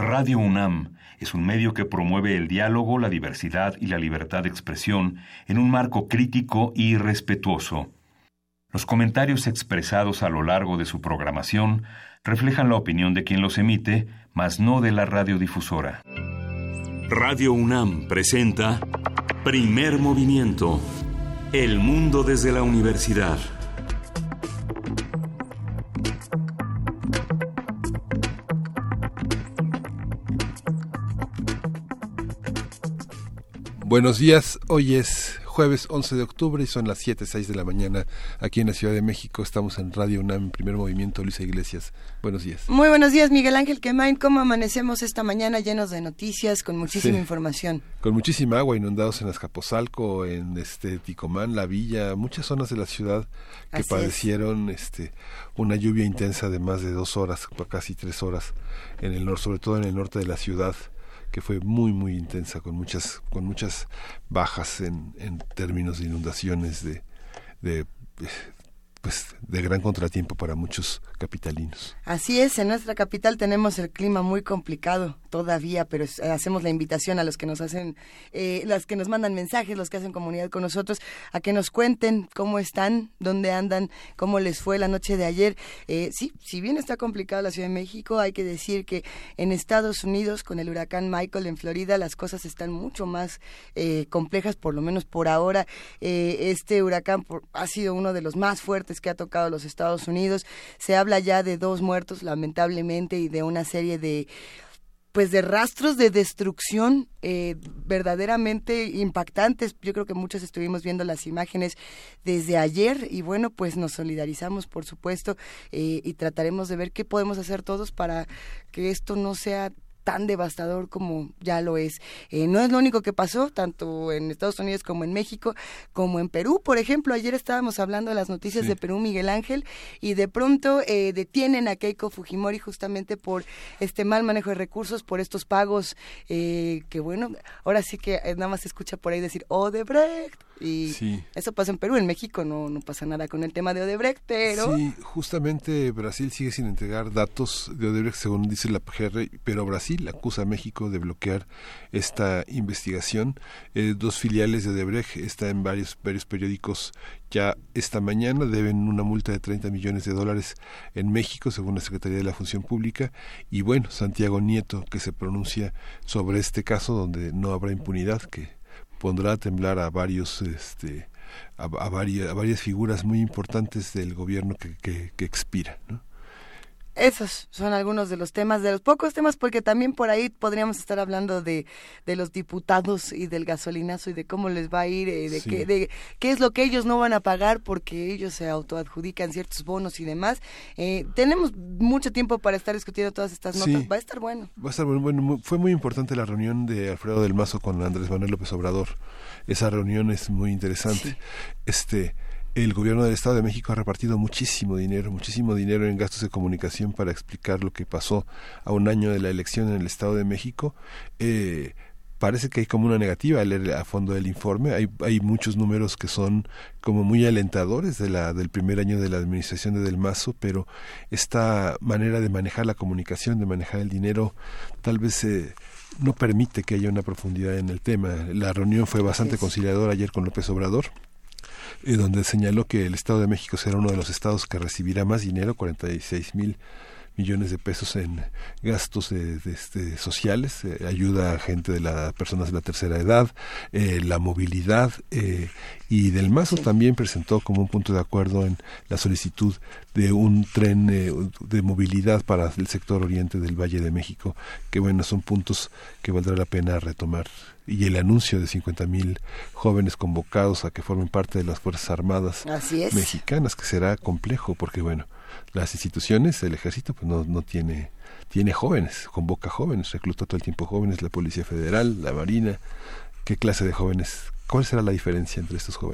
Radio UNAM es un medio que promueve el diálogo, la diversidad y la libertad de expresión en un marco crítico y respetuoso. Los comentarios expresados a lo largo de su programación reflejan la opinión de quien los emite, mas no de la radiodifusora. Radio UNAM presenta Primer Movimiento. El mundo desde la universidad. Buenos días, hoy es jueves 11 de octubre y son las 7:06 de la mañana aquí en la Ciudad de México. Estamos en Radio UNAM, Primer Movimiento. Luisa Iglesias, buenos días. Muy buenos días, Miguel Ángel Quemain. ¿Cómo amanecemos esta mañana llenos de noticias, con muchísima información? Con muchísima agua, inundados en Azcapotzalco, en Ticomán, La Villa, muchas zonas de la ciudad que Así padecieron una lluvia intensa de más de 2 horas, casi 3 horas en el norte, sobre todo en el norte de la ciudad, que fue muy muy intensa, con muchas bajas en términos de inundaciones, de gran contratiempo para muchos capitalinos. Así es, en nuestra capital tenemos el clima muy complicado todavía, pero hacemos la invitación a los que nos hacen, los que nos mandan mensajes, los que hacen comunidad con nosotros, a que nos cuenten cómo están, dónde andan, cómo les fue la noche de ayer. Sí, si bien está complicada la Ciudad de México, hay que decir que en Estados Unidos, con el huracán Michael en Florida, las cosas están mucho más complejas, por lo menos por ahora. Este huracán ha sido uno de los más fuertes que ha tocado los Estados Unidos. Se habla ya de 2 muertos, lamentablemente, y de una serie de rastros de destrucción verdaderamente impactantes. Yo creo que muchos estuvimos viendo las imágenes desde ayer y bueno, pues nos solidarizamos, por supuesto, y trataremos de ver qué podemos hacer todos para que esto no sea tan devastador como ya lo es. No es lo único que pasó, tanto en Estados Unidos como en México, como en Perú, por ejemplo. Ayer estábamos hablando de las noticias de Perú, Miguel Ángel, y de pronto detienen a Keiko Fujimori justamente por este mal manejo de recursos, por estos pagos que bueno, ahora sí que nada más se escucha por ahí decir Odebrecht, y eso pasa en Perú. En México no pasa nada con el tema de Odebrecht, pero... Sí, justamente Brasil sigue sin entregar datos de Odebrecht, según dice la PGR, pero Brasil acusa a México de bloquear esta investigación. 2 filiales de Odebrecht están en varios periódicos ya esta mañana, deben una multa de $30 millones en México, según la Secretaría de la Función Pública. Y bueno, Santiago Nieto, que se pronuncia sobre este caso donde no habrá impunidad, que pondrá a temblar a varias figuras muy importantes del gobierno que expira, ¿no? Esos son algunos de los temas, de los pocos temas, porque también por ahí podríamos estar hablando de los diputados y del gasolinazo y de cómo les va a ir, de qué es lo que ellos no van a pagar porque ellos se autoadjudican ciertos bonos y demás. Tenemos mucho tiempo para estar discutiendo todas estas notas. Va a estar bueno. Bueno, fue muy importante la reunión de Alfredo del Mazo con Andrés Manuel López Obrador. Esa reunión es muy interesante. El gobierno del Estado de México ha repartido muchísimo dinero en gastos de comunicación para explicar lo que pasó a un año de la elección en el Estado de México. Parece que hay como una negativa al leer a fondo el informe. Hay muchos números que son como muy alentadores del primer año de la administración de Del Mazo, pero esta manera de manejar la comunicación, de manejar el dinero, tal vez no permite que haya una profundidad en el tema. La reunión fue bastante conciliadora ayer con López Obrador, donde señaló que el Estado de México será uno de los estados que recibirá más dinero, 46,000 millones de pesos en gastos sociales, ayuda a gente personas de la tercera edad, la movilidad, y Del Mazo también presentó como un punto de acuerdo en la solicitud de un tren de movilidad para el sector oriente del Valle de México, que bueno, son puntos que valdrá la pena retomar. Y el anuncio de 50,000 jóvenes convocados a que formen parte de las Fuerzas Armadas mexicanas, que será complejo porque bueno, las instituciones, el ejército pues no tiene jóvenes, convoca jóvenes, recluta todo el tiempo jóvenes, la Policía Federal, la Marina. ¿Qué clase de jóvenes? ¿Cuál será la diferencia entre estos jóvenes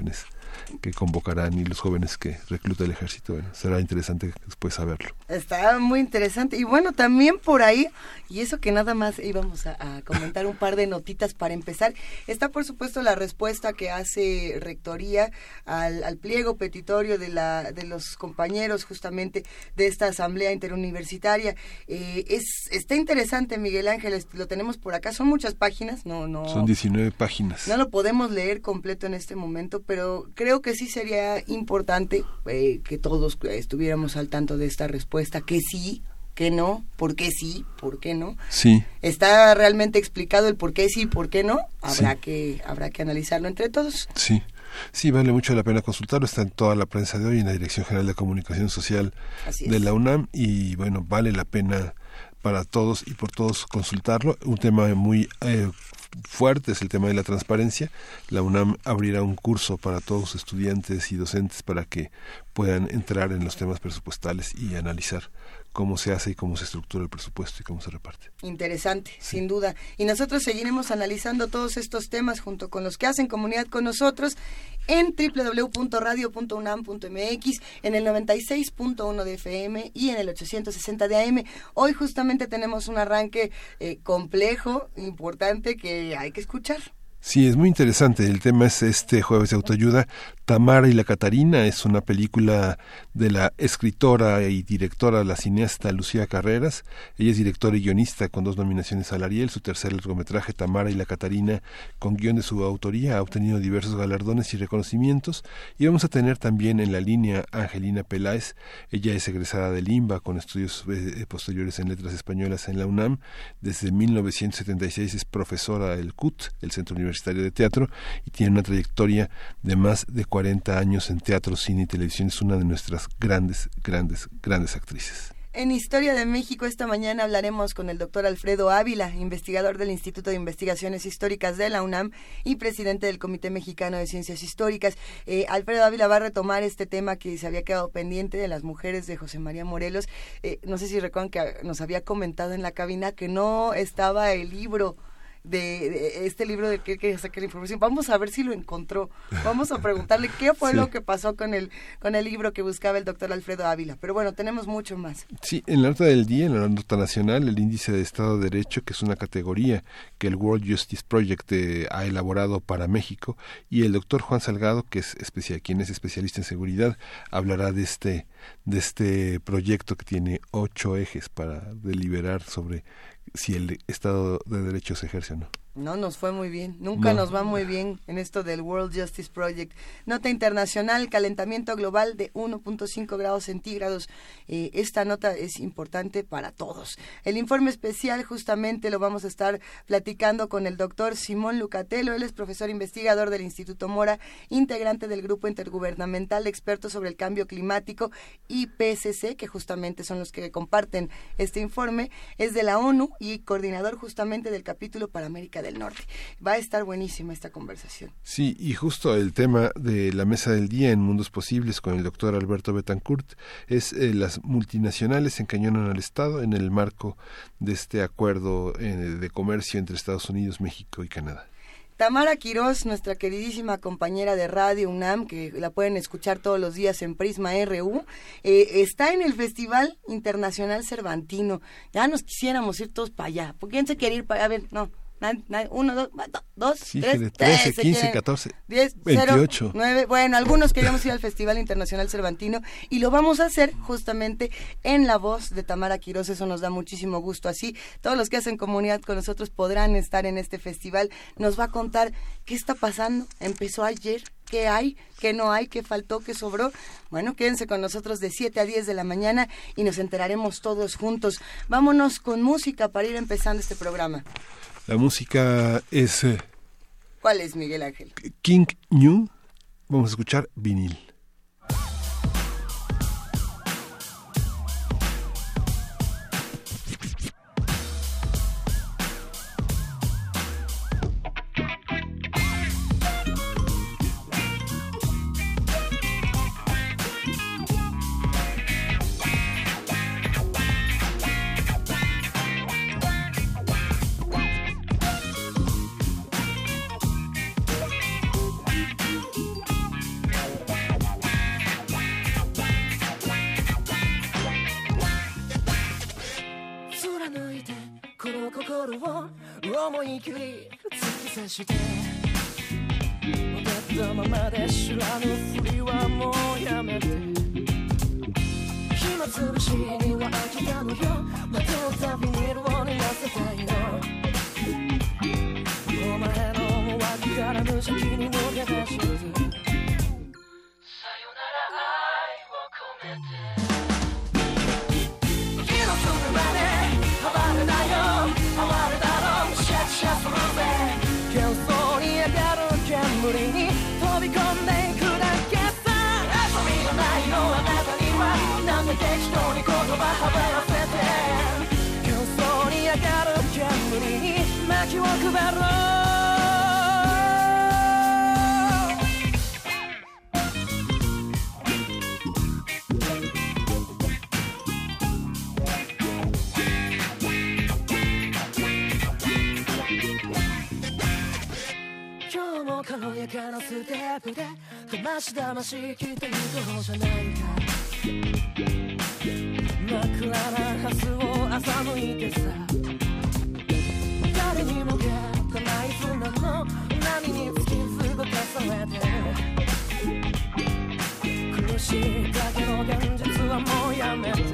que convocarán y los jóvenes que recluta el ejército. Bueno, será interesante después saberlo. Está muy interesante. Y bueno, también por ahí, y eso que nada más íbamos a comentar un par de notitas para empezar, está por supuesto la respuesta que hace Rectoría al pliego petitorio de los compañeros justamente de esta asamblea interuniversitaria. Está interesante, Miguel Ángel, lo tenemos por acá, son muchas páginas, no son 19 páginas. No lo podemos leer completo en este momento, pero creo que sí sería importante que todos estuviéramos al tanto de esta respuesta, que sí, que no, por qué sí, por qué no. Sí. ¿Está realmente explicado el por qué sí y por qué no? Habrá sí. que analizarlo entre todos. Sí. Sí, vale mucho la pena consultarlo, está en toda la prensa de hoy, en la Dirección General de Comunicación Social de la UNAM, y bueno, vale la pena para todos y por todos consultarlo. Un tema muy fuerte es el tema de la transparencia. La UNAM abrirá un curso para todos estudiantes y docentes para que puedan entrar en los temas presupuestales y analizar cómo se hace y cómo se estructura el presupuesto y cómo se reparte. Interesante, sí. Sin duda. Y nosotros seguiremos analizando todos estos temas junto con los que hacen comunidad con nosotros en www.radio.unam.mx, en el 96.1 de FM y en el 860 de AM. Hoy justamente tenemos un arranque complejo, importante, que hay que escuchar. Sí, es muy interesante. El tema es este jueves de autoayuda. Tamara y la Catarina es una película de la escritora y directora, la cineasta Lucía Carreras. Ella es directora y guionista con 2 nominaciones al Ariel. Su tercer largometraje, Tamara y la Catarina, con guión de su autoría, ha obtenido diversos galardones y reconocimientos. Y vamos a tener también en la línea a Angelina Peláez. Ella es egresada de Limba con estudios posteriores en letras españolas en la UNAM. Desde 1976 es profesora del CUT, el Centro Universitario de Teatro, y tiene una trayectoria de más de 40 años en teatro, cine y televisión. Es una de nuestras grandes actrices. En Historia de México esta mañana hablaremos con el doctor Alfredo Ávila, investigador del Instituto de Investigaciones Históricas de la UNAM y presidente del Comité Mexicano de Ciencias Históricas. Alfredo Ávila va a retomar este tema que se había quedado pendiente de las mujeres de José María Morelos. No sé si recuerdan que nos había comentado en la cabina que no estaba el libro de este libro del que quería sacar información. Vamos a ver si lo encontró. Vamos a preguntarle qué fue lo que pasó con el libro que buscaba el doctor Alfredo Ávila. Pero bueno, tenemos mucho más. Sí, en la nota del día, en la nota nacional, el índice de Estado de Derecho, que es una categoría que el World Justice Project ha elaborado para México, y el doctor Juan Salgado, que es quien es especialista en seguridad, hablará de este proyecto que tiene 8 ejes para deliberar sobre si el Estado de Derecho se ejerce o no. No nos fue muy bien, nunca nos va muy bien en esto del World Justice Project. Nota internacional, calentamiento global de 1.5 grados centígrados. Esta nota es importante para todos. El informe especial justamente lo vamos a estar platicando con el doctor Simón Lucatello. Él es profesor investigador del Instituto Mora, integrante del Grupo Intergubernamental de Expertos sobre el Cambio Climático, IPCC, que justamente son los que comparten este informe. Es de la ONU y coordinador justamente del capítulo para América del Norte. Va a estar buenísima esta conversación. Sí, y justo el tema de la mesa del día en Mundos Posibles con el doctor Alberto Betancourt es las multinacionales encañonan al Estado en el marco de este acuerdo de comercio entre Estados Unidos, México y Canadá. Tamara Quirós, nuestra queridísima compañera de Radio UNAM, que la pueden escuchar todos los días en Prisma RU, está en el Festival Internacional Cervantino. Ya nos quisiéramos ir todos para allá. ¿Por quién se quiere ir para allá? A ver, no. 1, 2, sí, 3, 13, 15, 14, 10, 28. 0, 9. Bueno, algunos queríamos ir al Festival Internacional Cervantino y lo vamos a hacer justamente en la voz de Tamara Quirós. Eso nos da muchísimo gusto. Así, todos los que hacen comunidad con nosotros podrán estar en este festival. Nos va a contar qué está pasando. Empezó ayer. ¿Qué hay? ¿Qué no hay? ¿Qué faltó? ¿Qué sobró? Bueno, quédense con nosotros de 7 a 10 de la mañana y nos enteraremos todos juntos. Vámonos con música para ir empezando este programa. La música es... ¿Cuál es, Miguel Ángel? King New. Vamos a escuchar Vinil. の心を思い切り突き刺して踊ったままで知らぬふりはもうやめて暇つぶしには飽きたのよまたビニールを濡らせたいのお前のわからぬ先に抜け出しさよなら愛を込めて気のするまで暴れだよ暴れだろシャシャするぜ喧騒に上がる煙に飛び込んでいくだけさ遊びがないのあなたにはなんで適当に言葉はばらせて喧騒に上がる煙に薪を配ろう軽やかなステップでだましだまし聞いていく方じゃないか真っ暗な明日を欺いてさ誰にも勝たない砂の波に突き動かされて苦しいだけの現実はもうやめてさよ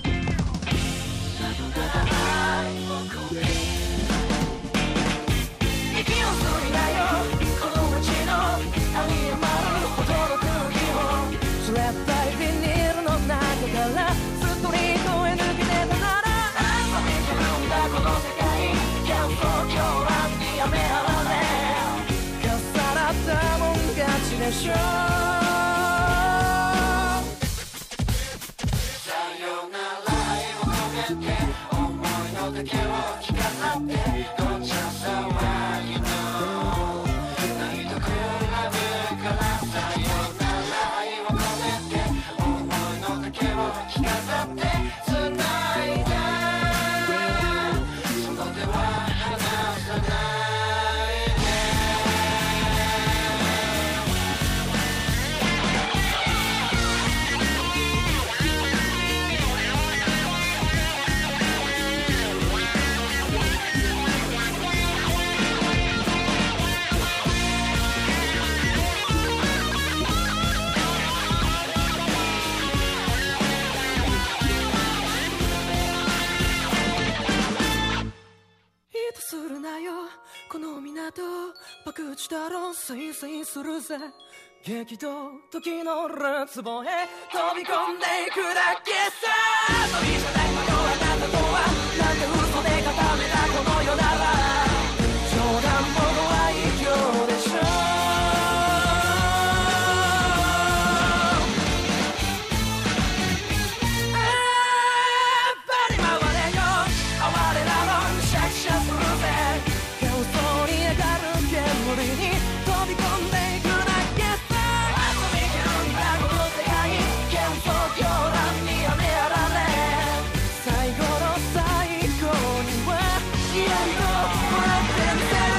なら愛を込めて息を吸いなよあり余るほどの空気を冷たいビニールの中からストリートへ抜け出たなら遊び自分だこの世界喧騒狂乱にやめられ重なったもん勝ちでしょさよなら愛を込めて思いの丈を聞かさってどちらさはyou knowこの港爆打だろせいせいするぜ激動時のるつぼへ飛び込んでいくだけさそれじゃないのよあなたとはなんて嘘で固めたこの世なら冗談もの愛嬌でしょ飛び込んでいくだけさ遊びきるんだこの世界喧騒狂乱にやめられ最後の最後にはやっともらってみせる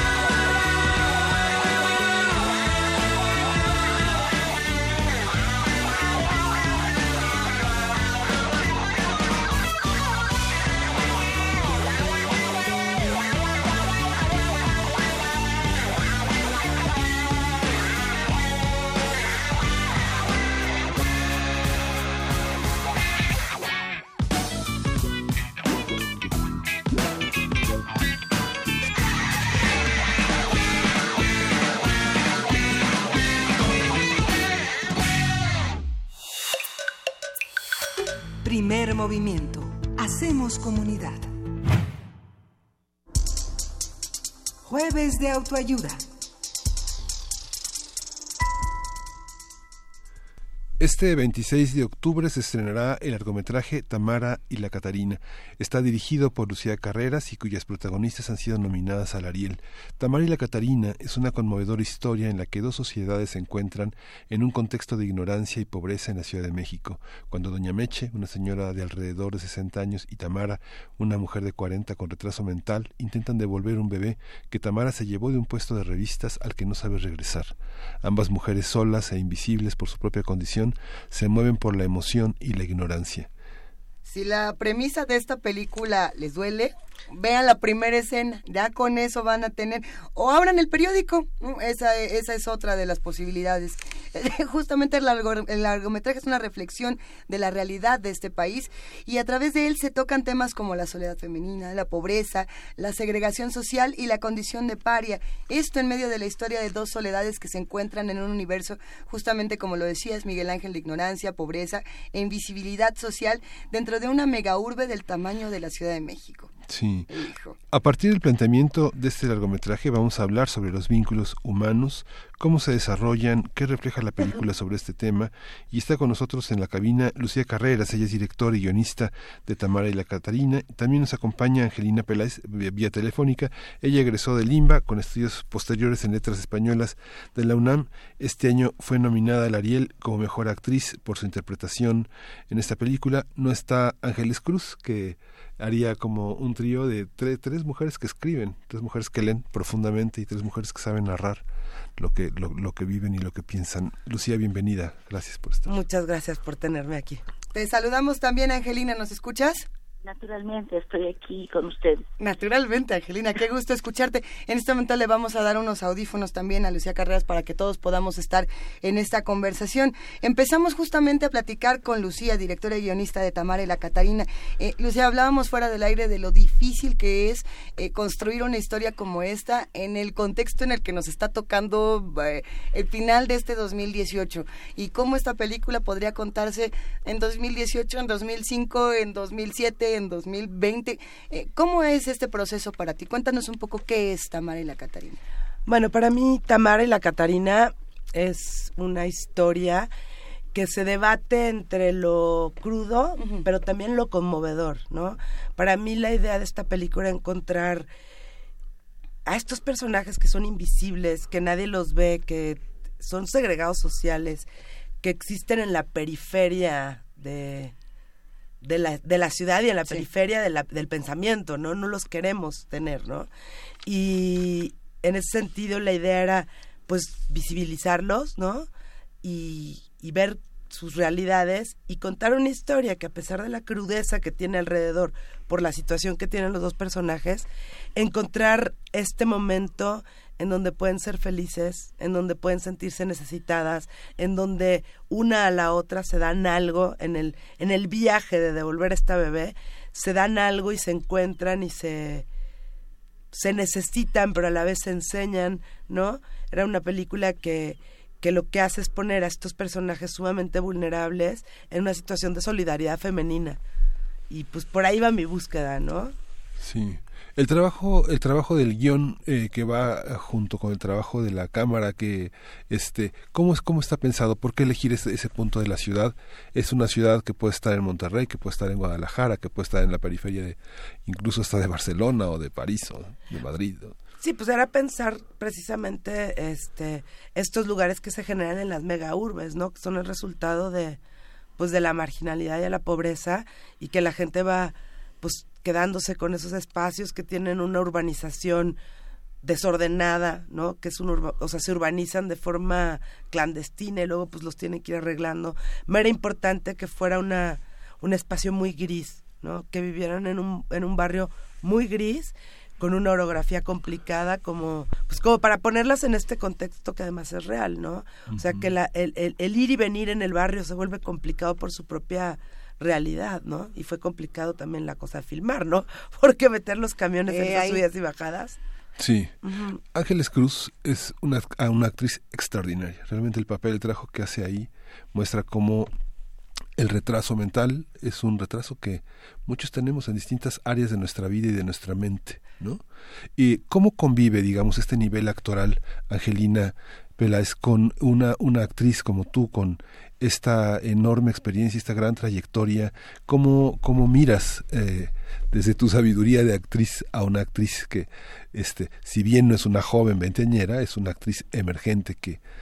Primer movimiento. Hacemos comunidad. Jueves de autoayuda. Este 26 de octubre se estrenará el largometraje Tamara y la Catarina. Está dirigido por Lucía Carreras y cuyas protagonistas han sido nominadas al Ariel. Tamara y la Catarina es una conmovedora historia en la que dos sociedades se encuentran en un contexto de ignorancia y pobreza en la Ciudad de México, cuando doña Meche, una señora de alrededor de 60 años, y Tamara, una mujer de 40 con retraso mental, intentan devolver un bebé que Tamara se llevó de un puesto de revistas al que no sabe regresar. Ambas mujeres solas e invisibles por su propia condición se mueven por la emoción y la ignorancia. Si la premisa de esta película les duele, vean la primera escena, ya con eso van a tener, o abran el periódico, esa es otra de las posibilidades. Justamente el largometraje es una reflexión de la realidad de este país y a través de él se tocan temas como la soledad femenina, la pobreza, la segregación social y la condición de paria. Esto en medio de la historia de dos soledades que se encuentran en un universo, justamente como lo decías, Miguel Ángel, de ignorancia, pobreza e invisibilidad social dentro de una megaurbe del tamaño de la Ciudad de México. Sí. A partir del planteamiento de este largometraje vamos a hablar sobre los vínculos humanos, cómo se desarrollan, qué refleja la película sobre este tema, y está con nosotros en la cabina Lucía Carreras, ella es directora y guionista de Tamara y la Catarina. También nos acompaña Angelina Peláez vía telefónica. Ella egresó de Limba con estudios posteriores en letras españolas de la UNAM. Este año fue nominada al Ariel como mejor actriz por su interpretación en esta película. No está Ángeles Cruz, que haría como un trío de tres mujeres que escriben, 3 mujeres que leen profundamente y 3 mujeres que saben narrar lo que viven y lo que piensan. Lucía, bienvenida, gracias por estar. Muchas gracias por tenerme aquí. Te saludamos también, Angelina, ¿nos escuchas? Naturalmente, estoy aquí con ustedes. Naturalmente, Angelina, qué gusto escucharte. En este momento le vamos a dar unos audífonos también a Lucía Carreras para que todos podamos estar en esta conversación. Empezamos justamente a platicar con Lucía, directora y guionista de Tamara y la Catarina. Lucía, hablábamos fuera del aire de lo difícil que es construir una historia como esta en el contexto en el que nos está tocando el final de este 2018 y cómo esta película podría contarse en 2018, en 2005, en 2007, en 2020. ¿Cómo es este proceso para ti? Cuéntanos un poco qué es Tamara y la Catarina. Bueno, para mí Tamara y la Catarina es una historia que se debate entre lo crudo, pero también lo conmovedor, ¿no? Para mí la idea de esta película era encontrar a estos personajes que son invisibles, que nadie los ve, que son segregados sociales, que existen en la periferia de la ciudad y en la periferia del pensamiento, ¿no? No los queremos tener, ¿no? Y en ese sentido la idea era, pues, visibilizarlos, ¿no? Y ver sus realidades y contar una historia que, a pesar de la crudeza que tiene alrededor por la situación que tienen los dos personajes, encontrar este momento en donde pueden ser felices, en donde pueden sentirse necesitadas, en donde una a la otra se dan algo, en el viaje de devolver a esta bebé, se dan algo y se encuentran y se necesitan, pero a la vez se enseñan, ¿no? Era una película que lo que hace es poner a estos personajes sumamente vulnerables en una situación de solidaridad femenina. Y pues por ahí va mi búsqueda, ¿no? Sí. El trabajo del guión que va junto con el trabajo de la cámara, que ¿cómo está pensado? ¿Por qué elegir ese punto de la ciudad? Es una ciudad que puede estar en Monterrey, que puede estar en Guadalajara, que puede estar en la periferia incluso hasta de Barcelona o de París o de Madrid, ¿no? Sí, pues era pensar precisamente estos lugares que se generan en las megaurbes, ¿no? Que son el resultado de la marginalidad y de la pobreza, y que la gente va pues quedándose con esos espacios que tienen una urbanización desordenada, ¿no? Que se urbanizan de forma clandestina y luego pues los tienen que ir arreglando. Me era importante que fuera un espacio muy gris, ¿no? Que vivieran en un barrio muy gris, con una orografía complicada, como para ponerlas en este contexto que además es real, ¿no? O sea, que el ir y venir en el barrio se vuelve complicado por su propia realidad, ¿no? Y fue complicado también la cosa de filmar, ¿no? Porque meter los camiones en esas subidas y bajadas. Sí. Ángeles Cruz es una actriz extraordinaria. Realmente el papel, el trabajo que hace ahí muestra cómo el retraso mental es un retraso que muchos tenemos en distintas áreas de nuestra vida y de nuestra mente, ¿no? Y cómo convive, digamos, este nivel actoral, Angelina Peláez, con una actriz como tú, con esta enorme experiencia, esta gran trayectoria. ¿Cómo miras desde tu sabiduría de actriz a una actriz que, si bien no es una joven veinteañera, es una actriz emergente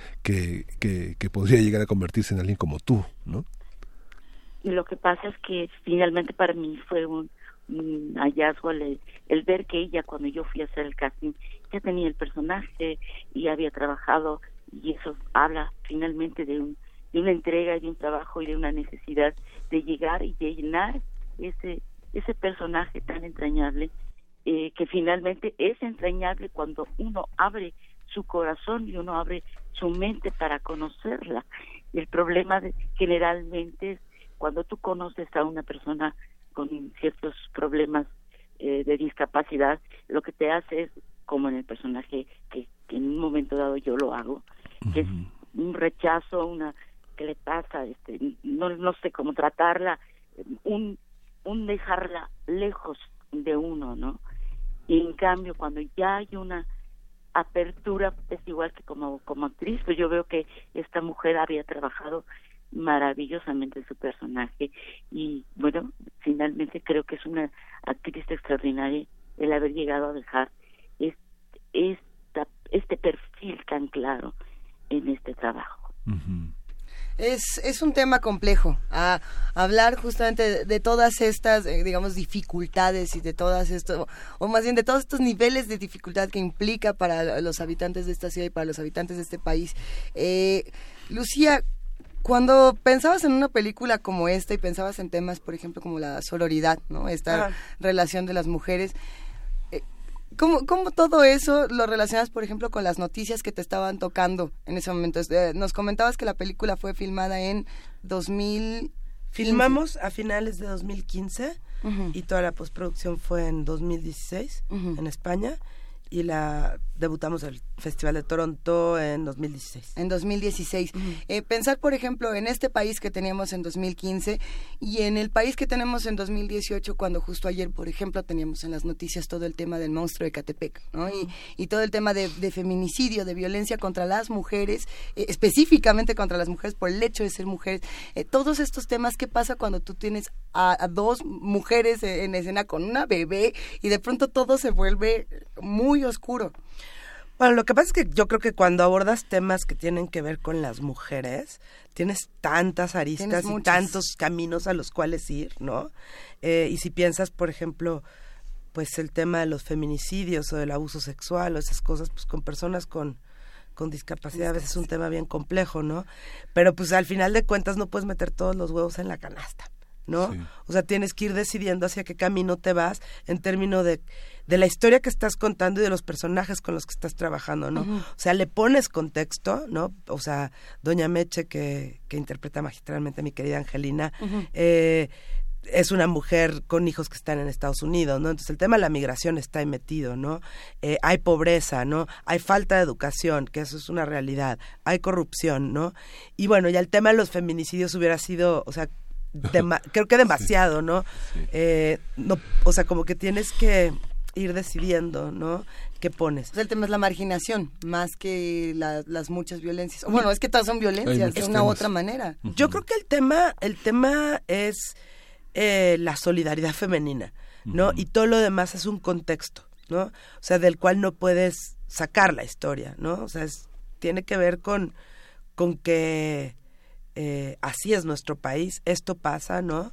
que podría llegar a convertirse en alguien como tú, ¿no? Y lo que pasa es que finalmente para mí fue un hallazgo el ver que ella, cuando yo fui a hacer el casting, ya tenía el personaje y había trabajado, y eso habla finalmente de una entrega y de un trabajo y de una necesidad de llegar y de llenar ese personaje tan entrañable, que finalmente es entrañable cuando uno abre su corazón y uno abre su mente para conocerla. Y el problema generalmente es cuando tú conoces a una persona con ciertos problemas de discapacidad, lo que te hace es, como en el personaje que en un momento dado yo lo hago, que es un rechazo, ¿qué le pasa? No sé cómo tratarla, un dejarla lejos de uno, ¿no? Y en cambio, cuando ya hay una apertura, es igual que como actriz, pues yo veo que esta mujer había trabajado maravillosamente su personaje, y bueno, finalmente creo que es una actriz extraordinaria el haber llegado a dejar este perfil tan claro en este trabajo. Es un tema complejo, a hablar justamente de todas estas, digamos, dificultades y de todas estos, o más bien de todos estos niveles de dificultad que implica para los habitantes de esta ciudad y para los habitantes de este país. Lucía, cuando pensabas en una película como esta y pensabas en temas, por ejemplo, como la sororidad, ¿no? Esta relación de las mujeres, ¿Cómo todo eso lo relacionas, por ejemplo, con las noticias que te estaban tocando en ese momento? Nos comentabas que la película fue filmada en 2015. Filmamos a finales de 2015 y toda la postproducción fue en 2016 en España, y la debutamos en el Festival de Toronto en 2016. En 2016. Pensar, por ejemplo, en este país que teníamos en 2015 y en el país que tenemos en 2018, cuando justo ayer, por ejemplo, teníamos en las noticias todo el tema del monstruo de Ecatepec, ¿no? Y todo el tema de feminicidio, de violencia contra las mujeres, específicamente contra las mujeres por el hecho de ser mujeres. Todos estos temas, ¿qué pasa cuando tú tienes a dos mujeres en escena con una bebé y de pronto todo se vuelve muy oscuro? Bueno, lo que pasa es que yo creo que cuando abordas temas que tienen que ver con las mujeres, tienes tantas aristas y tantos caminos a los cuales ir, ¿no? Y si piensas, por ejemplo, pues el tema de los feminicidios o del abuso sexual o esas cosas, pues con personas con discapacidad a veces es un tema bien complejo, ¿no? Pero pues al final de cuentas no puedes meter todos los huevos en la canasta, ¿no? Sí. O sea, tienes que ir decidiendo hacia qué camino te vas en términos de la historia que estás contando y de los personajes con los que estás trabajando, ¿no? O sea, le pones contexto, ¿no? O sea, Doña Meche, que interpreta magistralmente a mi querida Angelina, es una mujer con hijos que están en Estados Unidos, ¿no? Entonces el tema de la migración está ahí metido, ¿no? Hay pobreza, ¿no? Hay falta de educación, que eso es una realidad. Hay corrupción, ¿no? Y bueno, ya el tema de los feminicidios hubiera sido, o sea, creo que demasiado, ¿no? No, o sea, como que tienes que ir decidiendo, ¿no? ¿Qué pones? O sea, el tema es la marginación, más que las muchas violencias. Bueno, es que todas son violencias, de una u otra manera. Yo creo que el tema es la solidaridad femenina, ¿no? Y todo lo demás es un contexto, ¿no? O sea, del cual no puedes sacar la historia, ¿no? O sea, tiene que ver con que así es nuestro país, esto pasa, ¿no?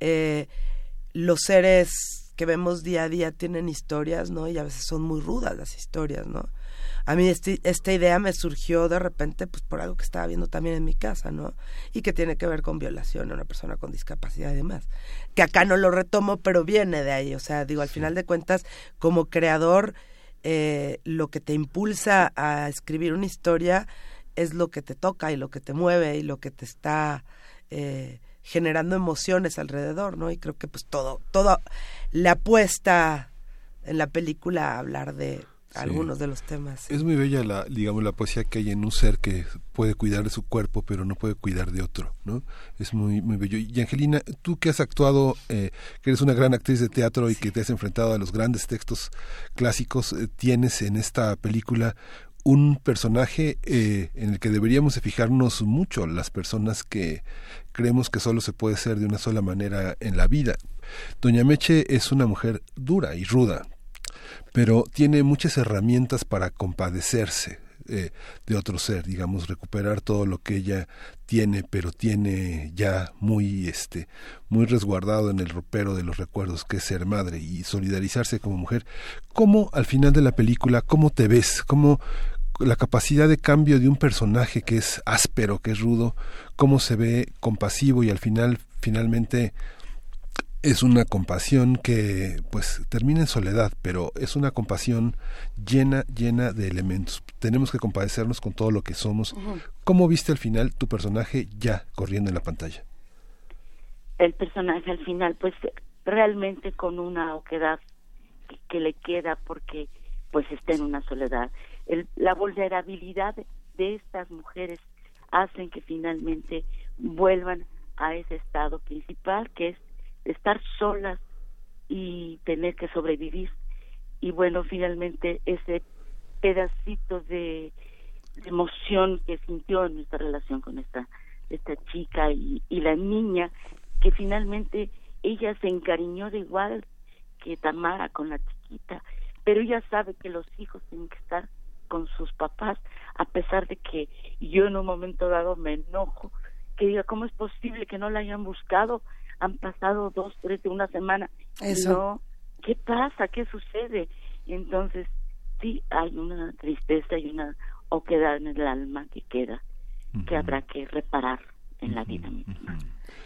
Los seres que vemos día a día tienen historias, ¿no? Y a veces son muy rudas las historias, ¿no? A mí esta idea me surgió de repente pues por algo que estaba viendo también en mi casa, ¿no? Y que tiene que ver con violación a una persona con discapacidad y demás. Que acá no lo retomo, pero viene de ahí. O sea, digo, al final de cuentas, como creador, lo que te impulsa a escribir una historia es lo que te toca y lo que te mueve y lo que te está generando emociones alrededor, ¿no? Y creo que pues todo la apuesta en la película a hablar de algunos de los temas. Es muy bella la poesía que hay en un ser que puede cuidar de su cuerpo pero no puede cuidar de otro, ¿no? Es muy muy bello. Y Angelina, tú que has actuado, que eres una gran actriz de teatro y que te has enfrentado a los grandes textos clásicos, tienes en esta película un personaje en el que deberíamos de fijarnos mucho las personas que creemos que solo se puede ser de una sola manera en la vida. Doña Meche es una mujer dura y ruda, pero tiene muchas herramientas para compadecerse de otro ser, digamos, recuperar todo lo que ella tiene, pero tiene ya muy resguardado en el ropero de los recuerdos, que es ser madre y solidarizarse como mujer. ¿Cómo al final de la película, cómo te ves? ¿Cómo la capacidad de cambio de un personaje que es áspero, que es rudo, cómo se ve compasivo y al finalmente es una compasión que pues termina en soledad, pero es una compasión llena de elementos. Tenemos que compadecernos con todo lo que somos. Uh-huh. ¿Cómo viste al final tu personaje ya corriendo en la pantalla? El personaje al final, pues realmente con una oquedad que le queda porque pues está en una soledad. La vulnerabilidad de estas mujeres hacen que finalmente vuelvan a ese estado principal, que es estar solas y tener que sobrevivir. Y bueno, finalmente ese pedacito de emoción que sintió en nuestra relación con esta chica y la niña, que finalmente ella se encariñó de igual que Tamara con la chiquita, pero ella sabe que los hijos tienen que estar con sus papás, a pesar de que yo en un momento dado me enojo, que diga, ¿cómo es posible que no la hayan buscado? Han pasado 2, 3 de una semana. Eso. No, ¿qué pasa? ¿Qué sucede? Entonces, sí, hay una tristeza y una oquedad en el alma que queda, que habrá que reparar en la vida misma.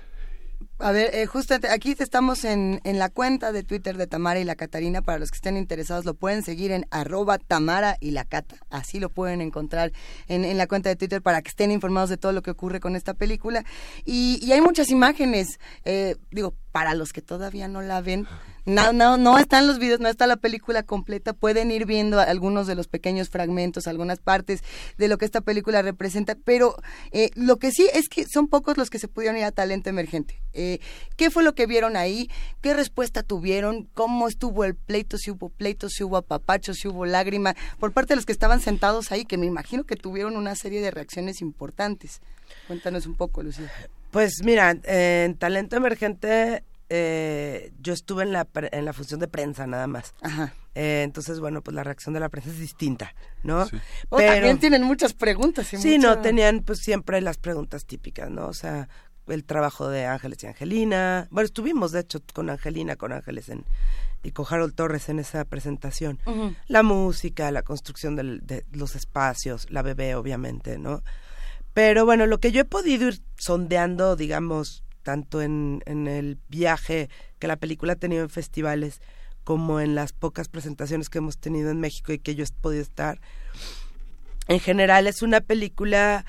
A ver, justamente aquí estamos en la cuenta de Twitter de Tamara y la Catarina. Para los que estén interesados lo pueden seguir en @Tamara y la Cata. Así lo pueden encontrar en la cuenta de Twitter para que estén informados de todo lo que ocurre con esta película. Y hay muchas imágenes, para los que todavía no la ven, no están los videos, no está la película completa, pueden ir viendo algunos de los pequeños fragmentos, algunas partes de lo que esta película representa, pero lo que sí es que son pocos los que se pudieron ir a Talento Emergente. ¿Qué fue lo que vieron ahí? ¿Qué respuesta tuvieron? ¿Cómo estuvo el pleito? ¿Si hubo apapacho, si hubo lágrima? Por parte de los que estaban sentados ahí, que me imagino que tuvieron una serie de reacciones importantes. Cuéntanos un poco, Lucía. Pues mira, en Talento Emergente yo estuve en la función de prensa nada más. Ajá. Entonces, bueno, pues la reacción de la prensa es distinta, ¿no? Sí. Pero también tienen muchas preguntas. Sí, no, tenían pues siempre las preguntas típicas, ¿no? O sea, el trabajo de Ángeles y Angelina. Bueno, estuvimos de hecho con Angelina, con Ángeles y con Harold Torres en esa presentación. Uh-huh. La música, la construcción de los espacios, la bebé obviamente, ¿no? Pero bueno, lo que yo he podido ir sondeando, digamos, tanto en el viaje que la película ha tenido en festivales como en las pocas presentaciones que hemos tenido en México y que yo he podido estar, en general es una película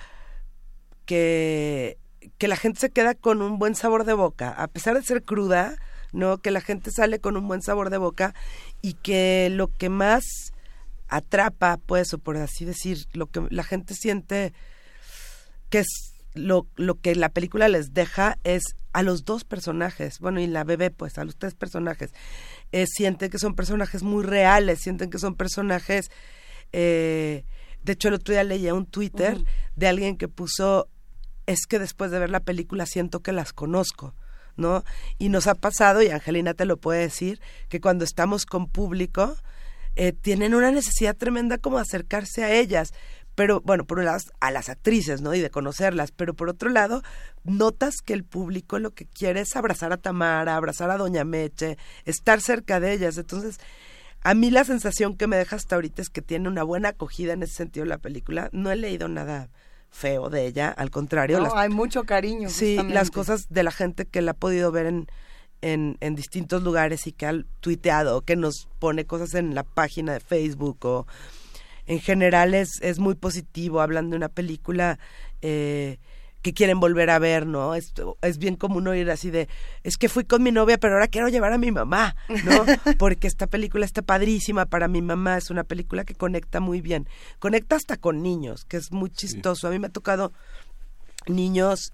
que la gente se queda con un buen sabor de boca, a pesar de ser cruda, ¿no? Que la gente sale con un buen sabor de boca y que lo que más atrapa, pues, o por así decir, lo que la gente siente que es lo que la película les deja es a los dos personajes, bueno, y la bebé, pues, a los 3 personajes, sienten que son personajes muy reales, sienten que son personajes, de hecho el otro día leía un Twitter uh-huh. de alguien que puso, es que después de ver la película siento que las conozco, ¿no? Y nos ha pasado, y Angelina te lo puede decir, que cuando estamos con público, tienen una necesidad tremenda como de acercarse a ellas, pero bueno, por un lado a las actrices, ¿no? Y de conocerlas, pero por otro lado notas que el público lo que quiere es abrazar a Tamara, abrazar a Doña Meche, estar cerca de ellas. Entonces, a mí la sensación que me deja hasta ahorita es que tiene una buena acogida en ese sentido la película. No he leído nada feo de ella, al contrario. No, hay mucho cariño. Sí, justamente. Las cosas de la gente que la ha podido ver en distintos lugares y que ha tuiteado, que nos pone cosas en la página de Facebook o... En general es muy positivo, hablan de una película que quieren volver a ver, ¿no? Es bien común oír así de, es que fui con mi novia, pero ahora quiero llevar a mi mamá, ¿no? Porque esta película está padrísima para mi mamá, es una película que conecta muy bien. Conecta hasta con niños, que es muy chistoso. Sí. A mí me ha tocado niños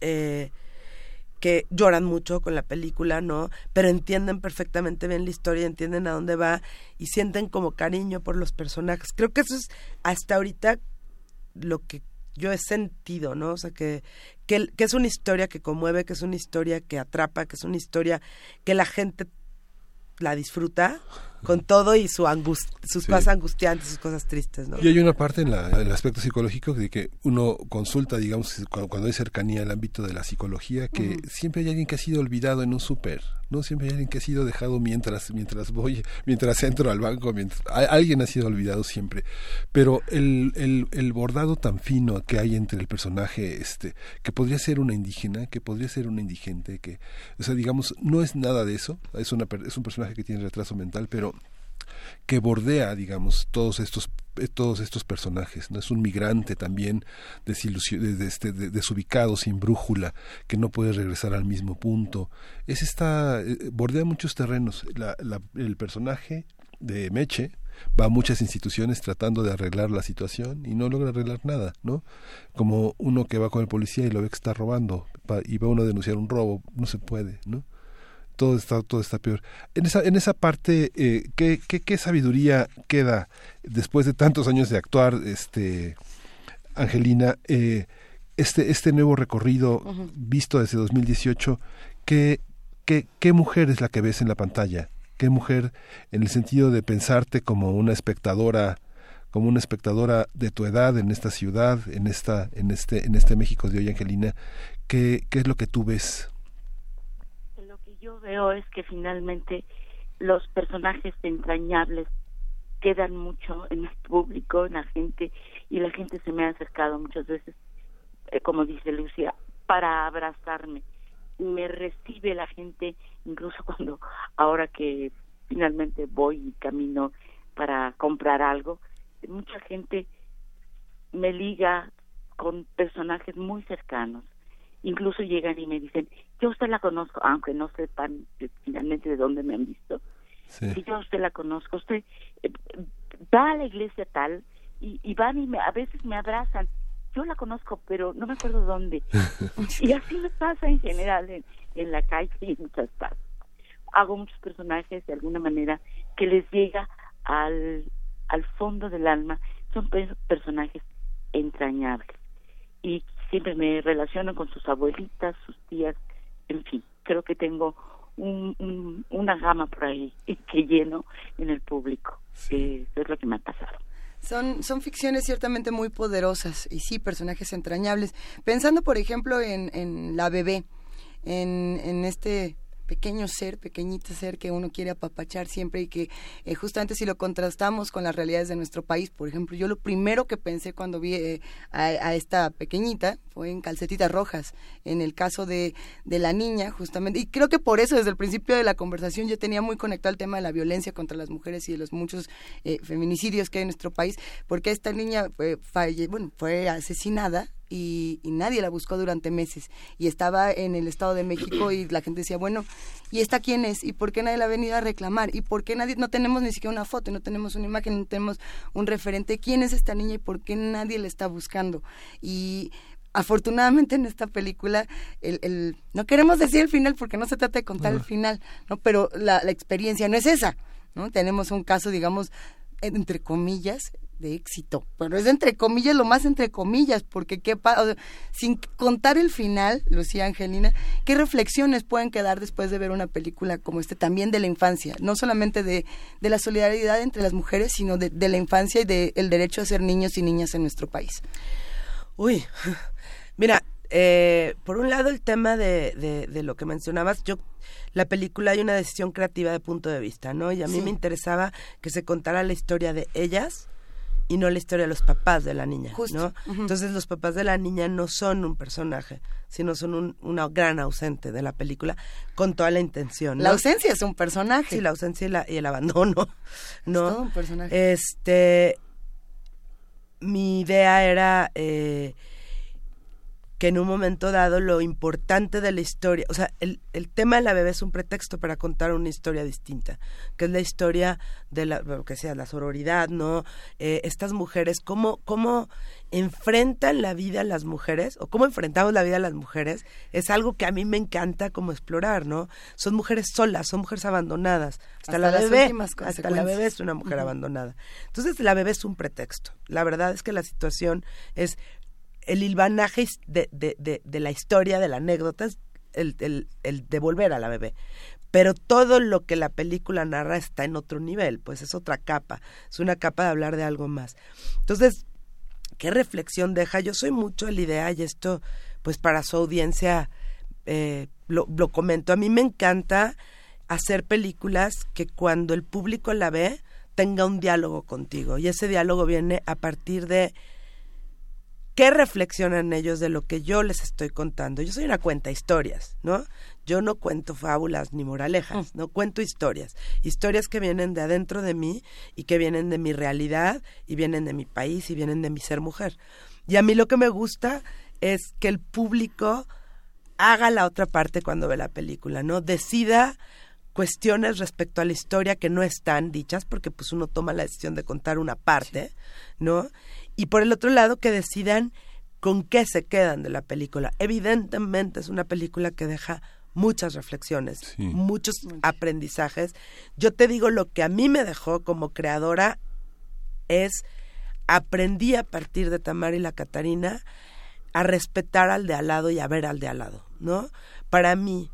que lloran mucho con la película, ¿no? Pero entienden perfectamente bien la historia, entienden a dónde va y sienten como cariño por los personajes. Creo que eso es hasta ahorita lo que yo he sentido, ¿no? O sea, que es una historia que conmueve, que es una historia que atrapa, que es una historia que la gente la disfruta, con todo y sus cosas angustiantes, sus cosas tristes, ¿no? Y hay una parte en el aspecto psicológico de que uno consulta, digamos, cuando hay cercanía al ámbito de la psicología, que siempre hay alguien que ha sido olvidado en un súper, ¿no? Siempre hay alguien que ha sido dejado mientras entro al banco, alguien ha sido olvidado siempre. Pero el bordado tan fino que hay entre el personaje, que podría ser una indígena, que podría ser una indigente, que, o sea, digamos, no es nada de eso, es un personaje que tiene retraso mental, pero que bordea, digamos, todos estos personajes, ¿no? Es un migrante también desubicado, sin brújula, que no puede regresar al mismo punto. Bordea muchos terrenos. El personaje de Meche va a muchas instituciones tratando de arreglar la situación y no logra arreglar nada, ¿no? Como uno que va con el policía y lo ve que está robando y va uno a denunciar un robo, no se puede, ¿no? Todo está peor. En esa parte, ¿qué sabiduría queda después de tantos años de actuar, Angelina? Este nuevo recorrido visto desde 2018, ¿qué mujer es la que ves en la pantalla? ¿Qué mujer, en el sentido de pensarte como una espectadora de tu edad en esta ciudad, en este México de hoy, Angelina, qué es lo que tú ves? Lo que yo veo es que finalmente los personajes entrañables quedan mucho en el público, en la gente, y la gente se me ha acercado muchas veces, como dice Lucia, para abrazarme. Me recibe la gente, incluso cuando ahora que finalmente voy y camino para comprar algo, mucha gente me liga con personajes muy cercanos. Incluso llegan y me dicen, yo a usted la conozco, aunque no sepan finalmente de dónde me han visto. Sí. Si yo a usted la conozco, usted va a la iglesia tal, y van y a veces me abrazan. Yo la conozco, pero no me acuerdo dónde. Y así me pasa en general en la calle y en muchas partes. Hago muchos personajes de alguna manera que les llega al fondo del alma. Son personajes entrañables. Y siempre me relaciono con sus abuelitas, sus tías, en fin. Creo que tengo una gama por ahí que lleno en el público. Sí. Eso es lo que me ha pasado. Son ficciones ciertamente muy poderosas y sí, personajes entrañables. Pensando, por ejemplo, en la bebé, en este pequeñito ser que uno quiere apapachar siempre y que justamente si lo contrastamos con las realidades de nuestro país, por ejemplo, yo lo primero que pensé cuando vi a esta pequeñita fue en Calcetitas Rojas, en el caso de la niña justamente, y creo que por eso desde el principio de la conversación yo tenía muy conectado el tema de la violencia contra las mujeres y de los muchos feminicidios que hay en nuestro país, porque esta niña fue asesinada y nadie la buscó durante meses y estaba en el Estado de México y la gente decía, bueno, ¿y esta quién es? ¿Y por qué nadie la ha venido a reclamar? ¿Y por qué no tenemos ni siquiera una foto, no tenemos una imagen, no tenemos un referente? ¿Quién es esta niña y por qué nadie la está buscando? Y afortunadamente en esta película no queremos decir el final porque no se trata de contar el final, ¿no? Pero la experiencia no es esa, ¿no? Tenemos un caso, digamos, entre comillas, de éxito, pero es entre comillas, lo más entre comillas, porque sin contar el final, Lucía, Angelina, ¿qué reflexiones pueden quedar después de ver una película como también de la infancia? No solamente de la solidaridad entre las mujeres, sino de la infancia y del derecho a ser niños y niñas en nuestro país. Uy, mira, por un lado el tema de lo que mencionabas, la película hay una decisión creativa de punto de vista, ¿no? Y a mí me interesaba que se contara la historia de ellas y no la historia de los papás de la niña, ¿no? Uh-huh. Entonces los papás de la niña no son un personaje, sino son una gran ausente de la película, con toda la intención, ¿no? La ausencia es un personaje. Sí, la ausencia y el abandono, ¿no? Es todo un personaje. Mi idea era que en un momento dado lo importante de la historia, o sea, el tema de la bebé es un pretexto para contar una historia distinta, que es la historia de lo que sea, la sororidad, ¿no? Estas mujeres, cómo enfrentan la vida a las mujeres, o cómo enfrentamos la vida a las mujeres, es algo que a mí me encanta como explorar, ¿no? Son mujeres solas, son mujeres abandonadas, hasta la bebé es una mujer abandonada. Entonces la bebé es un pretexto. La verdad es que la situación es el hilvanaje de la historia, de la anécdota, es el devolver a la bebé. pero todo lo que la película narra está en otro nivel, pues es otra capa, es una capa de hablar de algo más. Entonces, ¿qué reflexión deja? Yo soy mucho de la idea, y esto pues para su audiencia lo comento, a mí me encanta hacer películas que cuando el público la ve tenga un diálogo contigo, y ese diálogo viene a partir de qué reflexionan ellos de lo que yo les estoy contando. Yo soy una cuenta historias, ¿no? Yo no cuento fábulas ni moralejas, no cuento historias que vienen de adentro de mí y que vienen de mi realidad y vienen de mi país y vienen de mi ser mujer. Y a mí lo que me gusta es que el público haga la otra parte cuando ve la película, ¿no? Decida cuestiones respecto a la historia que no están dichas, porque pues uno toma la decisión de contar una parte, ¿no? Y por el otro lado, que decidan con qué se quedan de la película. Evidentemente es una película que deja muchas reflexiones, muchos aprendizajes. Yo te digo, lo que a mí me dejó como creadora es, aprendí a partir de Tamara y la Catarina a respetar al de al lado y a ver al de al lado, ¿no? Para mí,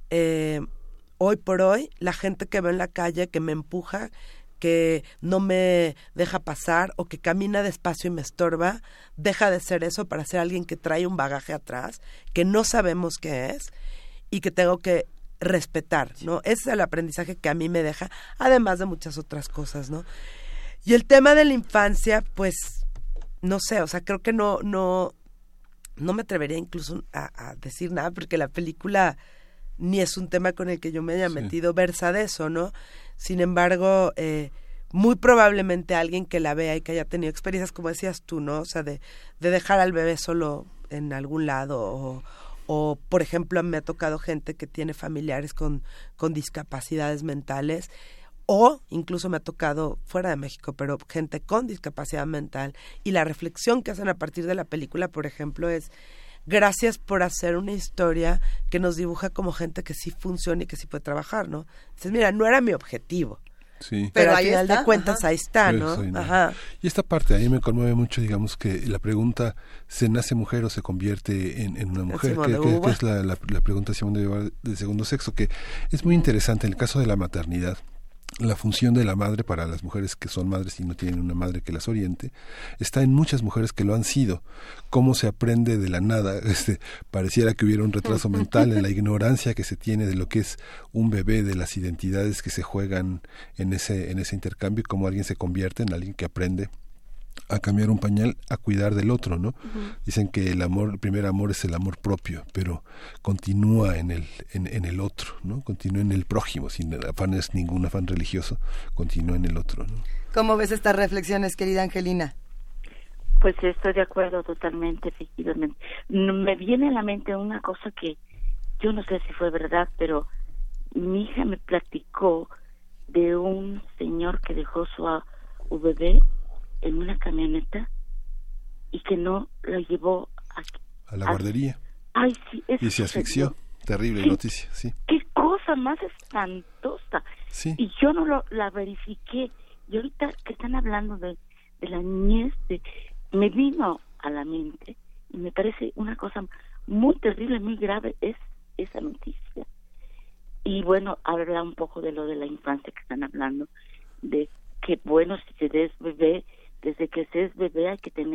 hoy por hoy, la gente que veo en la calle, que me empuja, que no me deja pasar o que camina despacio y me estorba, deja de ser eso para ser alguien que trae un bagaje atrás, que no sabemos qué es y que tengo que respetar, ¿no? Ese es el aprendizaje que a mí me deja, además de muchas otras cosas, ¿no? Y el tema de la infancia, pues, no sé, o sea, creo que no me atrevería incluso a decir nada, porque la película ni es un tema con el que yo me haya metido, versa de eso, ¿no? Sin embargo, muy probablemente alguien que la vea y que haya tenido experiencias, como decías tú, ¿no? O sea, de dejar al bebé solo en algún lado, o por ejemplo, me ha tocado gente que tiene familiares con discapacidades mentales, o incluso me ha tocado fuera de México, pero gente con discapacidad mental, y la reflexión que hacen a partir de la película, por ejemplo, es: gracias por hacer una historia que nos dibuja como gente que sí funciona y que sí puede trabajar, ¿no? Entonces, mira, no era mi objetivo. Sí. Pero al final de cuentas ahí está, ¿no? Ajá. Y esta parte a mí me conmueve mucho, digamos, que la pregunta, ¿se nace mujer o se convierte en una mujer? Que es la pregunta de Simón de Beauvoir del segundo sexo, que es muy interesante en el caso de la maternidad. La función de la madre para las mujeres que son madres y no tienen una madre que las oriente está en muchas mujeres que lo han sido. Cómo se aprende de la nada, pareciera que hubiera un retraso mental en la ignorancia que se tiene de lo que es un bebé, de las identidades que se juegan en ese intercambio, y cómo alguien se convierte en alguien que aprende a cambiar un pañal, a cuidar del otro, ¿no? Dicen que el primer amor es el amor propio, pero continúa en el otro, ¿no? Continúa en el prójimo, sin ningún afán religioso, continúa en el otro, ¿no? ¿Cómo ves estas reflexiones, querida Angelina? Pues estoy de acuerdo totalmente, efectivamente. Me viene a la mente una cosa que yo no sé si fue verdad, pero mi hija me platicó de un señor que dejó su bebé en una camioneta y que no la llevó a la guardería. Ay, sí, eso y se asfixió. Terrible noticia, sí. Qué cosa más espantosa. Sí. Y yo no la verifiqué. Y ahorita que están hablando de la niñez, me vino a la mente y me parece una cosa muy terrible, muy grave es esa noticia. Y bueno, habla un poco de lo de la infancia que están hablando, de que bueno, si se es bebé, desde que se es bebé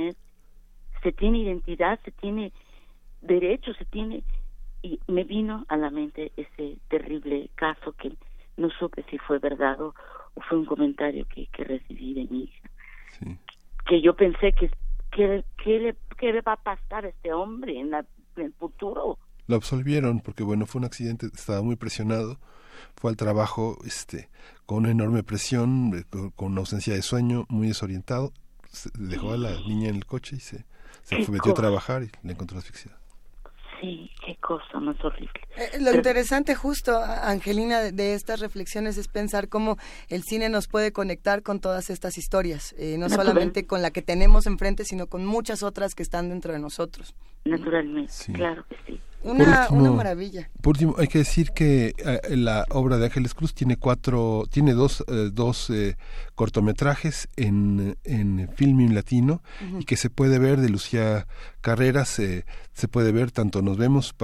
se tiene identidad, se tiene derechos, y me vino a la mente ese terrible caso que no supe si fue verdad o fue un comentario que recibí de mi hija. Sí. Que yo pensé ¿qué le va a pasar a este hombre en el futuro? Lo absolvieron porque bueno, fue un accidente, estaba muy presionado, fue al trabajo con una enorme presión, con ausencia de sueño, muy desorientado, dejó a la niña en el coche y se metió a trabajar y la encontró asfixiada. Sí, qué cosa más horrible. Lo interesante justo, Angelina, de estas reflexiones es pensar cómo el cine nos puede conectar con todas estas historias, no solamente con la que tenemos enfrente, sino con muchas otras que están dentro de nosotros. Naturalmente, sí. Claro que sí. Una maravilla. Por último, hay que decir que la obra de Ángeles Cruz tiene dos cortometrajes en Filming Latino, y que se puede ver, de Lucía Carreras, se puede ver tanto Nos vemos, papá,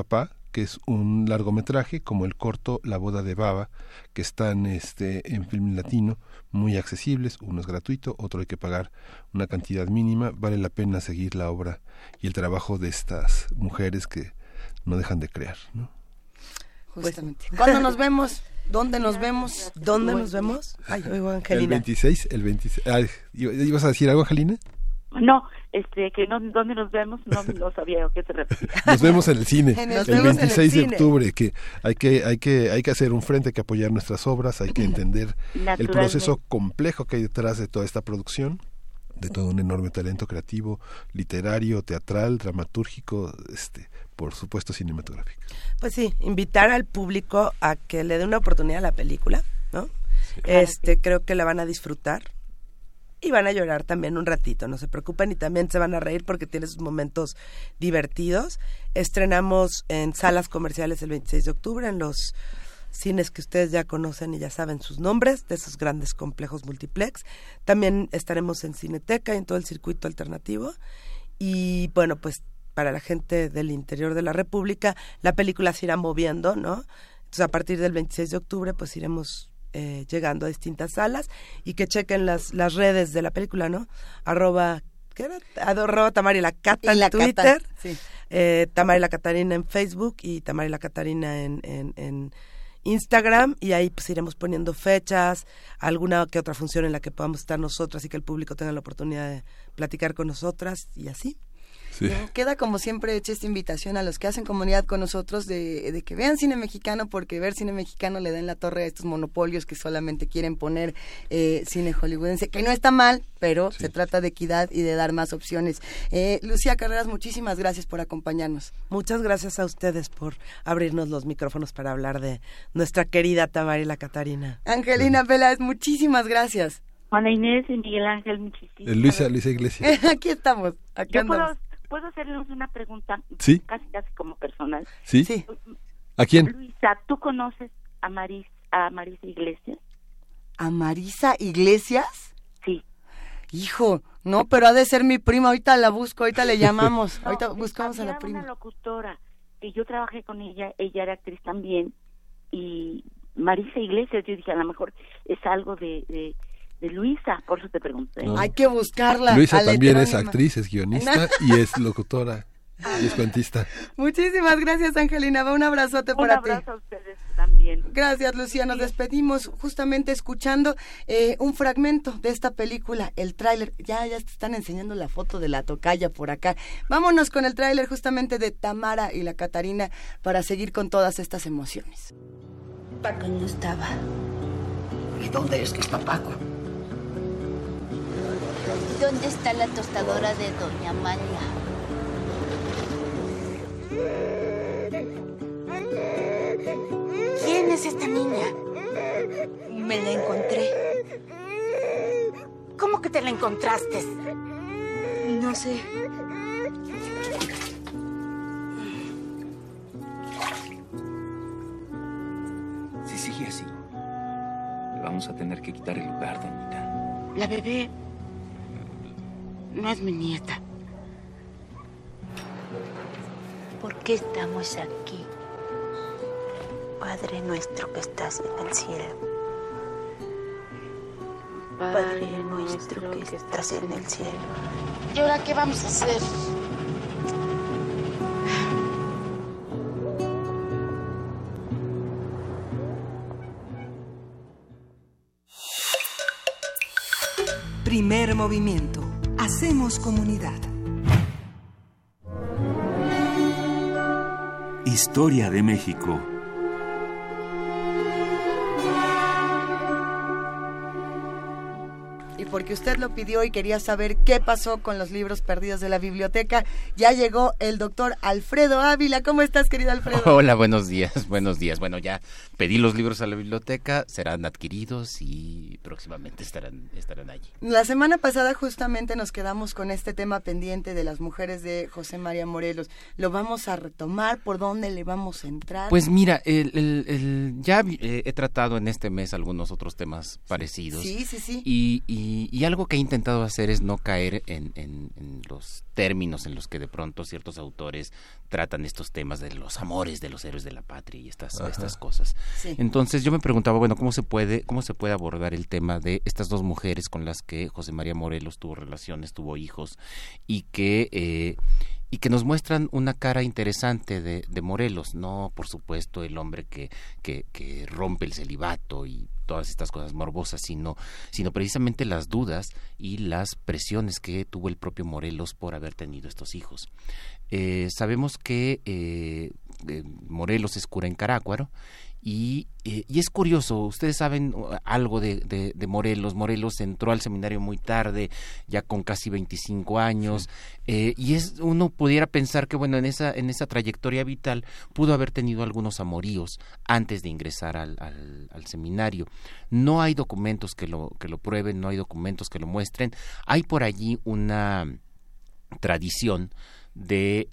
que es un largometraje como el corto La boda de Baba, que están en Film Latino, muy accesibles, uno es gratuito, otro hay que pagar una cantidad mínima. Vale la pena seguir la obra y el trabajo de estas mujeres que no dejan de crear, ¿no? Justamente. ¿Cuándo nos vemos? ¿Dónde nos vemos? ¿Dónde nos vemos? Ay, oigo, Angelina. El 26. Ay, ¿ibas a decir algo, Angelina? No, que no, ¿dónde nos vemos? No sabía a qué se refería. Nos vemos en el cine, Nos el vemos 26 en el de cine. octubre, que hay que hacer un frente, hay que apoyar nuestras obras, hay que entender el proceso complejo que hay detrás de toda esta producción, de todo un enorme talento creativo, literario, teatral, dramatúrgico, por supuesto cinematográfico. Pues sí, invitar al público a que le dé una oportunidad a la película, ¿no? Sí. Creo que la van a disfrutar y van a llorar también un ratito, no se preocupen, y también se van a reír porque tiene sus momentos divertidos. Estrenamos en salas comerciales el 26 de octubre, en los cines que ustedes ya conocen y ya saben sus nombres, de esos grandes complejos multiplex. También estaremos en Cineteca y en todo el circuito alternativo. Y bueno, pues para la gente del interior de la República, la película se irá moviendo, ¿no? Entonces a partir del 26 de octubre pues iremos llegando a distintas salas, y que chequen las redes de la película, ¿no? ¿Qué era? Tamara y la Cata en Twitter, sí. Tamara y la Catarina en Facebook y Tamara y la Catarina en Instagram, y ahí pues iremos poniendo fechas, alguna que otra función en la que podamos estar nosotras y que el público tenga la oportunidad de platicar con nosotras, y así. Sí. Queda como siempre hecha esta invitación a los que hacen comunidad con nosotros de que vean cine mexicano, porque ver cine mexicano le da en la torre a estos monopolios que solamente quieren poner cine hollywoodense, que no está mal, pero se trata de equidad y de dar más opciones. Lucía Carreras, muchísimas gracias por acompañarnos. Muchas gracias a ustedes por abrirnos los micrófonos para hablar de nuestra querida Tamara y la Catarina. Angelina Peláez, muchísimas gracias. Juana Inés y Miguel Ángel, muchísimas Luisa Iglesias. Aquí estamos, aquí andamos. ¿Puedo hacerles una pregunta? Sí. Casi como personal. ¿Sí? Sí. ¿A quién? Luisa, ¿tú conoces a Marisa Iglesias? ¿A Marisa Iglesias? Sí. Hijo, no, pero ha de ser mi prima, ahorita la busco, ahorita le llamamos, ahorita buscamos a la Había prima. una locutora que yo trabajé con ella era actriz también, y Marisa Iglesias, yo dije, a lo mejor es algo de Luisa, por eso te pregunté. No. Hay que buscarla. Luisa también es Electrónima. actriz, es guionista y es locutora y es cuentista. Muchísimas gracias, Angelina. Va un abrazote para ti. Un abrazo a ustedes también. Gracias, Lucía. Nos despedimos justamente escuchando un fragmento de esta película, el tráiler. Ya te están enseñando la foto de la tocaya por acá. Vámonos con el tráiler justamente de Tamara y la Catarina para seguir con todas estas emociones. Paco no estaba. ¿Y dónde es que está Paco? ¿Dónde está la tostadora de Doña Amalia? ¿Quién es esta niña? Me la encontré. ¿Cómo que te la encontraste? No sé. Si sigue así, le vamos a tener que quitar el lugar, doñita. La bebé no es mi nieta. ¿Por qué estamos aquí? Padre nuestro que estás en el cielo. Padre nuestro que estás en el cielo. ¿Y ahora qué vamos a hacer? Primer movimiento. Hacemos comunidad. Historia de México. Y porque usted lo pidió y quería saber qué pasó con los libros perdidos de la biblioteca, ya llegó el doctor Alfredo Ávila. ¿Cómo estás, querido Alfredo? Hola, buenos días, buenos días. Bueno, ya pedí los libros a la biblioteca, serán adquiridos y próximamente estarán allí. La semana pasada justamente nos quedamos con este tema pendiente de las mujeres de José María Morelos. ¿Lo vamos a retomar? ¿Por dónde le vamos a entrar? Pues mira, ya he tratado en este mes algunos otros temas parecidos. Sí. Y Y algo que he intentado hacer es no caer en los términos en los que de pronto ciertos autores tratan estos temas de los amores de los héroes de la patria y estas cosas. Sí. Entonces yo me preguntaba, bueno, ¿cómo se puede abordar el tema de estas dos mujeres con las que José María Morelos tuvo relaciones, tuvo hijos, y que nos muestran una cara interesante de Morelos, no por supuesto el hombre que rompe el celibato y todas estas cosas morbosas, sino precisamente las dudas y las presiones que tuvo el propio Morelos por haber tenido estos hijos. Sabemos que Morelos es cura en Carácuaro, y es curioso, ustedes saben algo de Morelos. Morelos entró al seminario muy tarde, ya con casi 25 años, sí. Y uno pudiera pensar que bueno, en esa trayectoria vital pudo haber tenido algunos amoríos antes de ingresar al seminario. No hay documentos que lo prueben, no hay documentos que lo muestren. Hay por allí una tradición de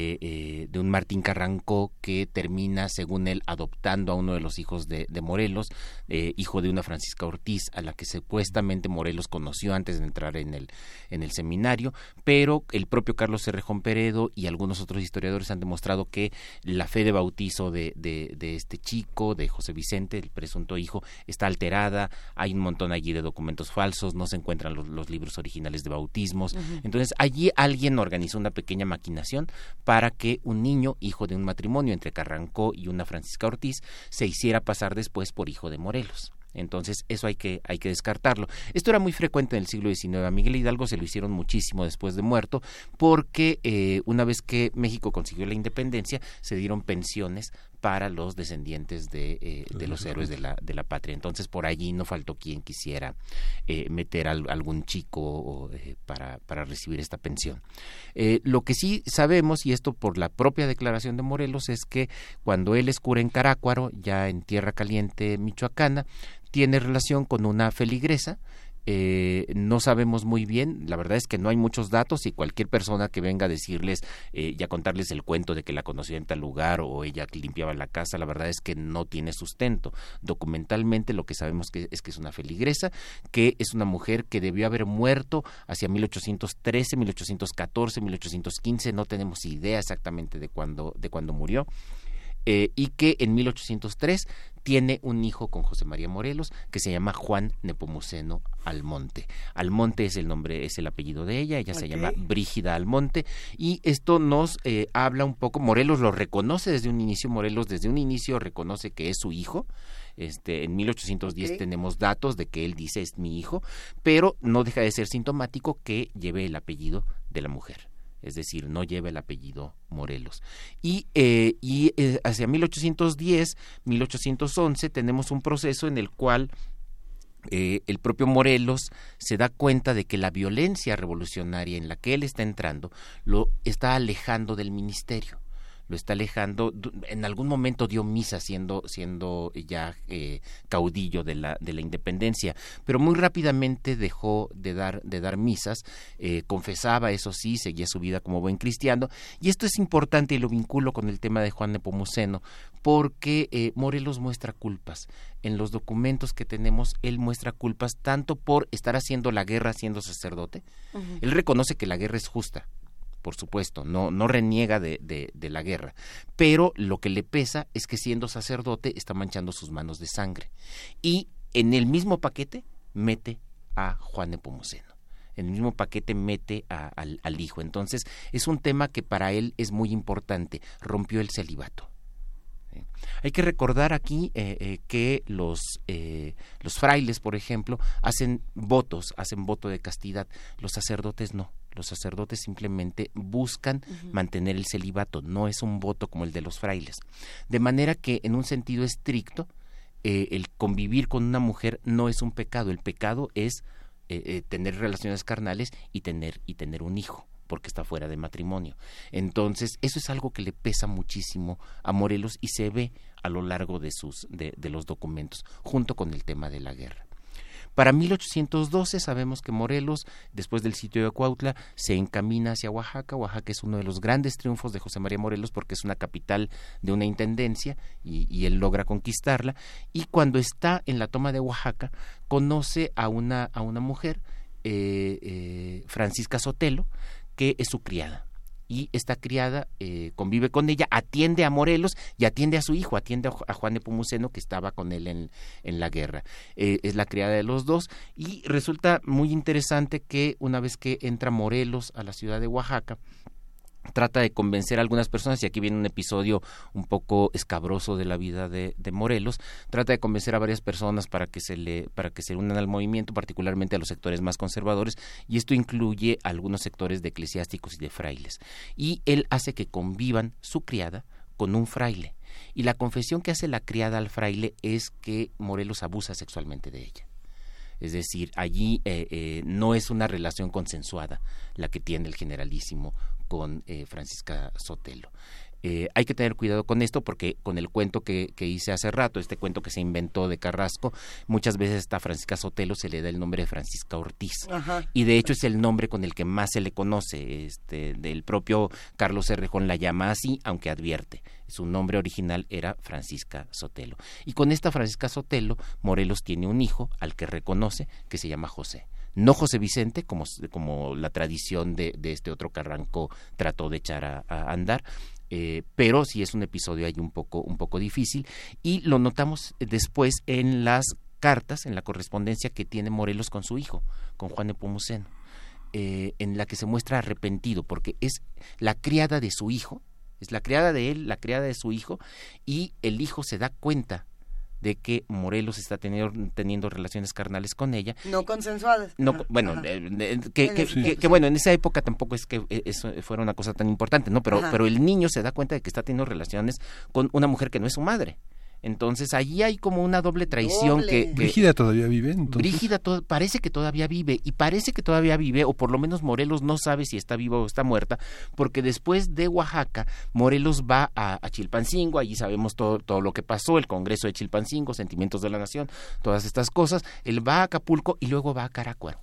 un Martín Carrancó que termina, según él, adoptando a uno de los hijos de Morelos, hijo de una Francisca Ortiz, a la que supuestamente Morelos conoció antes de entrar en el seminario, pero el propio Carlos Cerrejón Peredo y algunos otros historiadores han demostrado que la fe de bautizo de este chico, de José Vicente, el presunto hijo, está alterada. Hay un montón allí de documentos falsos, no se encuentran los libros originales de bautismos. Uh-huh. Entonces allí alguien organizó una pequeña maquinación para que un niño, hijo de un matrimonio entre Carrancó y una Francisca Ortiz, se hiciera pasar después por hijo de Morelos. Entonces eso hay que descartarlo. Esto era muy frecuente en el siglo XIX. A Miguel Hidalgo se lo hicieron muchísimo después de muerto, porque una vez que México consiguió la independencia, se dieron pensiones para los descendientes de los héroes de la patria. Entonces por allí no faltó quien quisiera meter a algún chico para recibir esta pensión. Lo que sí sabemos, y esto por la propia declaración de Morelos, es que cuando él es cura en Carácuaro, ya en Tierra Caliente, michoacana, tiene relación con una feligresa. No sabemos muy bien, la verdad es que no hay muchos datos, y cualquier persona que venga a decirles y a contarles el cuento de que la conoció en tal lugar o ella limpiaba la casa, la verdad es que no tiene sustento. Documentalmente lo que sabemos es que es una feligresa, que es una mujer que debió haber muerto hacia 1813, 1814, 1815, no tenemos idea exactamente de cuándo murió. Y que en 1803 tiene un hijo con José María Morelos que se llama Juan Nepomuceno Almonte. Almonte es el nombre, es el apellido de ella se llama Brígida Almonte, y esto nos habla un poco. Morelos lo reconoce desde un inicio. Morelos desde un inicio reconoce que es su hijo. En 1810 tenemos datos de que él dice es mi hijo, pero no deja de ser sintomático que lleve el apellido de la mujer. Es decir, no lleva el apellido Morelos. Y hacia 1810, 1811 tenemos un proceso en el cual el propio Morelos se da cuenta de que la violencia revolucionaria en la que él está entrando lo está alejando del ministerio. Lo está alejando. En algún momento dio misa siendo ya caudillo de la independencia, pero muy rápidamente dejó de dar misas. Confesaba, eso sí, seguía su vida como buen cristiano, y esto es importante y lo vinculo con el tema de Juan Nepomuceno, porque Morelos muestra culpas. En los documentos que tenemos, él muestra culpas tanto por estar haciendo la guerra siendo sacerdote. Uh-huh. Él reconoce que la guerra es justa, por supuesto, no reniega de la guerra, pero lo que le pesa es que siendo sacerdote está manchando sus manos de sangre, y en el mismo paquete mete a Juan Nepomuceno, en el mismo paquete mete al hijo. Entonces es un tema que para él es muy importante. Rompió el celibato. Hay que recordar aquí que los frailes, por ejemplo, hacen voto de castidad. Los sacerdotes no. Los sacerdotes simplemente buscan mantener el celibato, no es un voto como el de los frailes. De manera que, en un sentido estricto, el convivir con una mujer no es un pecado. El pecado es tener relaciones carnales y tener un hijo, porque está fuera de matrimonio. Entonces, eso es algo que le pesa muchísimo a Morelos y se ve a lo largo de los documentos, junto con el tema de la guerra. Para 1812 sabemos que Morelos, después del sitio de Cuautla, se encamina hacia Oaxaca. Oaxaca es uno de los grandes triunfos de José María Morelos porque es una capital de una intendencia y él logra conquistarla. Y cuando está en la toma de Oaxaca, conoce a una mujer Francisca Sotelo, que es su criada. Y esta criada convive con ella, atiende a Morelos y atiende a su hijo, atiende a Juan Nepomuceno, que estaba con él en la guerra. Es la criada de los dos, y resulta muy interesante que una vez que entra Morelos a la ciudad de Oaxaca, trata de convencer a algunas personas, y aquí viene un episodio un poco escabroso de la vida de Morelos. Trata de convencer a varias personas para que se unan al movimiento, particularmente a los sectores más conservadores, y esto incluye a algunos sectores de eclesiásticos y de frailes. Y él hace que convivan su criada con un fraile, y la confesión que hace la criada al fraile es que Morelos abusa sexualmente de ella. Es decir, allí no es una relación consensuada la que tiene el generalísimo con Francisca Sotelo. Hay que tener cuidado con esto, porque con el cuento que hice hace rato, este cuento que se inventó de Carrasco, muchas veces a Francisca Sotelo se le da el nombre de Francisca Ortiz. Ajá. Y de hecho es el nombre con el que más se le conoce. Del propio Carlos Errejón la llama así, aunque advierte, su nombre original era Francisca Sotelo. Y con esta Francisca Sotelo, Morelos tiene un hijo al que reconoce, que se llama José. No José Vicente, como la tradición de este otro Carranco trató de echar a andar, pero sí es un episodio ahí un poco difícil, y lo notamos después en las cartas, en la correspondencia que tiene Morelos con su hijo, con Juan Nepomuceno, en la que se muestra arrepentido, porque es la criada de su hijo, es la criada de él, la criada de su hijo, y el hijo se da cuenta de que Morelos está teniendo relaciones carnales con ella. No consensuadas. No, bueno, que bueno, en esa época tampoco es que eso fuera una cosa tan importante, ¿no? Pero el niño se da cuenta de que está teniendo relaciones con una mujer que no es su madre. Entonces allí hay como una doble traición que Brígida todavía vive, entonces. Brígida parece que todavía vive, y parece que todavía vive, o por lo menos Morelos no sabe si está viva o está muerta, porque después de Oaxaca Morelos va a Chilpancingo. Allí sabemos todo lo que pasó, el Congreso de Chilpancingo, Sentimientos de la Nación, todas estas cosas. Él va a Acapulco y luego va a Carácuaro.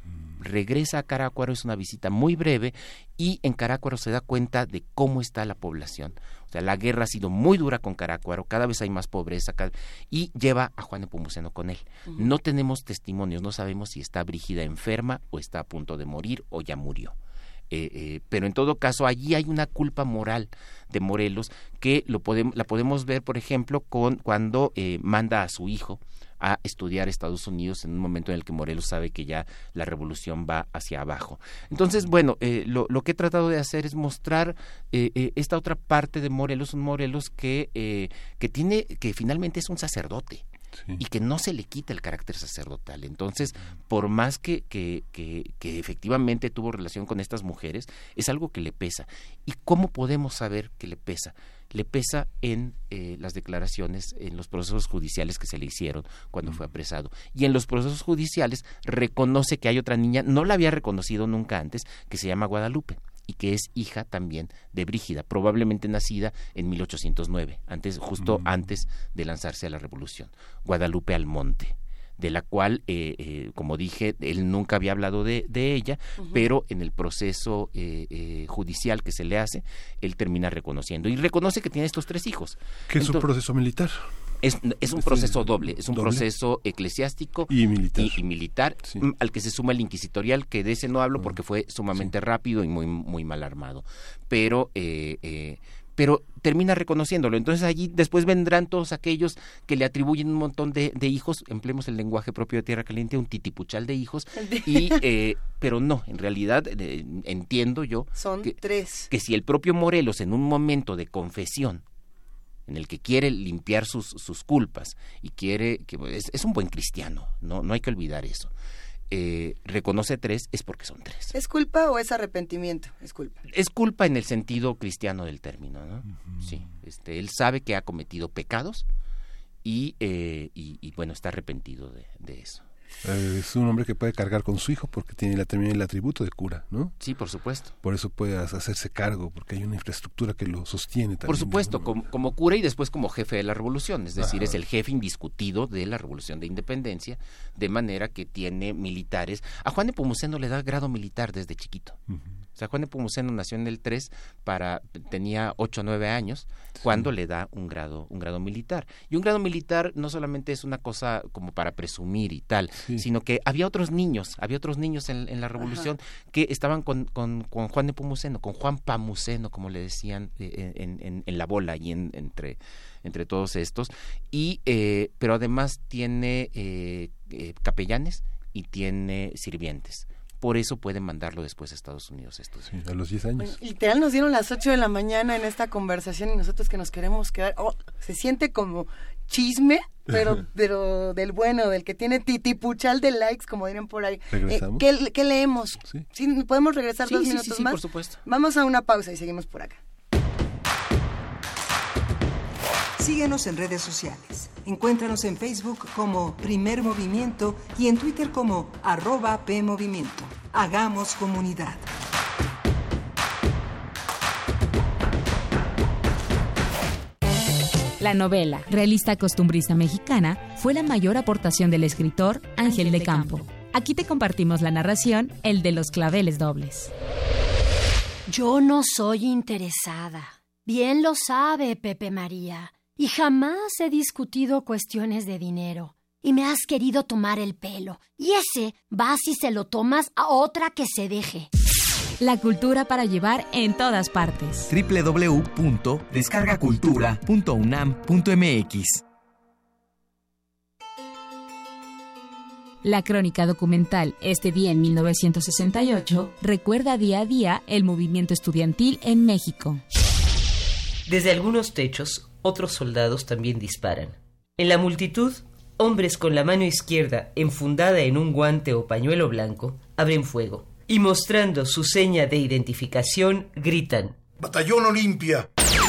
Regresa a Carácuaro, es una visita muy breve, y en Carácuaro se da cuenta de cómo está la población. O sea, la guerra ha sido muy dura con Carácuaro, cada vez hay más pobreza, y lleva a Juan Nepomuceno con él. No tenemos testimonios, no sabemos si está Brígida enferma o está a punto de morir o ya murió. Pero en todo caso allí hay una culpa moral de Morelos que la podemos ver, por ejemplo, cuando manda a su hijo a estudiar a Estados Unidos en un momento en el que Morelos sabe que ya la revolución va hacia abajo. Entonces, bueno, lo que he tratado de hacer es mostrar esta otra parte de Morelos, un Morelos que finalmente es un sacerdote. Sí. Y que no se le quita el carácter sacerdotal. Entonces, por más que efectivamente tuvo relación con estas mujeres, es algo que le pesa. ¿Y cómo podemos saber que le pesa? Le pesa en las declaraciones, en los procesos judiciales que se le hicieron cuando fue apresado. Y en los procesos judiciales reconoce que hay otra niña, no la había reconocido nunca antes, que se llama Guadalupe, y que es hija también de Brígida, probablemente nacida en 1809, justo antes de lanzarse a la revolución. Guadalupe Almonte, de la cual, como dije, él nunca había hablado de ella, pero en el proceso judicial que se le hace, él termina reconociendo. Y reconoce que tiene estos 3 hijos. ¿Qué es un proceso militar? Es un proceso doble, es un proceso eclesiástico y militar sí. Al que se suma el inquisitorial, que de ese no hablo porque fue sumamente rápido y muy, muy mal armado. Pero termina reconociéndolo. Entonces allí después vendrán todos aquellos que le atribuyen un montón de hijos, empleemos el lenguaje propio de Tierra Caliente, un titipuchal de hijos, pero no, en realidad entiendo yo son 3. Que si el propio Morelos en un momento de confesión en el que quiere limpiar sus culpas y quiere que es un buen cristiano, no hay que olvidar eso. Reconoce 3 es porque son 3. ¿Es culpa o es arrepentimiento? Es culpa. Es culpa en el sentido cristiano del término, ¿no? Sí, él sabe que ha cometido pecados y bueno, está arrepentido de eso. Es un hombre que puede cargar con su hijo porque tiene también el atributo de cura, ¿no? Sí, por supuesto. Por eso puede hacerse cargo, porque hay una infraestructura que lo sostiene también. Por supuesto, ¿no? como cura y después como jefe de la revolución, es decir, es el jefe indiscutido de la revolución de independencia, de manera que tiene militares. A Juan Nepomuceno le da grado militar desde chiquito. O sea, Juan Nepomuceno nació en el 3, tenía 8 o 9 años, cuando le da un grado militar. Y un grado militar no solamente es una cosa como para presumir y tal, sino que había otros niños en la Revolución que estaban con Juan Nepomuceno, con Juan Pamuceno, como le decían en la bola y entre todos estos, pero además tiene capellanes y tiene sirvientes. Por eso pueden mandarlo después a Estados Unidos a estudiar. Sí, a los 10 años. Literal nos dieron las 8 de la mañana en esta conversación y nosotros que nos queremos quedar, se siente como chisme, pero del bueno, del que tiene titipuchal de likes, como dirían por ahí. ¿Regresamos? ¿Qué leemos? ¿Sí? ¿Podemos regresar 2 minutos más? Sí, por supuesto. Vamos a una pausa y seguimos por acá. Síguenos en redes sociales. Encuéntranos en Facebook como Primer Movimiento y en Twitter como @PMovimiento. Hagamos comunidad. La novela, realista costumbrista mexicana, fue la mayor aportación del escritor Ángel de Campo. Aquí te compartimos la narración, el de los claveles dobles. Yo no soy interesada. Bien lo sabe, Pepe María. Y jamás he discutido cuestiones de dinero. Y me has querido tomar el pelo. Y ese vas y se lo tomas a otra que se deje. La cultura para llevar en todas partes. www.descargacultura.unam.mx. La crónica documental Este día en 1968 recuerda día a día el movimiento estudiantil en México. Desde algunos techos, otros soldados también disparan. En la multitud, hombres con la mano izquierda enfundada en un guante o pañuelo blanco abren fuego y mostrando su seña de identificación gritan: ¡Batallón Olimpia!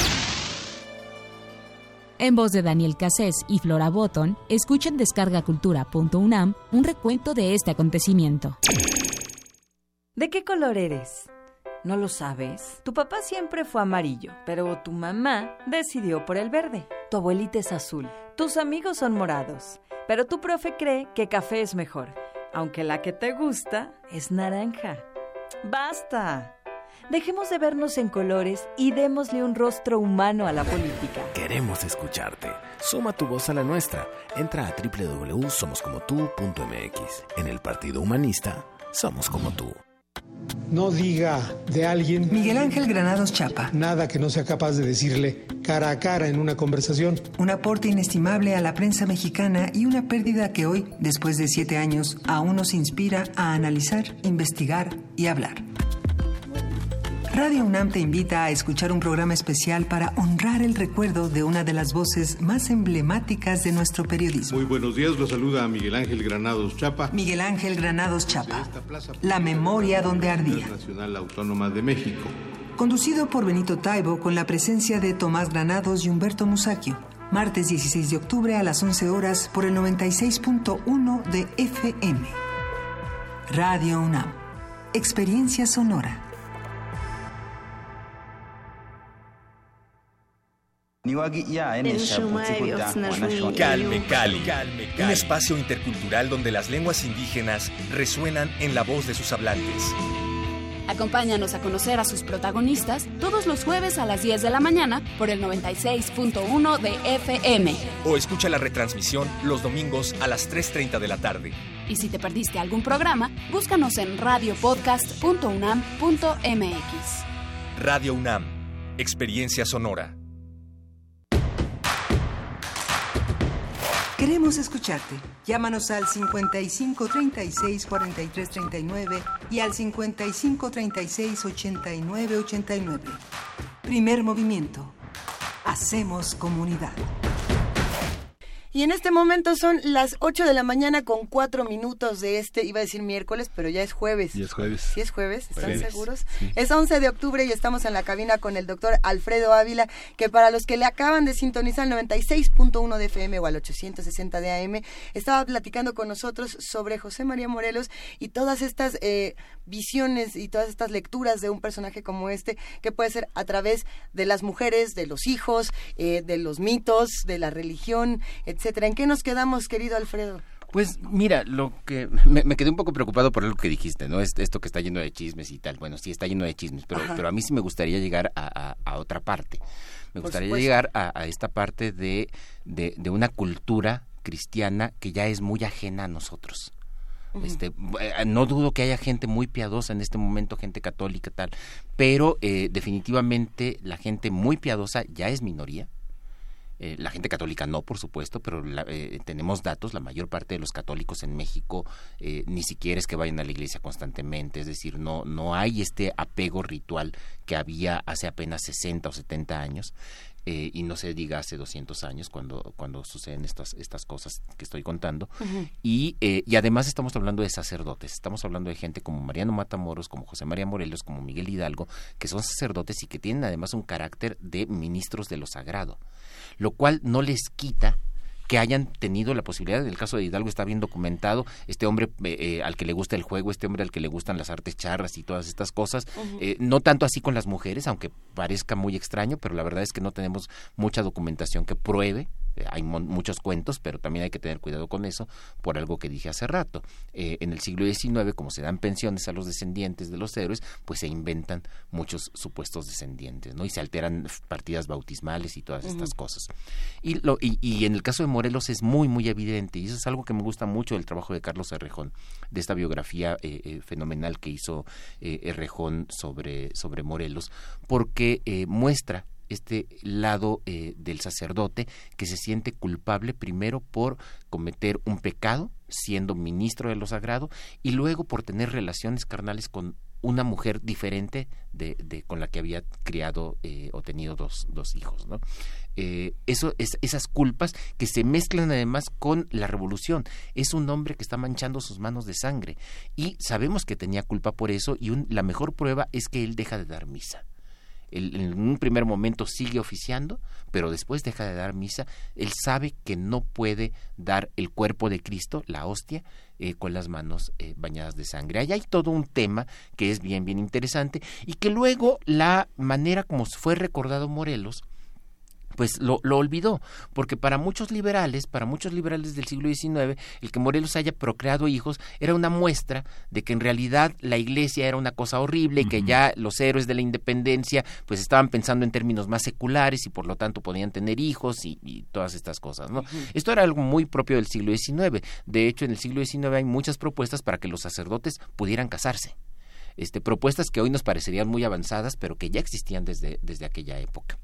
En voz de Daniel Cassés y Flora Botton, escuchen descargacultura.unam un recuento de este acontecimiento. ¿De qué color eres? ¿No lo sabes? Tu papá siempre fue amarillo, pero tu mamá decidió por el verde. Tu abuelita es azul. Tus amigos son morados, pero tu profe cree que café es mejor, aunque la que te gusta es naranja. ¡Basta! Dejemos de vernos en colores y démosle un rostro humano a la política. Queremos escucharte. Suma tu voz a la nuestra. Entra a www.somoscomotu.mx. En el Partido Humanista, somos como tú. No diga de alguien Miguel Ángel Granados Chapa nada que no sea capaz de decirle cara a cara en una conversación. Un aporte inestimable a la prensa mexicana y una pérdida que hoy, después de 7 años, aún nos inspira a analizar, investigar y hablar. Radio UNAM te invita a escuchar un programa especial para honrar el recuerdo de una de las voces más emblemáticas de nuestro periodismo. Muy buenos días, los saluda Miguel Ángel Granados Chapa. Miguel Ángel Granados Chapa, La memoria donde ardía. Nacional Autónoma de México. Conducido por Benito Taibo con la presencia de Tomás Granados y Humberto Musacchio. Martes 16 de octubre a las 11 horas por el 96.1 de FM. Radio UNAM. Experiencia sonora. Calme Cali, un espacio intercultural donde las lenguas indígenas resuenan en la voz de sus hablantes. Acompáñanos a conocer a sus protagonistas todos los jueves a las 10 de la mañana por el 96.1 de FM. O escucha la retransmisión los domingos a las 3:30 de la tarde. Y si te perdiste algún programa, búscanos en radiopodcast.unam.mx. Radio UNAM, experiencia sonora. Queremos escucharte. Llámanos al 55 36 43 39 y al 55 36 89 89. Primer movimiento. Hacemos comunidad. Y en este momento son las 8 de la mañana con 4 minutos de iba a decir miércoles, pero ya es jueves. Ya es jueves. ¿Sí es jueves? ¿Están jueves. seguros? Sí. Es 11 de octubre y estamos en la cabina con el doctor Alfredo Ávila, que para los que le acaban de sintonizar el 96.1 de FM o al 860 de AM, estaba platicando con nosotros sobre José María Morelos y todas estas visiones y todas estas lecturas de un personaje como este, que puede ser a través de las mujeres, de los hijos, de los mitos, de la religión, etcétera. ¿En qué nos quedamos, querido Alfredo? Pues mira, lo que me quedé un poco preocupado por lo que dijiste, ¿no? Esto que está lleno de chismes y tal. Bueno, sí está lleno de chismes, pero a mí sí me gustaría llegar a otra parte. Me gustaría llegar a esta parte de una cultura cristiana que ya es muy ajena a nosotros. No dudo que haya gente muy piadosa en este momento, gente católica tal, pero definitivamente la gente muy piadosa ya es minoría. La gente católica no, por supuesto, pero tenemos datos, la mayor parte de los católicos en México ni siquiera es que vayan a la iglesia constantemente, es decir, no hay este apego ritual que había hace apenas 60 o 70 años. Y no se diga hace 200 años cuando suceden estas cosas que estoy contando. Y además estamos hablando de sacerdotes, estamos hablando de gente como Mariano Matamoros, como José María Morelos, como Miguel Hidalgo, que son sacerdotes y que tienen además un carácter de ministros de lo sagrado, lo cual no les quita que hayan tenido la posibilidad. En el caso de Hidalgo está bien documentado, este hombre al que le gusta el juego, este hombre al que le gustan las artes charras y todas estas cosas, no tanto así con las mujeres, aunque parezca muy extraño, pero la verdad es que no tenemos mucha documentación que pruebe. Hay muchos cuentos, pero también hay que tener cuidado con eso, por algo que dije hace rato. En el siglo XIX, como se dan pensiones a los descendientes de los héroes, pues se inventan muchos supuestos descendientes, ¿no? Y se alteran partidas bautismales y todas estas cosas. Y en el caso de Morelos es muy, muy evidente, y eso es algo que me gusta mucho del trabajo de Carlos Errejón, de esta biografía fenomenal que hizo Errejón sobre Morelos, porque muestra este lado del sacerdote que se siente culpable primero por cometer un pecado siendo ministro de lo sagrado y luego por tener relaciones carnales con una mujer diferente de con la que había criado o tenido dos hijos, ¿no? Esas culpas que se mezclan además con la revolución. Es un hombre que está manchando sus manos de sangre y sabemos que tenía culpa por eso, y la mejor prueba es que él deja de dar misa. En un primer momento sigue oficiando, pero después deja de dar misa. Él sabe que no puede dar el cuerpo de Cristo, la hostia, con las manos bañadas de sangre. Ahí hay todo un tema que es bien, bien interesante, y que luego la manera como fue recordado Morelos, pues lo olvidó, porque para muchos liberales del siglo XIX, el que Morelos haya procreado hijos era una muestra de que en realidad la iglesia era una cosa horrible, y que ya los héroes de la independencia pues estaban pensando en términos más seculares y por lo tanto podían tener hijos y todas estas cosas, ¿no? Esto era algo muy propio del siglo XIX. De hecho, en el siglo XIX hay muchas propuestas para que los sacerdotes pudieran casarse. Propuestas que hoy nos parecerían muy avanzadas, pero que ya existían desde aquella época.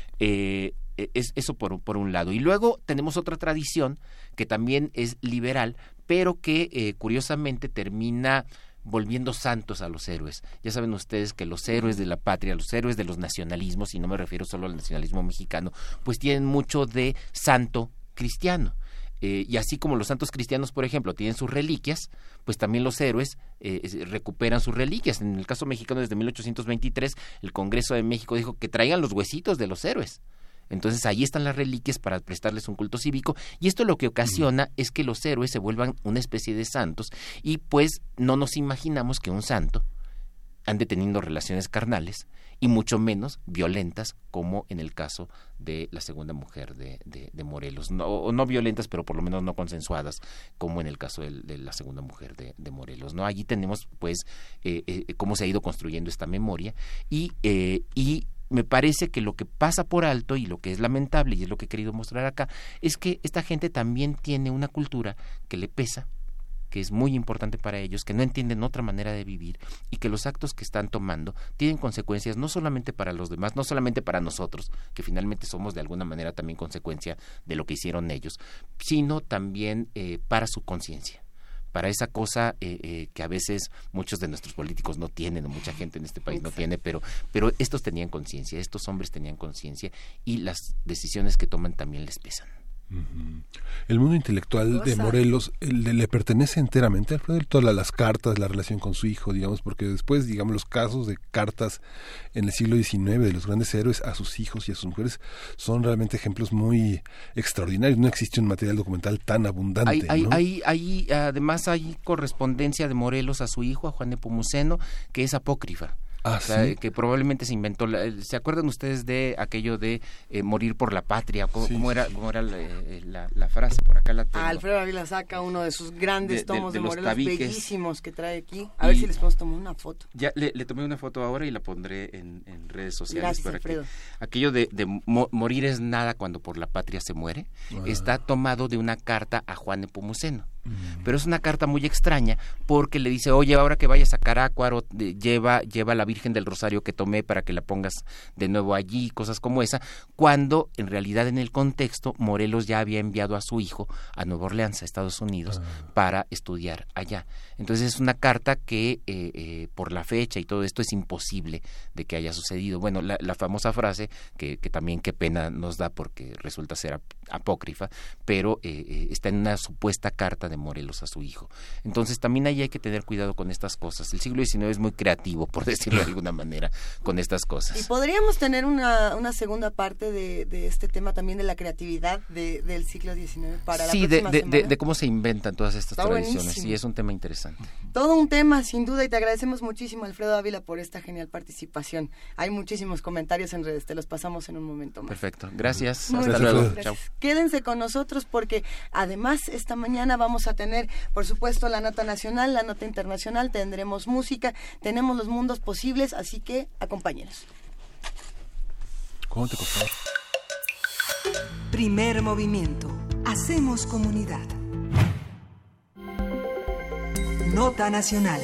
Es eso por un lado. Y luego tenemos otra tradición que también es liberal, pero que curiosamente termina volviendo santos a los héroes. Ya saben ustedes que los héroes de la patria, los héroes de los nacionalismos, y no me refiero solo al nacionalismo mexicano, pues tienen mucho de santo cristiano. Y así como los santos cristianos, por ejemplo, tienen sus reliquias, pues también los héroes recuperan sus reliquias. En el caso mexicano, desde 1823, el Congreso de México dijo que traigan los huesitos de los héroes. Entonces ahí están las reliquias para prestarles un culto cívico, y esto lo que ocasiona es que los héroes se vuelvan una especie de santos, y pues no nos imaginamos que un santo ande teniendo relaciones carnales, y mucho menos violentas, como en el caso de la segunda mujer de Morelos. No violentas, pero por lo menos no consensuadas, como en el caso de la segunda mujer de Morelos, ¿no? Allí tenemos pues cómo se ha ido construyendo esta memoria, y me parece que lo que pasa por alto y lo que es lamentable, y es lo que he querido mostrar acá, es que esta gente también tiene una cultura que le pesa, que es muy importante para ellos, que no entienden otra manera de vivir, y que los actos que están tomando tienen consecuencias no solamente para los demás, no solamente para nosotros, que finalmente somos de alguna manera también consecuencia de lo que hicieron ellos, sino también para su conciencia, para esa cosa que a veces muchos de nuestros políticos no tienen, o mucha gente en este país no tiene, pero estos tenían conciencia, estos hombres tenían conciencia, y las decisiones que toman también les pesan. El mundo intelectual de Morelos le pertenece enteramente a Alfredo, todas las cartas, la relación con su hijo, digamos, porque después, digamos, los casos de cartas en el siglo XIX de los grandes héroes a sus hijos y a sus mujeres son realmente ejemplos muy extraordinarios. No existe un material documental tan abundante. Además hay correspondencia de Morelos a su hijo, a Juan Nepomuceno, que es apócrifa. O sea, que probablemente se inventó. ¿Se acuerdan ustedes de aquello de morir por la patria? ¿Cómo era la frase? Por acá la tengo. Alfredo Ávila saca uno de sus grandes tomos de Morelos bellísimos que trae aquí. A ver si les podemos tomar una foto. Ya le tomé una foto ahora y la pondré en redes sociales. Gracias, Alfredo. Aquello de morir es nada cuando por la patria se muere, está tomado de una carta a Juan Nepomuceno. Pero es una carta muy extraña porque le dice, oye, ahora que vayas a Carácuaro, lleva la Virgen del Rosario que tomé para que la pongas de nuevo allí, cosas como esa, cuando en realidad en el contexto Morelos ya había enviado a su hijo a Nueva Orleans, a Estados Unidos, para estudiar allá. Entonces es una carta que por la fecha y todo esto es imposible de que haya sucedido. Bueno, la famosa frase, que también qué pena nos da porque resulta ser apócrifa, pero está en una supuesta carta de Morelos a su hijo. Entonces también ahí hay que tener cuidado con estas cosas. El siglo XIX es muy creativo, por decirlo de alguna manera, con estas cosas. Y podríamos tener una segunda parte de este tema también de la creatividad del siglo XIX para la próxima semana. De cómo se inventan todas estas tradiciones. Buenísimo. Sí, es un tema interesante. Todo un tema, sin duda, y te agradecemos muchísimo, Alfredo Ávila, por esta genial participación. Hay muchísimos comentarios en redes, te los pasamos en un momento más. Perfecto, gracias. Hasta luego. Chao. Quédense con nosotros porque además esta mañana vamos a tener, por supuesto, la nota nacional, la nota internacional, tendremos música, tenemos los mundos posibles, así que acompáñenos. ¿Cómo te costó? Primer movimiento. Hacemos comunidad. Nota nacional.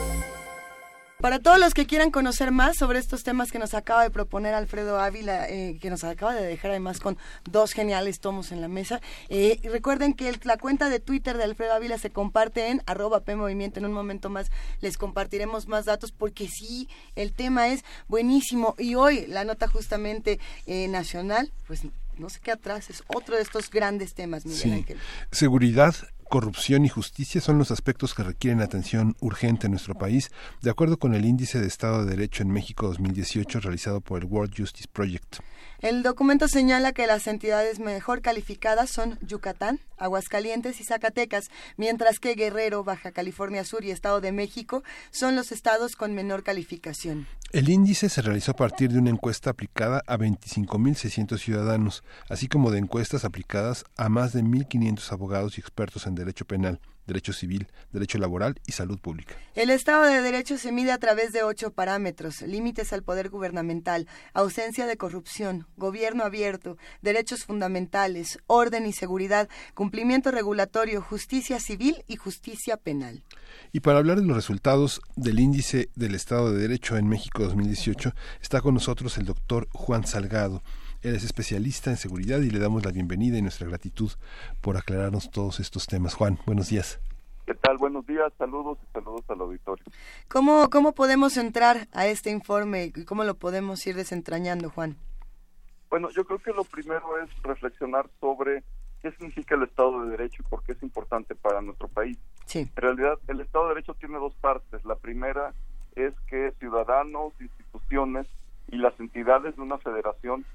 Para todos los que quieran conocer más sobre estos temas que nos acaba de proponer Alfredo Ávila, que nos acaba de dejar además con dos geniales tomos en la mesa, recuerden que la cuenta de Twitter de Alfredo Ávila se comparte en @PMovimiento. En un momento más les compartiremos más datos porque sí, el tema es buenísimo y hoy la nota justamente nacional, pues no se queda atrás, es otro de estos grandes temas, Miguel Ángel. Seguridad, corrupción y justicia son los aspectos que requieren atención urgente en nuestro país, de acuerdo con el Índice de Estado de Derecho en México 2018 realizado por el World Justice Project. El documento señala que las entidades mejor calificadas son Yucatán, Aguascalientes y Zacatecas, mientras que Guerrero, Baja California Sur y Estado de México son los estados con menor calificación. El índice se realizó a partir de una encuesta aplicada a 25.600 ciudadanos, así como de encuestas aplicadas a más de 1.500 abogados y expertos en derecho penal, derecho civil, derecho laboral y salud pública. El Estado de Derecho se mide a través de 8 parámetros: límites al poder gubernamental, ausencia de corrupción, gobierno abierto, derechos fundamentales, orden y seguridad, cumplimiento regulatorio, justicia civil y justicia penal. Y para hablar de los resultados del Índice del Estado de Derecho en México 2018, está con nosotros el doctor Juan Salgado. Él es especialista en seguridad y le damos la bienvenida y nuestra gratitud por aclararnos todos estos temas. Juan, buenos días. ¿Qué tal? Buenos días, saludos y saludos al auditorio. ¿Cómo podemos entrar a este informe y cómo lo podemos ir desentrañando, Juan? Bueno, yo creo que lo primero es reflexionar sobre qué significa el Estado de Derecho y por qué es importante para nuestro país. Sí. En realidad, el Estado de Derecho tiene dos partes. La primera es que ciudadanos, instituciones y las entidades de una federación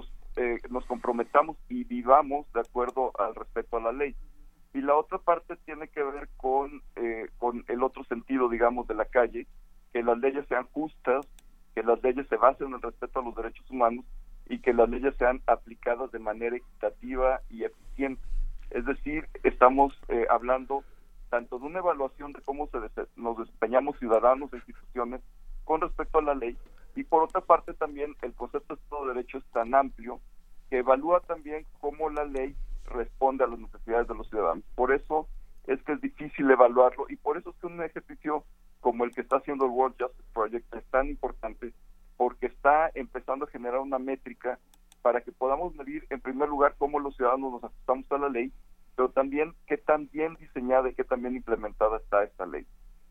nos comprometamos y vivamos de acuerdo al respeto a la ley. Y la otra parte tiene que ver con el otro sentido, digamos, de la calle, que las leyes sean justas, que las leyes se basen en el respeto a los derechos humanos y que las leyes sean aplicadas de manera equitativa y eficiente. Es decir, estamos hablando tanto de una evaluación de cómo nos desempeñamos ciudadanos e instituciones con respecto a la ley, y por otra parte también el concepto de Estado de Derecho es tan amplio que evalúa también cómo la ley responde a las necesidades de los ciudadanos. Por eso es que es difícil evaluarlo y por eso es que un ejercicio como el que está haciendo el World Justice Project es tan importante, porque está empezando a generar una métrica para que podamos medir en primer lugar cómo los ciudadanos nos ajustamos a la ley, pero también qué tan bien diseñada y qué tan bien implementada está esta ley.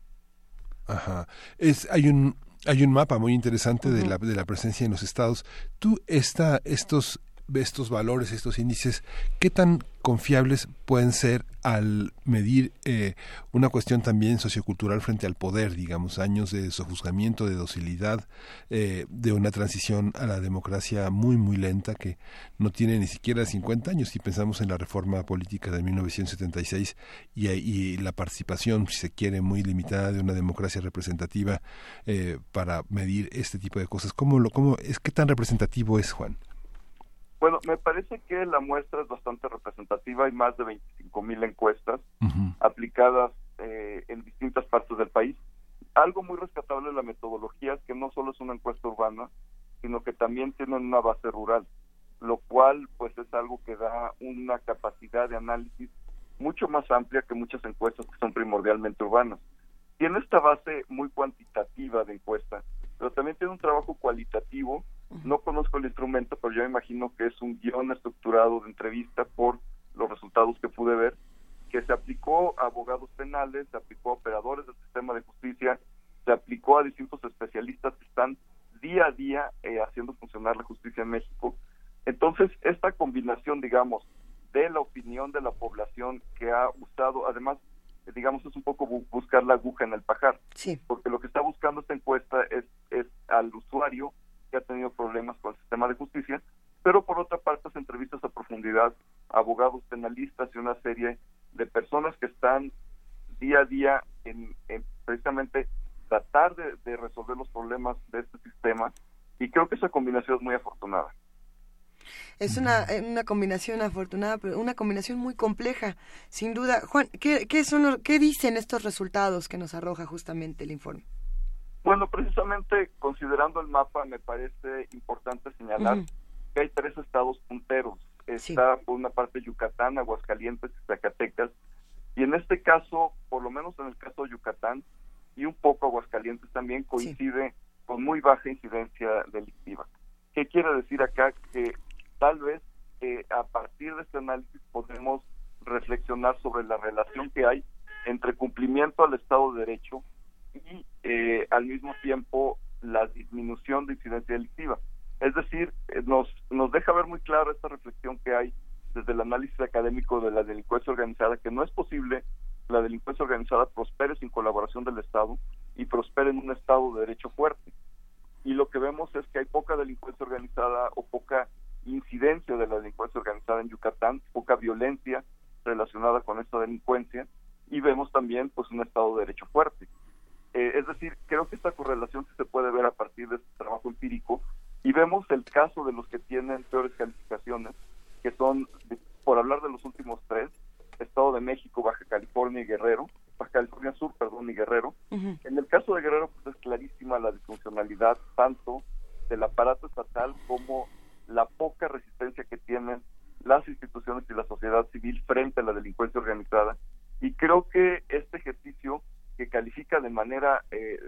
Ajá. Hay un mapa muy interesante de la presencia en los estados. Tú estos estos valores, estos índices, ¿qué tan confiables pueden ser al medir una cuestión también sociocultural frente al poder, digamos, años de sojuzgamiento, de docilidad, de una transición a la democracia muy, muy lenta que no tiene ni siquiera 50 años, si pensamos en la reforma política de 1976 y la participación, si se quiere, muy limitada de una democracia representativa para medir este tipo de cosas? ¿Qué tan representativo es, Juan? Bueno, me parece que la muestra es bastante representativa. Hay más de 25,000 encuestas aplicadas en distintas partes del país. Algo muy rescatable de la metodología es que no solo es una encuesta urbana, sino que también tienen una base rural, lo cual pues es algo que da una capacidad de análisis mucho más amplia que muchas encuestas que son primordialmente urbanas. Tiene esta base muy cuantitativa de encuesta, pero también tiene un trabajo cualitativo. No conozco el instrumento, pero yo imagino que es un guión estructurado de entrevista por los resultados que pude ver, que se aplicó a abogados penales, se aplicó a operadores del sistema de justicia, se aplicó a distintos especialistas que están día a día haciendo funcionar la justicia en México. Entonces, esta combinación, digamos, de la opinión de la población que ha usado, además, digamos, es un poco buscar la aguja en el pajar, porque lo que está buscando esta encuesta es al usuario que ha tenido problemas con el sistema de justicia, pero por otra parte hace entrevistas a profundidad a abogados penalistas y una serie de personas que están día a día en precisamente tratar de resolver los problemas de este sistema, y creo que esa combinación es muy afortunada. Es una combinación afortunada, pero una combinación muy compleja, sin duda. Juan, ¿qué dicen estos resultados que nos arroja justamente el informe? Bueno, precisamente considerando el mapa, me parece importante señalar que hay 3 estados punteros. Está por una parte Yucatán, Aguascalientes y Zacatecas, y en este caso, por lo menos en el caso de Yucatán y un poco Aguascalientes también, coincide con muy baja incidencia delictiva. ¿Qué quiere decir acá? Que tal vez a partir de este análisis podemos reflexionar sobre la relación que hay entre cumplimiento al Estado de Derecho y al mismo tiempo la disminución de incidencia delictiva. Es decir, nos deja ver muy claro esta reflexión que hay desde el análisis académico de la delincuencia organizada, que no es posible que la delincuencia organizada prospere sin colaboración del Estado y prospere en un Estado de Derecho fuerte. Y lo que vemos es que hay poca delincuencia organizada o poca incidencia de la delincuencia organizada en Yucatán, poca violencia relacionada con esta delincuencia, y vemos también pues un Estado de Derecho fuerte. Es decir, creo que esta correlación se puede ver a partir de este trabajo empírico, y vemos el caso de los que tienen peores calificaciones, que son, por hablar de los últimos 3, Estado de México, Baja California Sur, y Guerrero. En el caso de Guerrero, pues es clarísima la disfuncionalidad tanto del aparato estatal como la poca resistencia que tienen las instituciones y la sociedad civil frente a la delincuencia organizada, y creo que este ejercicio que califica de manera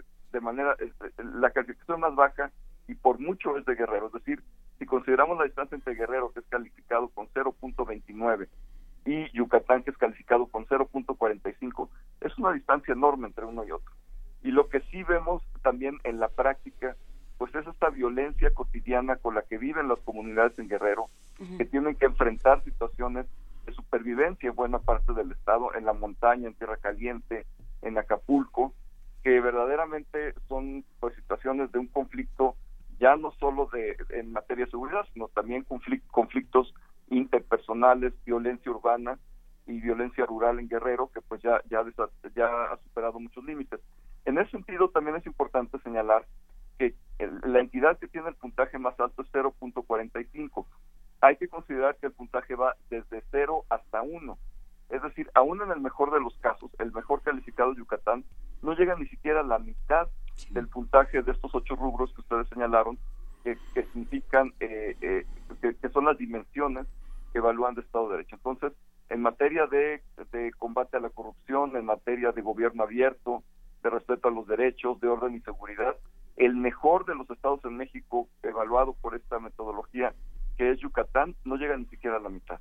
la calificación más baja y por mucho es de Guerrero, es decir, si consideramos la distancia entre Guerrero, que es calificado con 0.29, y Yucatán, que es calificado con 0.45, es una distancia enorme entre uno y otro. Y lo que sí vemos también en la práctica, pues es esta violencia cotidiana con la que viven las comunidades en Guerrero, que tienen que enfrentar situaciones de supervivencia en buena parte del estado, en la montaña, en Tierra Caliente, en Acapulco, que verdaderamente son pues situaciones de un conflicto ya no solo en materia de seguridad, sino también conflictos interpersonales, violencia urbana y violencia rural en Guerrero, que pues ya ha superado muchos límites. En ese sentido también es importante señalar que la entidad que tiene el puntaje más alto es 0.45. Hay que considerar que el puntaje va desde 0 hasta 1. Es decir, aún en el mejor de los casos, el mejor calificado de Yucatán no llega ni siquiera a la mitad del puntaje de estos 8 rubros que ustedes señalaron, que significan, que son las dimensiones que evalúan de Estado de Derecho. Entonces, en materia de combate a la corrupción, en materia de gobierno abierto, de respeto a los derechos, de orden y seguridad, el mejor de los estados en México, evaluado por esta metodología, que es Yucatán, no llega ni siquiera a la mitad.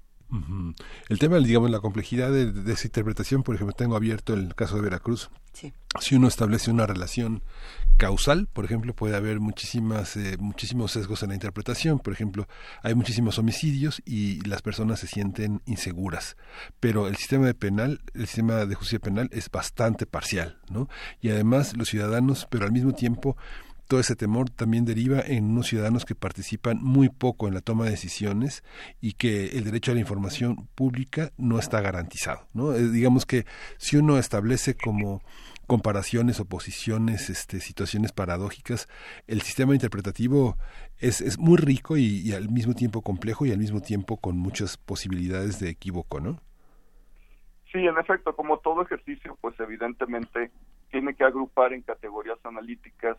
El tema, digamos, la complejidad de esa interpretación, por ejemplo, tengo abierto el caso de Veracruz. Sí. Si uno establece una relación causal, por ejemplo, puede haber muchísimos sesgos en la interpretación. Por ejemplo, hay muchísimos homicidios y las personas se sienten inseguras, pero el sistema de justicia penal es bastante parcial, ¿no? Y además los ciudadanos, pero al mismo tiempo todo ese temor también deriva en unos ciudadanos que participan muy poco en la toma de decisiones y que el derecho a la información pública no está garantizado, ¿no? Digamos que si uno establece como comparaciones, oposiciones, situaciones paradójicas, el sistema interpretativo es muy rico y al mismo tiempo complejo y al mismo tiempo con muchas posibilidades de equívoco, ¿no? Sí, en efecto, como todo ejercicio, pues evidentemente tiene que agrupar en categorías analíticas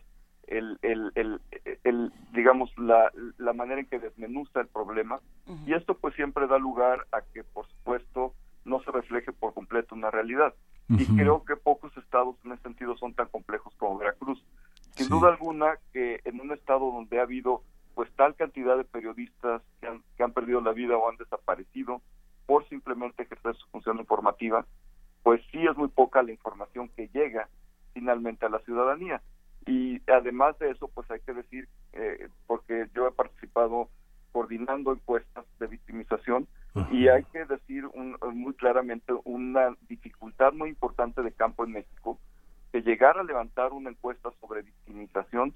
digamos, la manera en que desmenuza el problema, y esto pues siempre da lugar a que, por supuesto, no se refleje por completo una realidad. Y creo que pocos estados en ese sentido son tan complejos como Veracruz. Sin duda alguna que en un estado donde ha habido pues tal cantidad de periodistas que han perdido la vida o han desaparecido por simplemente ejercer su función informativa, pues sí es muy poca la información que llega finalmente a la ciudadanía. Y además de eso, pues hay que decir, porque yo he participado coordinando encuestas de victimización, y hay que decir muy claramente una dificultad muy importante de campo en México, que llegar a levantar una encuesta sobre victimización,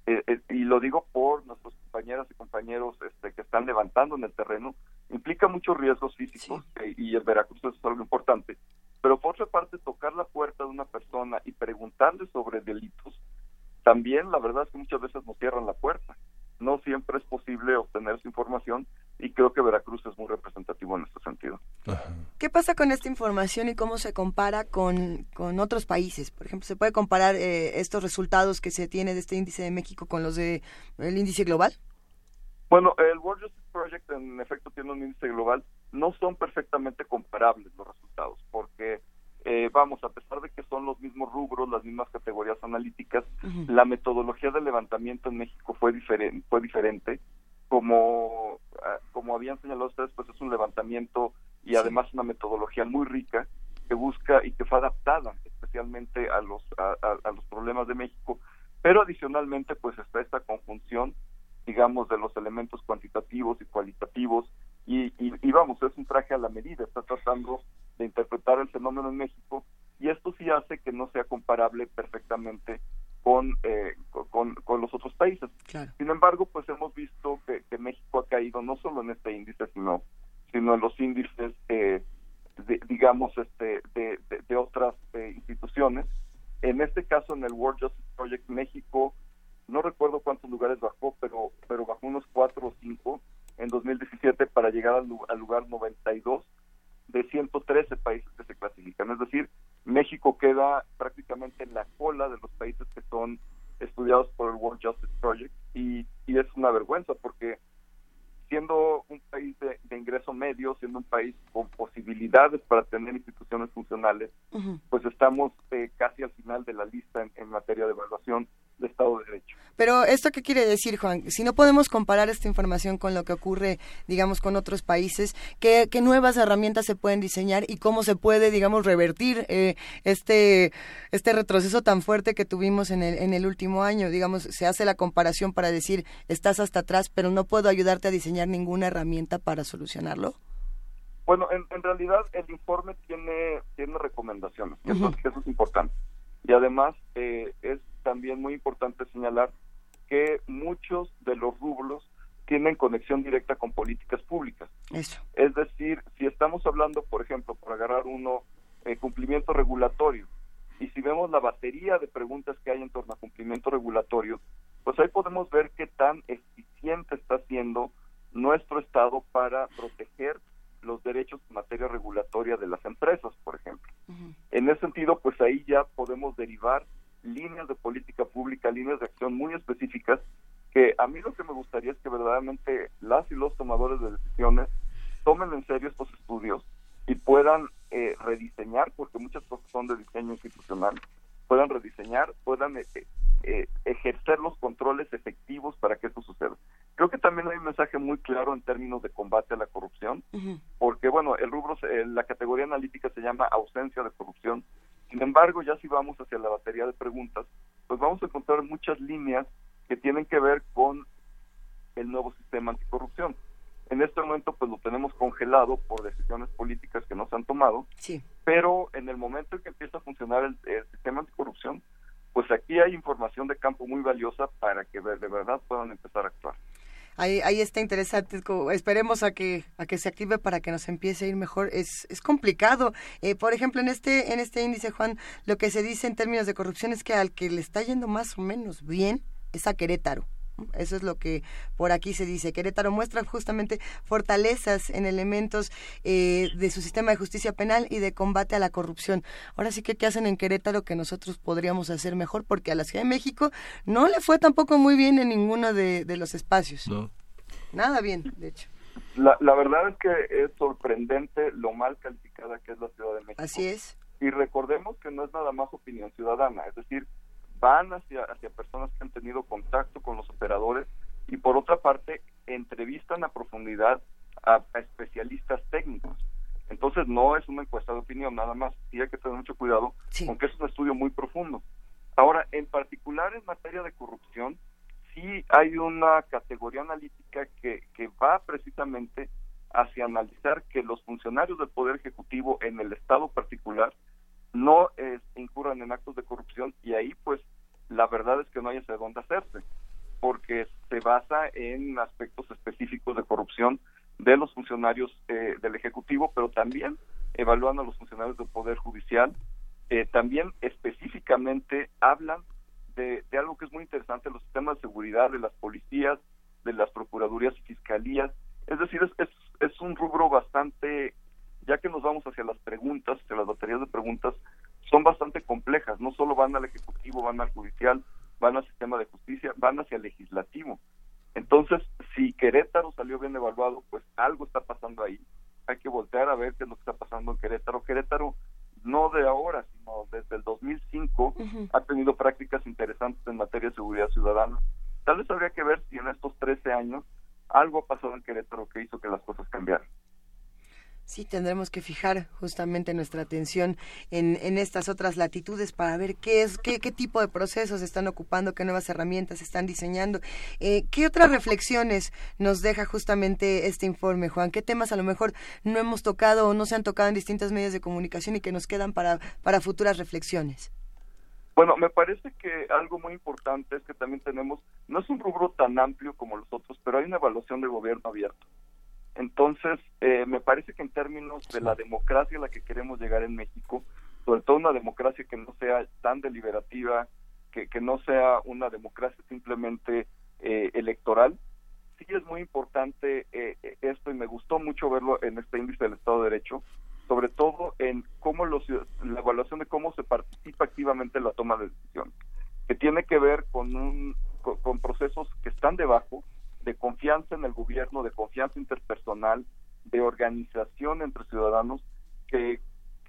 y lo digo por nuestros compañeras y compañeros que están levantando en el terreno, implica muchos riesgos físicos, y en Veracruz eso es algo importante, pero por otra parte tocar la puerta de una persona y preguntarle sobre delitos, también la verdad es que muchas veces nos cierran la puerta. No siempre es posible obtener esa información y creo que Veracruz es muy representativo en este sentido. ¿Qué pasa con esta información y cómo se compara con otros países? Por ejemplo, ¿se puede comparar estos resultados que se tiene de este índice de México con los del índice global? Bueno, el World Justice Project en efecto tiene un índice global. No son perfectamente comparables los resultados porque a pesar de que son los mismos rubros, las mismas categorías analíticas, la metodología de levantamiento en México fue diferente. Como habían señalado ustedes, pues es un levantamiento y además una metodología muy rica que busca y que fue adaptada especialmente a los problemas de México, pero adicionalmente pues está esta conjunción, digamos, de los elementos cuantitativos y cualitativos y es un traje a la medida, está tratando de interpretar el fenómeno en México y esto sí hace que no sea comparable perfectamente con los otros países. Claro. Sin embargo, pues hemos visto que México ha caído no solo en este índice, sino en los índices de otras instituciones. En este caso, en el World Justice Project, México, no recuerdo cuántos lugares bajó, pero bajó unos 4 o 5 en 2017 para llegar al lugar 92 de 113 países que se clasifican. Es decir, México queda prácticamente en la cola de los países que son estudiados por el World Justice Project y es una vergüenza porque siendo un país de ingreso medio, siendo un país con posibilidades para tener instituciones funcionales, pues estamos casi al final de la lista en materia de evaluación de Estado de Derecho. Pero ¿esto qué quiere decir, Juan? Si no podemos comparar esta información con lo que ocurre, digamos, con otros países, ¿qué nuevas herramientas se pueden diseñar y cómo se puede, digamos, revertir este retroceso tan fuerte que tuvimos en el último año? Digamos, se hace la comparación para decir, estás hasta atrás, pero no puedo ayudarte a diseñar ninguna herramienta para solucionarlo. Bueno, en realidad el informe tiene recomendaciones, eso es importante. Y además es también muy importante señalar que muchos de los rubros tienen conexión directa con políticas públicas. Eso. Es decir, si estamos hablando, por ejemplo, por agarrar uno, cumplimiento regulatorio, y si vemos la batería de preguntas que hay en torno a cumplimiento regulatorio, pues ahí podemos ver qué tan eficiente está siendo nuestro Estado para proteger los derechos en materia regulatoria de las empresas, por ejemplo. En ese sentido, pues ahí ya podemos derivar líneas de política pública, líneas de acción muy específicas, que a mí lo que me gustaría es que verdaderamente las y los tomadores de decisiones tomen en serio estos estudios y puedan rediseñar, porque muchas cosas son de diseño institucional, puedan rediseñar, puedan ejercer los controles efectivos para que esto suceda. Creo que también hay un mensaje muy claro en términos de combate a la corrupción, porque la categoría analítica se llama ausencia de corrupción. Sin embargo, ya si vamos hacia la batería de preguntas, pues vamos a encontrar muchas líneas que tienen que ver con el nuevo sistema anticorrupción. En este momento pues lo tenemos congelado por decisiones políticas que no se han tomado, sí. Pero en el momento en que empieza a funcionar el sistema anticorrupción, pues aquí hay información de campo muy valiosa para que de verdad puedan empezar a actuar. Ahí está interesante, esperemos a que se active para que nos empiece a ir mejor. Es complicado. Por ejemplo, en este índice, Juan, lo que se dice en términos de corrupción es que al que le está yendo más o menos bien es a Querétaro. Eso es lo que por aquí se dice. Querétaro muestra justamente fortalezas en elementos de su sistema de justicia penal y de combate a la corrupción. Ahora sí que, ¿qué hacen en Querétaro que nosotros podríamos hacer mejor? Porque a la Ciudad de México no le fue tampoco muy bien en ninguno de los espacios. No. Nada bien, de hecho. La verdad es que es sorprendente lo mal calificada que es la Ciudad de México. Así es. Y recordemos que no es nada más opinión ciudadana, es decir, van hacia personas que han tenido contacto con los operadores y por otra parte entrevistan a profundidad a especialistas técnicos. Entonces no es una encuesta de opinión nada más, y hay que tener mucho cuidado, aunque es un estudio muy profundo. Ahora, en particular en materia de corrupción, sí hay una categoría analítica que va precisamente hacia analizar que los funcionarios del Poder Ejecutivo en el Estado particular no incurran en actos de corrupción, y ahí pues la verdad es que no hay hacia dónde hacerse, porque se basa en aspectos específicos de corrupción de los funcionarios del Ejecutivo, pero también evalúan a los funcionarios del Poder Judicial, también específicamente hablan de algo que es muy interesante, los sistemas de seguridad de las policías, de las procuradurías y fiscalías. Es decir, es un rubro bastante, ya que nos vamos hacia las preguntas, hacia las baterías de preguntas, son bastante complejas, no solo van al Ejecutivo, van al Judicial, van al sistema de justicia, van hacia el Legislativo. Entonces, si Querétaro salió bien evaluado, pues algo está pasando ahí. Hay que voltear a ver qué es lo que está pasando en Querétaro. Querétaro, no de ahora, sino desde el 2005, ha tenido prácticas interesantes en materia de seguridad ciudadana. Tal vez habría que ver si en estos 13 años algo ha pasado en Querétaro que hizo que las cosas cambiaran. Sí, tendremos que fijar justamente nuestra atención en estas otras latitudes para ver qué tipo de procesos se están ocupando, qué nuevas herramientas se están diseñando. ¿Qué otras reflexiones nos deja justamente este informe, Juan? ¿Qué temas a lo mejor no hemos tocado o no se han tocado en distintos medios de comunicación y que nos quedan para futuras reflexiones? Bueno, me parece que algo muy importante es que también tenemos, no es un rubro tan amplio como los otros, pero hay una evaluación de gobierno abierto. Entonces, me parece que en términos de la democracia a la que queremos llegar en México, sobre todo una democracia que no sea tan deliberativa, que no sea una democracia simplemente electoral, sí es muy importante esto, y me gustó mucho verlo en este índice del Estado de Derecho, sobre todo en cómo la evaluación de cómo se participa activamente en la toma de decisiones, que tiene que ver con procesos que están debajo, de confianza en el gobierno, de confianza interpersonal, de organización entre ciudadanos, que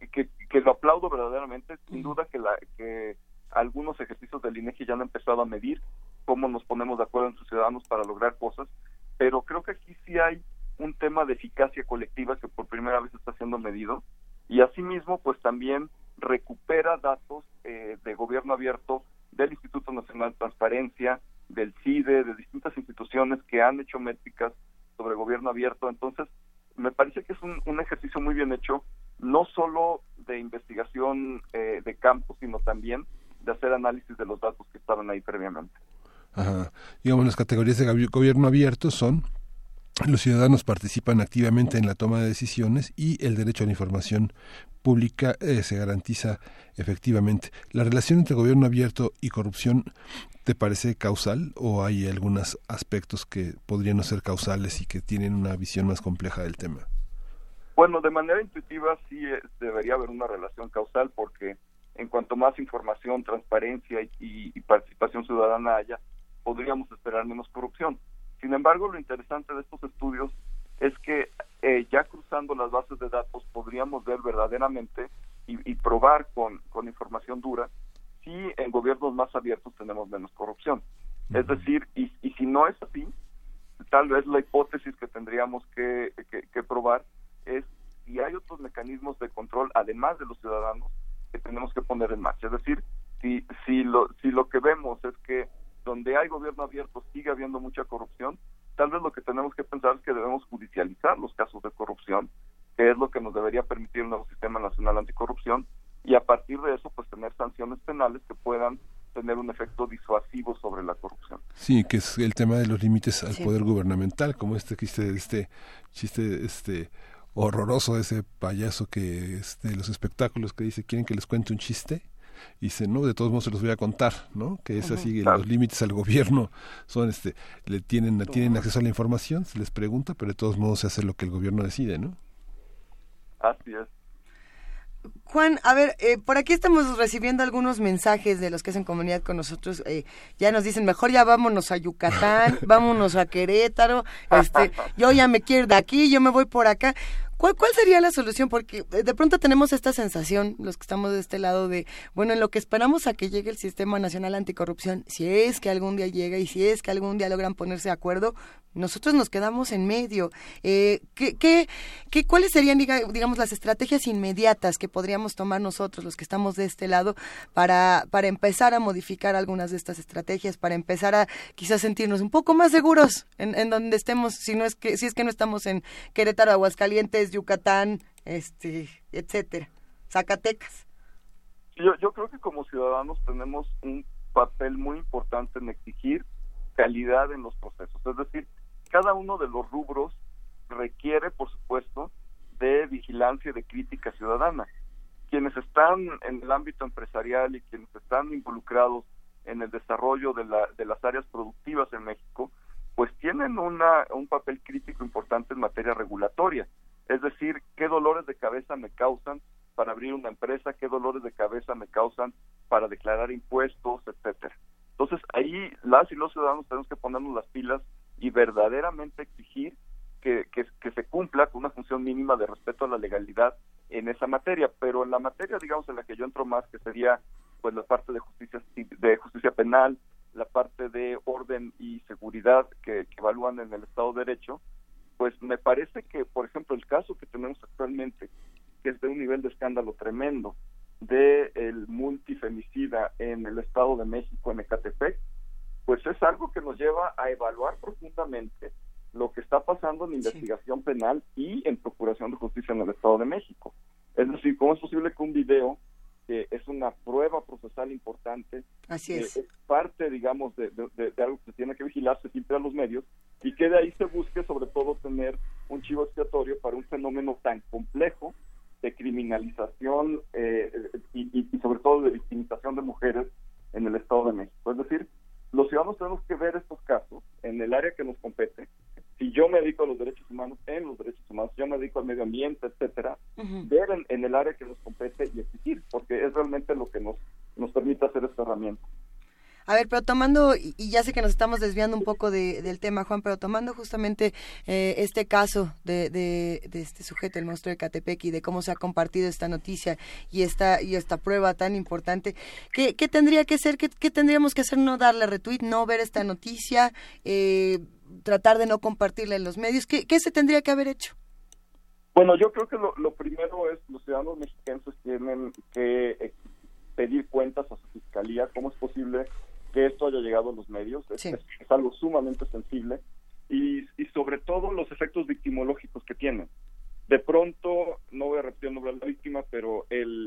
lo aplaudo verdaderamente. Sin duda que algunos ejercicios del INEGI ya han empezado a medir cómo nos ponemos de acuerdo entre ciudadanos para lograr cosas, pero creo que aquí sí hay un tema de eficacia colectiva que por primera vez está siendo medido, y asimismo pues también recupera datos de gobierno abierto del Instituto Nacional de Transparencia, del CIDE, de distintas instituciones que han hecho métricas sobre gobierno abierto. Entonces, me parece que es un ejercicio muy bien hecho, no solo de investigación de campo, sino también de hacer análisis de los datos que estaban ahí previamente. Ajá. Digamos, las categorías de gobierno abierto son: los ciudadanos participan activamente en la toma de decisiones y el derecho a la información pública se garantiza efectivamente. ¿La relación entre gobierno abierto y corrupción te parece causal, o hay algunos aspectos que podrían no ser causales y que tienen una visión más compleja del tema? Bueno, de manera intuitiva sí debería haber una relación causal, porque en cuanto más información, transparencia y participación ciudadana haya, podríamos esperar menos corrupción. Sin embargo, lo interesante de estos estudios es que ya cruzando las bases de datos podríamos ver verdaderamente y probar con información dura si en gobiernos más abiertos tenemos menos corrupción. Es decir, y si no es así, tal vez la hipótesis que tendríamos que probar es y hay otros mecanismos de control, además de los ciudadanos, que tenemos que poner en marcha. Es decir, si lo que vemos es que donde hay gobierno abierto sigue habiendo mucha corrupción, tal vez lo que tenemos que pensar es que debemos judicializar los casos de corrupción, que es lo que nos debería permitir el nuevo Sistema Nacional Anticorrupción, y a partir de eso, pues tener sanciones penales que puedan tener un efecto disuasivo sobre la corrupción. Sí, que es el tema de los límites al Sí. poder gubernamental, como este chiste horroroso de ese payaso que de los espectáculos que dice, ¿quieren que les cuente un chiste? Y dice, no, de todos modos se los voy a contar, ¿no? Que es así, Claro. los límites al gobierno son, tienen acceso a la información, se les pregunta, pero de todos modos se hace lo que el gobierno decide, ¿no? Así es. Juan, a ver, por aquí estamos recibiendo algunos mensajes de los que hacen comunidad con nosotros. Ya nos dicen, mejor ya vámonos a Yucatán, vámonos a Querétaro. Yo ya me quiero ir de aquí, yo me voy por acá. ¿Cuál sería la solución? Porque de pronto tenemos esta sensación, los que estamos de este lado, de, bueno, en lo que esperamos a que llegue el Sistema Nacional Anticorrupción, si es que algún día llega y si es que algún día logran ponerse de acuerdo, nosotros nos quedamos en medio. ¿Cuáles serían, digamos, las estrategias inmediatas que podríamos tomar nosotros, los que estamos de este lado, para empezar a modificar algunas de estas estrategias, para empezar a quizás sentirnos un poco más seguros en donde estemos, si es que no estamos en Querétaro, Aguascalientes, Yucatán, etcétera, Zacatecas? Yo creo que como ciudadanos tenemos un papel muy importante en exigir calidad en los procesos. Es decir, cada uno de los rubros requiere, por supuesto, de vigilancia y de crítica ciudadana. Quienes están en el ámbito empresarial y quienes están involucrados en el desarrollo de las áreas productivas en México, pues tienen un papel crítico importante en materia regulatoria. Es decir, qué dolores de cabeza me causan para abrir una empresa, qué dolores de cabeza me causan para declarar impuestos, etcétera. Entonces, ahí las y los ciudadanos tenemos que ponernos las pilas y verdaderamente exigir que se cumpla con una función mínima de respeto a la legalidad en esa materia. Pero en la materia, digamos, en la que yo entro más, que sería pues la parte de justicia penal, la parte de orden y seguridad que evalúan en el Estado de Derecho, pues me parece que, por ejemplo, el caso que tenemos actualmente, que es de un nivel de escándalo tremendo, de el multifemicida en el Estado de México, en Ecatepec, pues es algo que nos lleva a evaluar profundamente lo que está pasando en investigación penal y en procuración de justicia en el Estado de México. Es decir, ¿cómo es posible que un video, que es una prueba procesal importante, es parte, digamos, de algo que se tiene que vigilar, se filtre a los medios, y que de ahí se busque sobre todo tener un chivo expiatorio para un fenómeno tan complejo de criminalización y sobre todo de victimización de mujeres en el Estado de México? Es decir, los ciudadanos tenemos que ver estos casos en el área que nos compete. Si yo me dedico a los derechos humanos, en los derechos humanos, si yo me dedico al medio ambiente, etcétera, ver en el área que nos compete y exigir, porque es realmente lo que nos permite hacer esta herramienta. A ver, pero tomando, y ya sé que nos estamos desviando un poco del tema, Juan, pero tomando justamente este caso de este sujeto, el monstruo de Ecatepec, y de cómo se ha compartido esta noticia y esta prueba tan importante, ¿qué tendría que ser? ¿Qué tendríamos que hacer? ¿No darle retweet, no ver esta noticia, tratar de no compartirla en los medios? ¿Qué se tendría que haber hecho? Bueno, yo creo que lo primero es los ciudadanos mexicanos tienen que pedir cuentas a su fiscalía. ¿Cómo es posible que esto haya llegado a los medios? Es algo sumamente sensible y sobre todo los efectos victimológicos que tienen. De pronto, no voy a repetir el nombre de la víctima, pero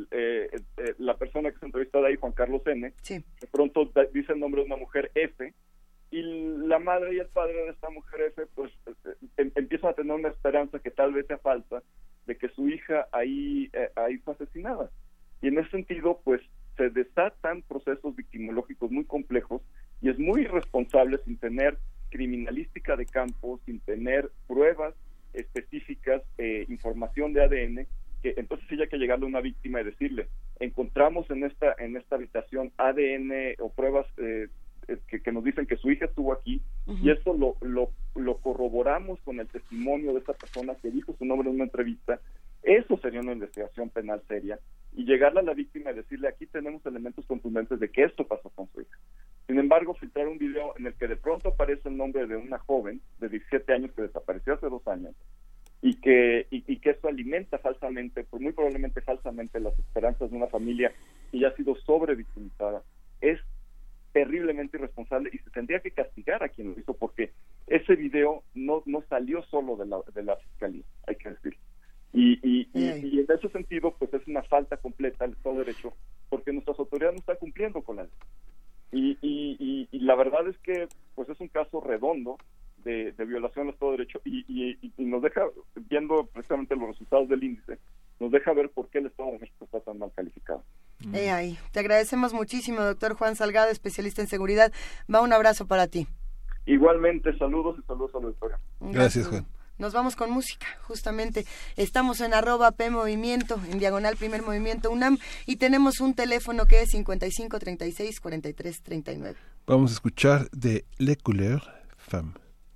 la persona que se entrevistada ahí, Juan Carlos N., de pronto dice el nombre de una mujer F, y la madre y el padre de esta mujer F pues empiezan a tener una esperanza que tal vez sea falsa de que su hija ahí fue asesinada. Y en ese sentido, pues se desatan procesos victimológicos muy complejos y es muy irresponsable, sin tener criminalística de campo, sin tener pruebas específicas, información de ADN, que entonces sí hay que llegarle a una víctima y decirle, encontramos en esta habitación ADN o pruebas que nos dicen que su hija estuvo aquí, y eso lo corroboramos con el testimonio de esta persona que dijo su nombre en una entrevista. Eso sería una investigación penal seria, y llegarle a la víctima y decirle, aquí tenemos elementos contundentes de que esto pasó con su hija. Sin embargo, filtrar un video en el que de pronto aparece el nombre de una joven de 17 años que desapareció hace 2 años, y que que eso alimenta falsamente, muy probablemente falsamente, las esperanzas de una familia que ya ha sido sobrevictimizada. Es terriblemente irresponsable y se tendría que castigar a quien lo hizo, porque ese video no salió solo de la fiscalía, hay que decirlo. Y en ese sentido, pues es una falta completa del Estado de Derecho, porque nuestras autoridades no están cumpliendo con la ley. Y la verdad es que pues es un caso redondo de violación al Estado de Derecho y nos deja, viendo precisamente los resultados del índice, nos deja ver por qué el Estado de México está tan mal calificado. Ahí. Te agradecemos muchísimo, doctor Juan Salgado, especialista en seguridad. Va, un abrazo para ti. Igualmente, saludos y saludos a la auditoría. Gracias, Juan. Nos vamos con música, justamente. Estamos en @PMovimiento, en diagonal Primer Movimiento UNAM, y tenemos un teléfono que es 55 36 43 39. Vamos a escuchar de Les Couleurs Femmes.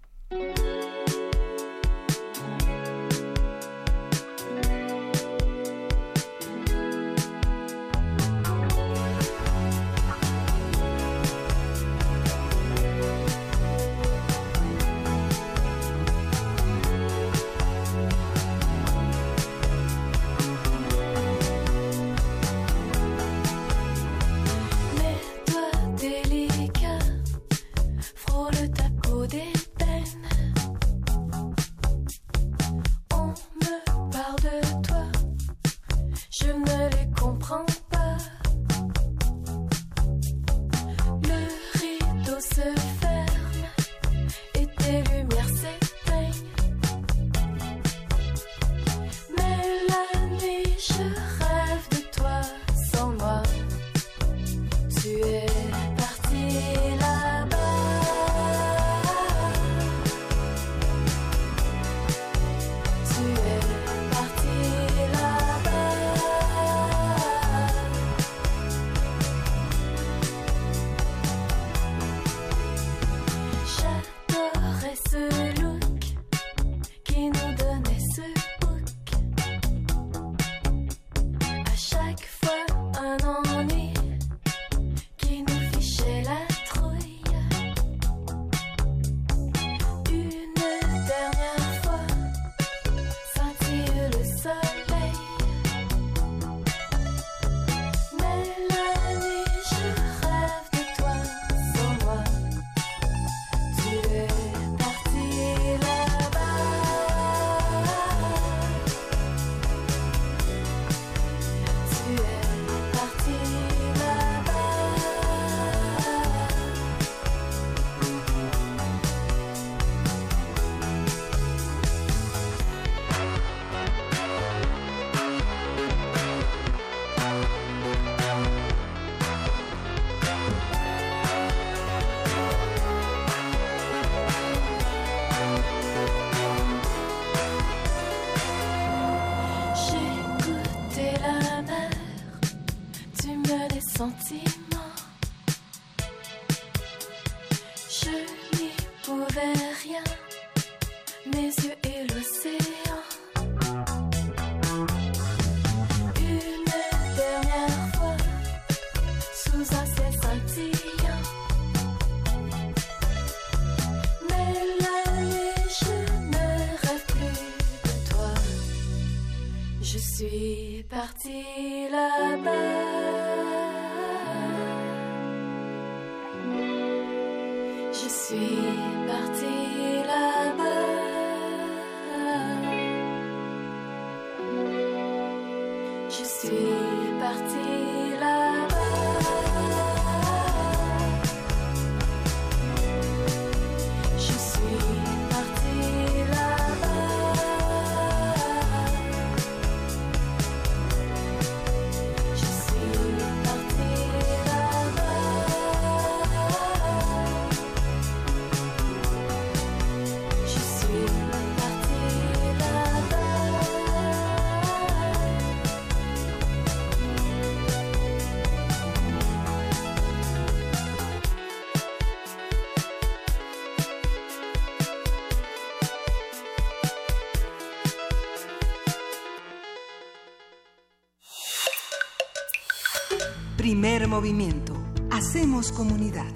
Primer movimiento. Hacemos comunidad.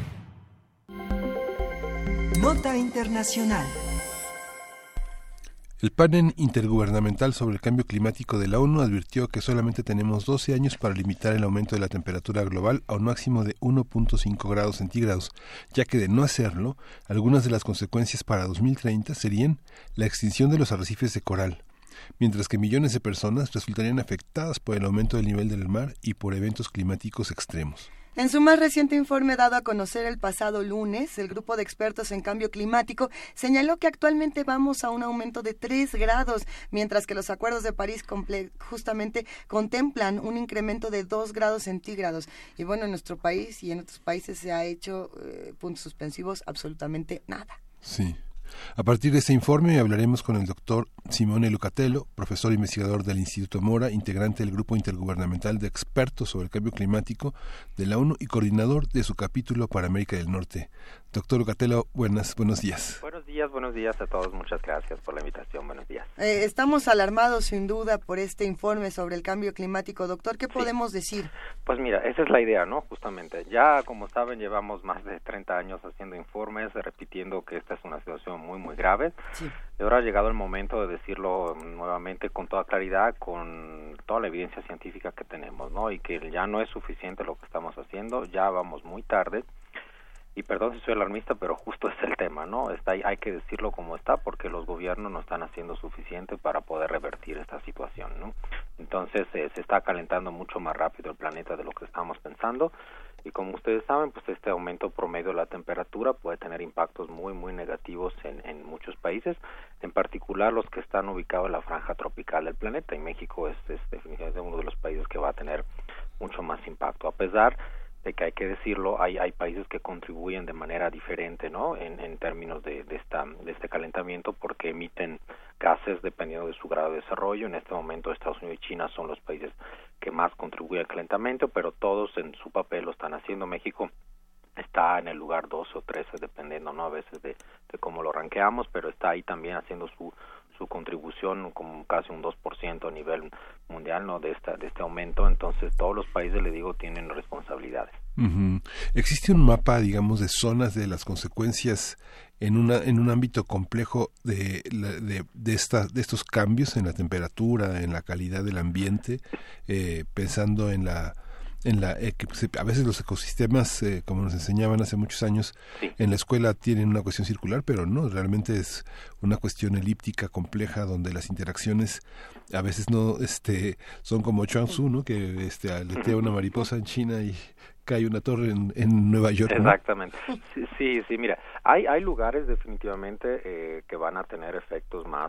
Nota internacional. El panel intergubernamental sobre el cambio climático de la ONU advirtió que solamente tenemos 12 años para limitar el aumento de la temperatura global a un máximo de 1.5 grados centígrados, ya que de no hacerlo, algunas de las consecuencias para 2030 serían la extinción de los arrecifes de coral, mientras que millones de personas resultarían afectadas por el aumento del nivel del mar y por eventos climáticos extremos. En su más reciente informe dado a conocer el pasado lunes, el grupo de expertos en cambio climático señaló que actualmente vamos a un aumento de 3 grados, mientras que los acuerdos de París justamente contemplan un incremento de 2 grados centígrados. Y bueno, en nuestro país y en otros países se ha hecho puntos suspensivos absolutamente nada. Sí. A partir de este informe hablaremos con el doctor Simone Lucatello, profesor investigador del Instituto Mora, integrante del Grupo Intergubernamental de Expertos sobre el Cambio Climático de la ONU y coordinador de su capítulo para América del Norte. Doctor Lucatello, buenos días. Buenos días a todos. Muchas gracias por la invitación. Buenos días. Estamos alarmados sin duda por este informe sobre el cambio climático. Doctor, ¿qué podemos decir? Pues mira, esa es la idea, ¿no? Justamente. Ya, como saben, llevamos más de 30 años haciendo informes, repitiendo que esta es una situación muy, muy grave. Sí. Y ahora ha llegado el momento de decirlo nuevamente con toda claridad, con toda la evidencia científica que tenemos, ¿no? Y que ya no es suficiente lo que estamos haciendo, ya vamos muy tarde. Y perdón si soy alarmista, pero justo es el tema, ¿no? Hay que decirlo como está, porque los gobiernos no están haciendo suficiente para poder revertir esta situación, ¿no? Entonces se está calentando mucho más rápido el planeta de lo que estamos pensando, y como ustedes saben, pues este aumento promedio de la temperatura puede tener impactos muy, muy negativos en muchos países, en particular los que están ubicados en la franja tropical del planeta, y México es definitivamente uno de los países que va a tener mucho más impacto, a pesar de que hay que decirlo, hay países que contribuyen de manera diferente, ¿no? En términos de este calentamiento, porque emiten gases dependiendo de su grado de desarrollo. En este momento Estados Unidos y China son los países que más contribuyen al calentamiento, pero todos en su papel lo están haciendo. México está en el lugar 12 o 13, dependiendo, ¿no? A veces de cómo lo ranqueamos, pero está ahí también haciendo su contribución como casi un 2% a nivel mundial, ¿no? de este aumento. Entonces todos los países, le digo, tienen responsabilidades. Uh-huh. ¿Existe un mapa, digamos, de zonas de las consecuencias en un ámbito complejo de estos cambios en la temperatura, en la calidad del ambiente, pensando en que a veces los ecosistemas, como nos enseñaban hace muchos años, sí, en la escuela tienen una cuestión circular, pero no, realmente es una cuestión elíptica compleja donde las interacciones a veces no son como Chuang-Tzu, ¿no? Que aletea una mariposa en China y cae una torre en Nueva York, ¿no? Exactamente. Sí, mira, hay lugares definitivamente que van a tener efectos más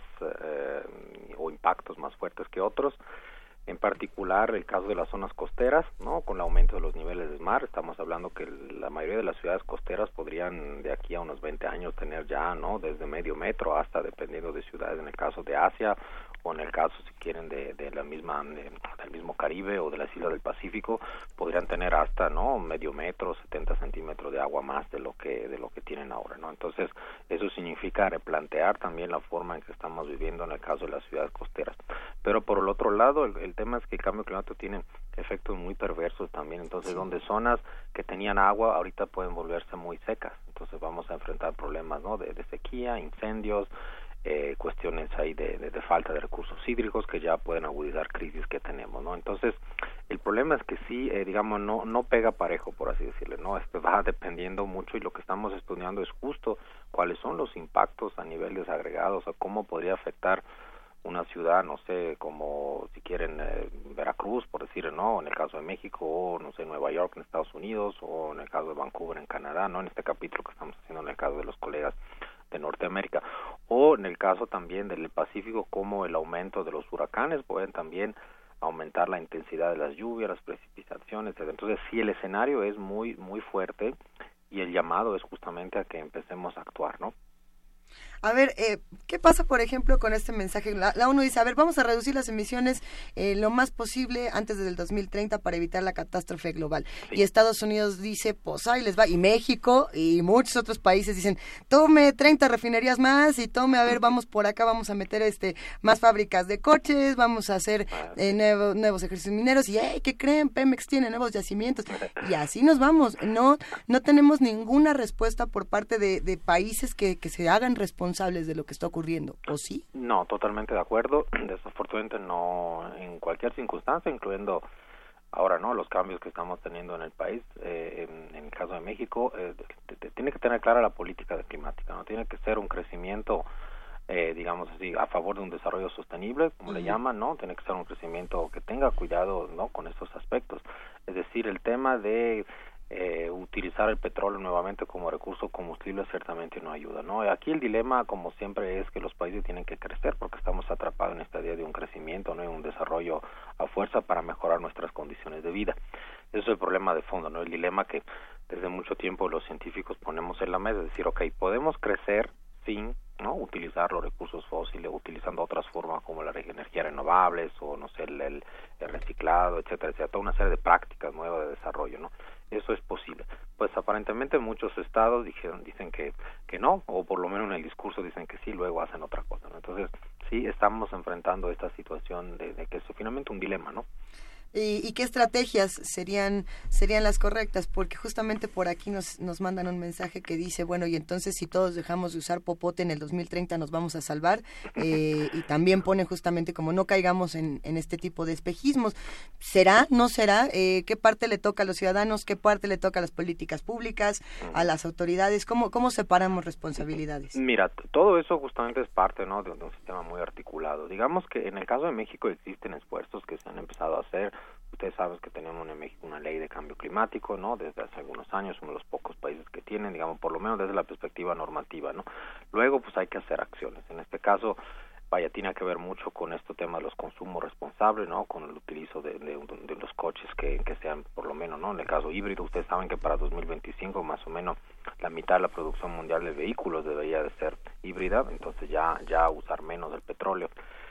o impactos más fuertes que otros. En particular, el caso de las zonas costeras, ¿no? Con el aumento de los niveles del mar, estamos hablando que la mayoría de las ciudades costeras podrían de aquí a unos 20 años tener ya, ¿no? Desde medio metro hasta, dependiendo de ciudades, en el caso de Asia, o en el caso, si quieren, de la misma del mismo Caribe o de las islas del Pacífico, podrían tener hasta, ¿no? Medio metro, 70 centímetros de agua más de lo que tienen ahora, ¿no? Entonces, eso significa replantear también la forma en que estamos viviendo en el caso de las ciudades costeras. Pero por el otro lado, el tema es que el cambio climático tiene efectos muy perversos también. Entonces, sí, donde zonas que tenían agua ahorita pueden volverse muy secas. Entonces vamos a enfrentar problemas, ¿no? de sequía, incendios, cuestiones ahí de falta de recursos hídricos que ya pueden agudizar crisis que tenemos, ¿no? Entonces, el problema es que sí, digamos, no pega parejo, por así decirlo, ¿no? Va dependiendo mucho, y lo que estamos estudiando es justo cuáles son los impactos a nivel desagregado, o sea, cómo podría afectar una ciudad, no sé, como si quieren Veracruz, por decir, ¿no? En el caso de México, o no sé, Nueva York en Estados Unidos, o en el caso de Vancouver en Canadá, ¿no? En este capítulo que estamos haciendo en el caso de los colegas de Norteamérica, o en el caso también del Pacífico, como el aumento de los huracanes pueden también aumentar la intensidad de las lluvias, las precipitaciones, etc. Entonces, sí, el escenario es muy, muy fuerte, y el llamado es justamente a que empecemos a actuar, ¿no? A ver, ¿qué pasa, por ejemplo, con este mensaje? La ONU dice, a ver, vamos a reducir las emisiones lo más posible antes del 2030 para evitar la catástrofe global. Sí. Y Estados Unidos dice, pues ahí les va. Y México y muchos otros países dicen, tome 30 refinerías más y tome, a ver, vamos por acá, vamos a meter más fábricas de coches, vamos a hacer nuevos ejercicios mineros. Y, ¿qué creen? Pemex tiene nuevos yacimientos. Y así nos vamos. No tenemos ninguna respuesta por parte de países que se hagan responsables de lo que está ocurriendo, ¿o sí? No, totalmente de acuerdo. Desafortunadamente no, en cualquier circunstancia, incluyendo ahora, ¿no?, los cambios que estamos teniendo en el país, en el caso de México, tiene que tener clara la política climática, ¿no? Tiene que ser un crecimiento, digamos así, a favor de un desarrollo sostenible, como le llaman, ¿no? Tiene que ser un crecimiento que tenga cuidado, ¿no?, con estos aspectos. Es decir, el tema de utilizar el petróleo nuevamente como recurso combustible ciertamente no ayuda, ¿no? Aquí el dilema, como siempre, es que los países tienen que crecer porque estamos atrapados en esta idea de un crecimiento, ¿no?, y un desarrollo a fuerza para mejorar nuestras condiciones de vida. Eso es el problema de fondo, ¿no? El dilema que desde mucho tiempo los científicos ponemos en la mesa, es decir, okay, podemos crecer sin, ¿no?, utilizar los recursos fósiles, utilizando otras formas como las energías renovables o, no sé, el reciclado, etcétera, etcétera, toda una serie de prácticas nuevas de desarrollo, ¿no? Eso es posible. Pues aparentemente muchos estados dicen que no, o por lo menos en el discurso dicen que sí, luego hacen otra cosa, ¿no? Entonces, sí estamos enfrentando esta situación de que es finalmente un dilema, ¿no? ¿Y qué estrategias serían las correctas? Porque justamente por aquí nos mandan un mensaje que dice, bueno, y entonces si todos dejamos de usar popote en el 2030 nos vamos a salvar, y también ponen justamente como no caigamos en este tipo de espejismos. ¿Será? ¿No será? ¿Qué parte le toca a los ciudadanos? ¿Qué parte le toca a las políticas públicas, a las autoridades? ¿Cómo separamos responsabilidades? Mira, todo eso justamente es parte, ¿no?, de un sistema muy articulado. Digamos que en el caso de México existen esfuerzos que se han empezado a hacer. Ustedes saben que tenemos en México una ley de cambio climático, ¿no?, desde hace algunos años, uno de los pocos países que tienen, digamos, por lo menos desde la perspectiva normativa, ¿no? Luego, pues hay que hacer acciones. En este caso, tiene que ver mucho con este tema de los consumos responsables, ¿no?, con el utilizo de los coches que sean, por lo menos, ¿no?, en el caso híbrido. Ustedes saben que para 2025 más o menos la mitad de la producción mundial de vehículos debería de ser híbrida, entonces ya usar menos del petróleo.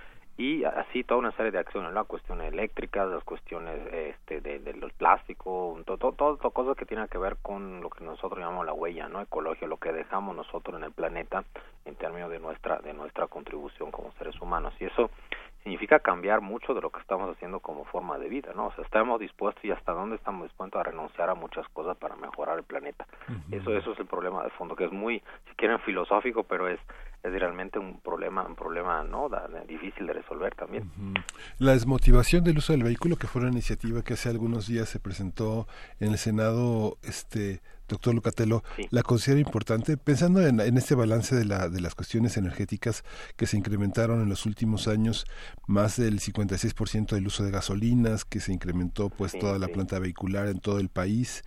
Y así toda una serie de acciones, las cuestiones eléctricas, las cuestiones de los plásticos, todo cosas que tienen que ver con lo que nosotros llamamos la huella, ¿no?, ecológica, lo que dejamos nosotros en el planeta en términos de nuestra contribución como seres humanos. Y eso significa cambiar mucho de lo que estamos haciendo como forma de vida, ¿no? O sea, estamos dispuestos y hasta dónde estamos dispuestos a renunciar a muchas cosas para mejorar el planeta. Eso es el problema de fondo, que es muy, si quieren, filosófico, pero es realmente un problema, ¿no?, difícil de resolver también. La desmotivación del uso del vehículo, que fue una iniciativa que hace algunos días se presentó en el Senado, doctor Lucatello, sí, la considera importante, pensando en este balance de las cuestiones energéticas que se incrementaron en los últimos años, más del 56% del uso de gasolinas, que se incrementó pues toda la planta vehicular en todo el país,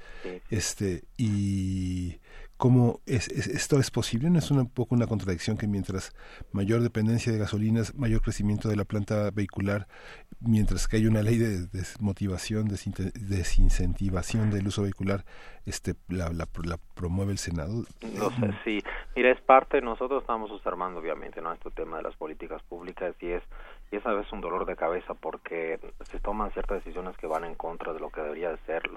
y ¿cómo esto es posible? ¿No es un poco una contradicción que mientras mayor dependencia de gasolinas, mayor crecimiento de la planta vehicular, mientras que hay una ley de desmotivación, desincentivación del uso vehicular, la promueve el Senado? No sé, sí. Mira, es parte, nosotros estamos observando obviamente, ¿no?, este tema de las políticas públicas y es a veces un dolor de cabeza porque se toman ciertas decisiones que van en contra de lo que debería de ser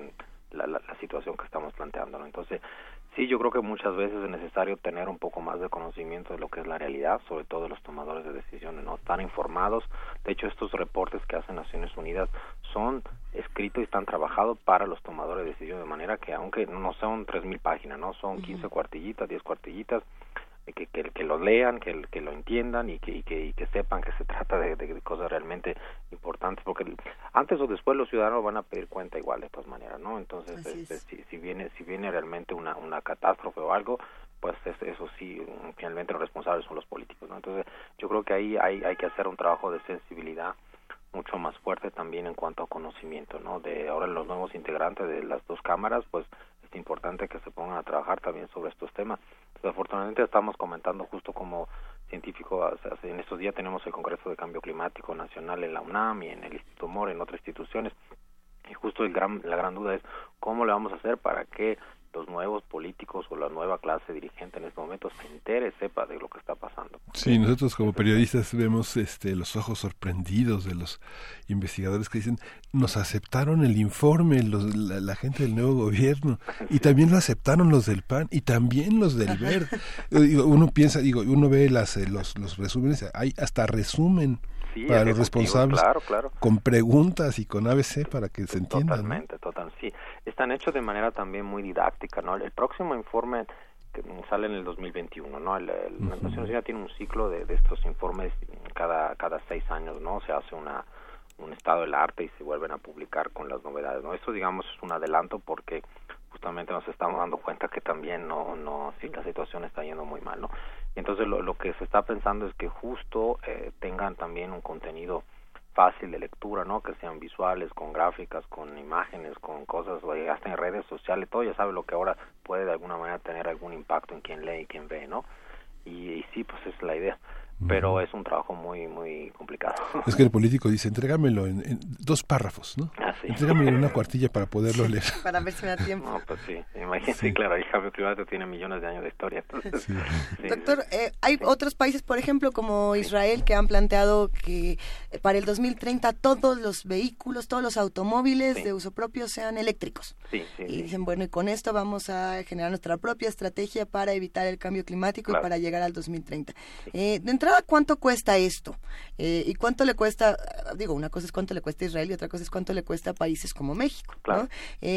la situación que estamos planteando, ¿no? Entonces, sí, yo creo que muchas veces es necesario tener un poco más de conocimiento de lo que es la realidad, sobre todo de los tomadores de decisiones, ¿no?, estar informados. De hecho, estos reportes que hacen Naciones Unidas son escritos y están trabajados para los tomadores de decisiones, de manera que aunque no son 3,000 páginas, ¿no?, son 15 cuartillitas, 10 cuartillitas, que lo lean, que lo entiendan y que sepan que se trata de cosas realmente importantes, porque antes o después los ciudadanos van a pedir cuenta igual de todas maneras, ¿no? Entonces, si viene realmente una catástrofe o algo, pues eso sí, finalmente los responsables son los políticos, ¿no? Entonces, yo creo que ahí hay que hacer un trabajo de sensibilidad mucho más fuerte también en cuanto a conocimiento, ¿no? De ahora los nuevos integrantes de las dos cámaras, pues es importante que se pongan a trabajar también sobre estos temas. Desafortunadamente estamos comentando justo como científico, en estos días tenemos el Congreso de Cambio Climático Nacional en la UNAM y en el Instituto MORE, en otras instituciones, y justo la gran duda es cómo le vamos a hacer para que los nuevos políticos o la nueva clase dirigente en este momento se entere, sepa de lo que está pasando. Sí, nosotros como periodistas vemos los ojos sorprendidos de los investigadores que dicen, nos aceptaron el informe la gente del nuevo gobierno, y también lo aceptaron los del PAN y también los del Verde. Uno piensa, uno ve los resúmenes, hay hasta resumen para los responsables, claro, con preguntas y con ABC para que se entienda. Totalmente, sí. Están hechos de manera también muy didáctica, ¿no? El próximo informe sale en el 2021, ¿no? La Naciones Unidas tiene un ciclo de estos informes cada 6 años, ¿no? Se hace un estado del arte y se vuelven a publicar con las novedades, ¿no? Esto, digamos, es un adelanto porque justamente nos estamos dando cuenta que también sí, la situación está yendo muy mal, ¿no? Y entonces lo que se está pensando es que justo tengan también un contenido fácil de lectura, ¿no? Que sean visuales, con gráficas, con imágenes, con cosas, hasta en redes sociales, todo, ya sabe lo que ahora puede de alguna manera tener algún impacto en quien lee y quien ve, ¿no? Y sí, pues es la idea. Pero es un trabajo muy muy complicado. Es que el político dice, entrégamelo en 2 párrafos, ¿no? Sí. Entrégamelo en una cuartilla para poderlo leer. Para ver si me da tiempo. No, pues sí, imagínate, claro, el cambio climático tiene millones de años de historia. Entonces, sí. Doctor, hay otros países, por ejemplo, como Israel, que han planteado que para el 2030 todos los vehículos, todos los automóviles de uso propio sean eléctricos. Y dicen, bueno, y con esto vamos a generar nuestra propia estrategia para evitar el cambio climático y para llegar al 2030. De entrada, ¿cuánto cuesta esto? ¿Y cuánto le cuesta? Digo, una cosa es cuánto le cuesta a Israel y otra cosa es cuánto le cuesta a países como México, ¿no?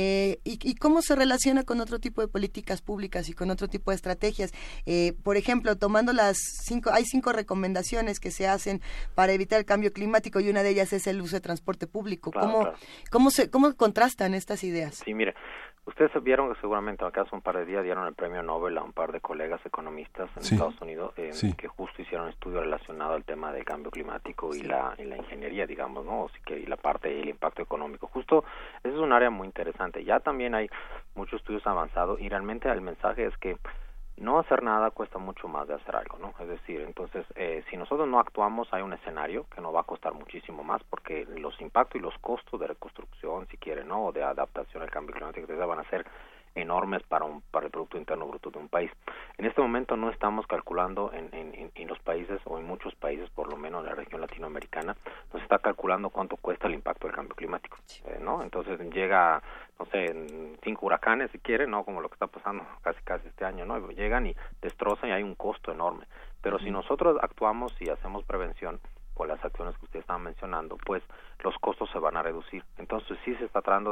¿Y cómo se relaciona con otro tipo de políticas públicas y con otro tipo de estrategias? Por ejemplo, tomando hay 5 recomendaciones que se hacen para evitar el cambio climático y una de ellas es el uso de transporte público. ¿Cómo contrastan estas ideas? Sí, mire, ustedes vieron que seguramente acá hace un par de días dieron el premio Nobel a un par de colegas economistas en Estados Unidos que justo hicieron un estudio relacionado al tema del cambio climático y la ingeniería, digamos, ¿no? Así que y la parte del impacto económico. Justo ese es un área muy interesante. Ya también hay muchos estudios avanzados y realmente el mensaje es que no hacer nada cuesta mucho más de hacer algo, ¿no? Es decir, entonces, si nosotros no actuamos, hay un escenario que nos va a costar muchísimo más porque los impactos y los costos de reconstrucción, si quieren, ¿no? O de adaptación al cambio climático, van a ser enormes para el Producto Interno Bruto de un país. En este momento no estamos calculando en los países, o en muchos países, por lo menos en la región latinoamericana, no se está calculando cuánto cuesta el impacto del cambio climático, ¿no? Entonces llega, no sé, 5 huracanes, si quieren, ¿no? Como lo que está pasando casi este año, ¿no? Llegan y destrozan y hay un costo enorme. Pero si nosotros actuamos y hacemos prevención, con las acciones que usted estaba mencionando, pues los costos se van a reducir. Entonces sí se está tratando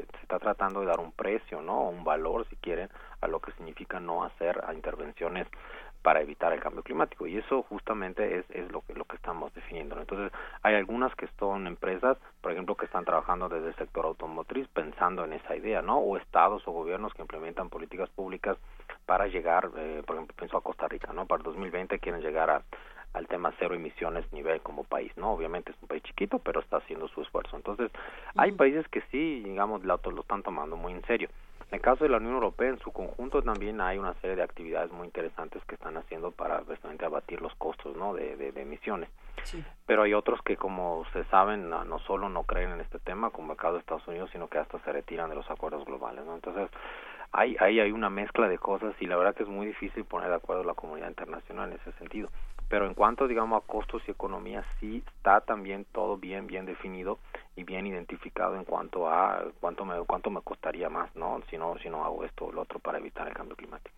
de dar un precio, ¿no? O un valor, si quieren, a lo que significa no hacer intervenciones para evitar el cambio climático, y eso justamente es lo que estamos definiendo, ¿no? Entonces hay algunas que son empresas, por ejemplo, que están trabajando desde el sector automotriz pensando en esa idea, ¿no? O estados o gobiernos que implementan políticas públicas para llegar, por ejemplo, pienso a Costa Rica, ¿no? Para el 2020 quieren llegar al tema cero emisiones nivel como país, ¿no? Obviamente es un país chiquito, pero está haciendo su esfuerzo. Entonces, hay países que sí, digamos, lo están tomando muy en serio. En el caso de la Unión Europea, en su conjunto también hay una serie de actividades muy interesantes que están haciendo para precisamente abatir los costos, ¿no? de emisiones. Sí. Pero hay otros que, como ustedes saben, no solo no creen en este tema, como el caso de Estados Unidos, sino que hasta se retiran de los acuerdos globales, ¿no? Entonces, hay una mezcla de cosas y la verdad que es muy difícil poner de acuerdo a la comunidad internacional en ese sentido. Pero en cuanto, digamos, a costos y economía, sí está también todo bien definido y bien identificado en cuanto a cuánto me costaría más, ¿no? Si no hago esto o lo otro para evitar el cambio climático.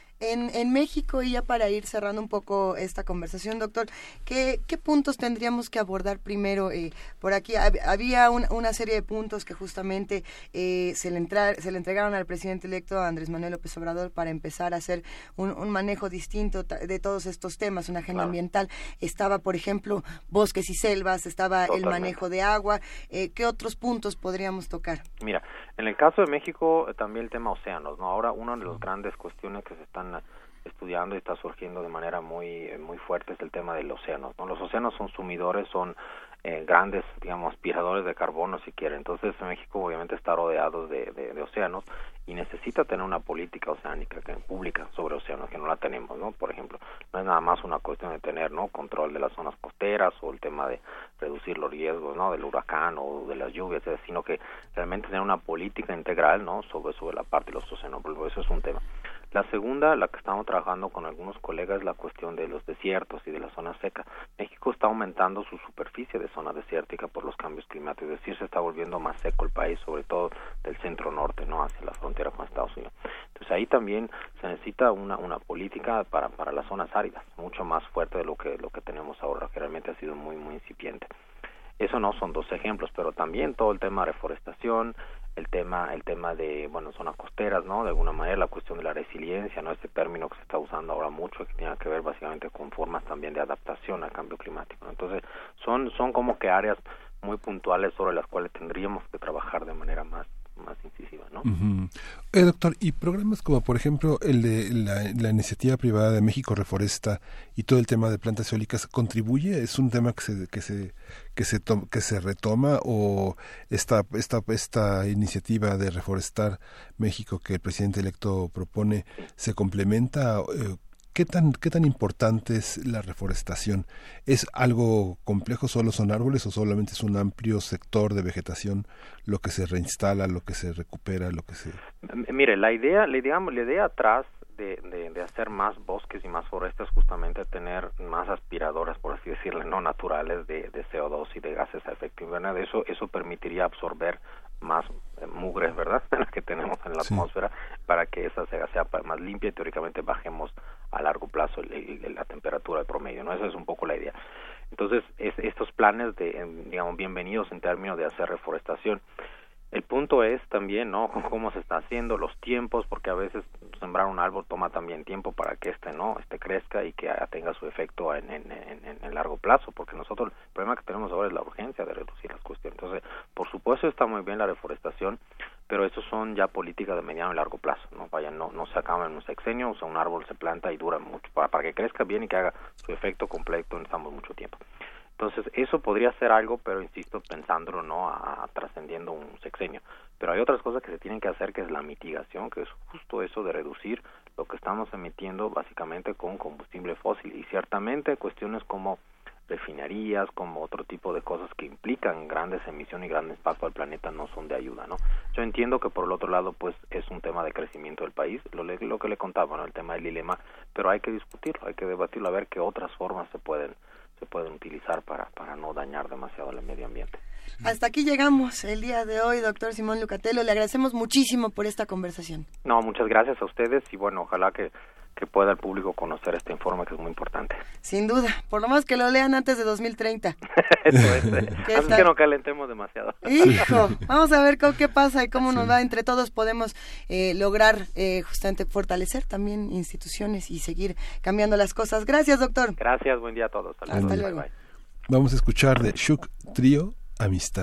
En México, y ya para ir cerrando un poco esta conversación, doctor, ¿qué puntos tendríamos que abordar primero? Por aquí había una serie de puntos que justamente se le entregaron al presidente electo Andrés Manuel López Obrador para empezar a hacer un manejo distinto de todos estos temas, una agenda ambiental. Estaba, por ejemplo, bosques y selvas, estaba el manejo de agua. ¿Qué otros puntos podríamos tocar? Mira, en el caso de México, también el tema océanos, ¿no? Ahora, una de las grandes cuestiones que se están estudiando y está surgiendo de manera muy fuerte es el tema de los océanos, ¿no? Los océanos son sumidores, son grandes, digamos, aspiradores de carbono, si quieren. Entonces, México obviamente está rodeado de océanos y necesita tener una política oceánica pública sobre océanos, que no la tenemos, ¿no? Por ejemplo, no es nada más una cuestión de tener, ¿no?, control de las zonas costeras o el tema de reducir los riesgos, ¿no?, del huracán o de las lluvias, sino que realmente tener una política integral, ¿no?, sobre la parte de los océanos. Por eso es un tema. La segunda, la que estamos trabajando con algunos colegas, es la cuestión de los desiertos y de la zona seca. México está aumentando su superficie de zona desértica por los cambios climáticos, es decir, se está volviendo más seco el país, sobre todo del centro norte, ¿no?, hacia la frontera con Estados Unidos. Entonces ahí también se necesita una política para las zonas áridas, mucho más fuerte de lo que tenemos ahora, que realmente ha sido muy incipiente. Eso no son dos ejemplos, pero también todo el tema de reforestación, el tema de, bueno, zonas costeras, ¿no? De alguna manera la cuestión de la resiliencia, ¿no? Este término que se está usando ahora mucho, que tiene que ver básicamente con formas también de adaptación al cambio climático, ¿no? Entonces, son como que áreas muy puntuales sobre las cuales tendríamos que trabajar de manera más incisiva, ¿no? Doctor, y programas como por ejemplo el de la iniciativa privada de México Reforesta y todo el tema de plantas eólicas, ¿contribuye? ¿Es un tema que se retoma, o esta iniciativa de Reforestar México que el presidente electo propone se complementa? ¿Qué tan importante es la reforestación? ¿Es algo complejo? ¿Solo son árboles o solamente es un amplio sector de vegetación lo que se reinstala, lo que se recupera, lo que se...? Mire, la idea atrás de hacer más bosques y más forestas, justamente tener más aspiradoras, por así decirlo, no naturales de CO2 y de gases a efecto invernadero, eso permitiría absorber más mugres, ¿verdad?, las que tenemos en la atmósfera, para que esa sea más limpia y teóricamente bajemos a largo plazo la temperatura de promedio, ¿no? Esa es un poco la idea. Entonces, estos planes digamos, bienvenidos en términos de hacer reforestación. El punto es también, ¿no?, cómo se está haciendo, los tiempos, porque a veces sembrar un árbol toma también tiempo para que este crezca y que tenga su efecto en largo plazo, porque nosotros el problema que tenemos ahora es la urgencia de reducir las cuestiones. Entonces, por supuesto está muy bien la reforestación, pero estos son ya políticas de mediano y largo plazo, no se acaban en un sexenio, o sea, un árbol se planta y dura mucho, para que crezca bien y que haga su efecto completo necesitamos mucho tiempo. Entonces, eso podría ser algo, pero insisto, pensándolo, ¿no?, trascendiendo un sexenio. Pero hay otras cosas que se tienen que hacer, que es la mitigación, que es justo eso de reducir lo que estamos emitiendo básicamente con combustible fósil. Y ciertamente cuestiones como refinerías, como otro tipo de cosas que implican grandes emisiones y gran impacto al planeta no son de ayuda, ¿no? Yo entiendo que por el otro lado, pues, es un tema de crecimiento del país, lo que le contaba, ¿no?, el tema del dilema, pero hay que discutirlo, hay que debatirlo, a ver qué otras formas se pueden utilizar para no dañar demasiado el medio ambiente. Hasta aquí llegamos el día de hoy, doctor Simón Lucatello. Le agradecemos muchísimo por esta conversación. No, muchas gracias a ustedes y bueno, ojalá que pueda el público conocer este informe que es muy importante. Sin duda, por lo menos que lo lean antes de 2030. Eso es, así que no calentemos demasiado. Hijo, vamos a ver qué pasa y cómo nos va. Entre todos podemos lograr justamente fortalecer también instituciones y seguir cambiando las cosas. Gracias, doctor. Gracias, buen día a todos. Hasta luego. Bye. Vamos a escuchar de Shook Trio, Amistad.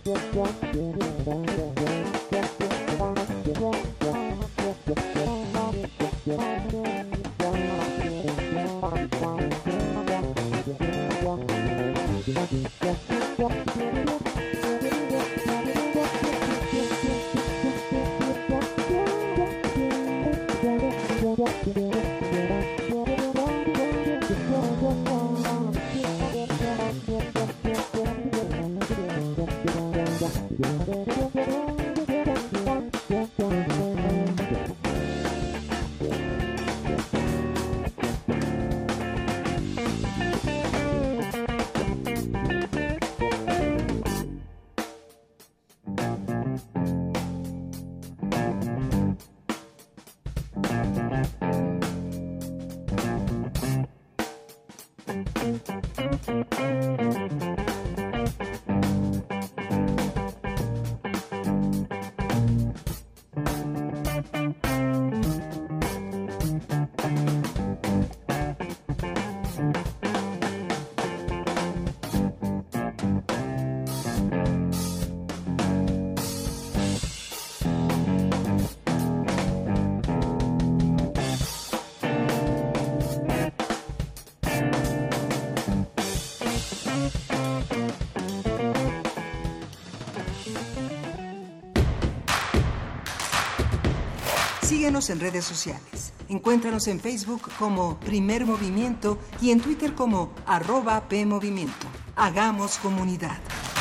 Síguenos en redes sociales. Encuéntranos en Facebook como Primer Movimiento y en Twitter como @PMovimiento. Hagamos comunidad.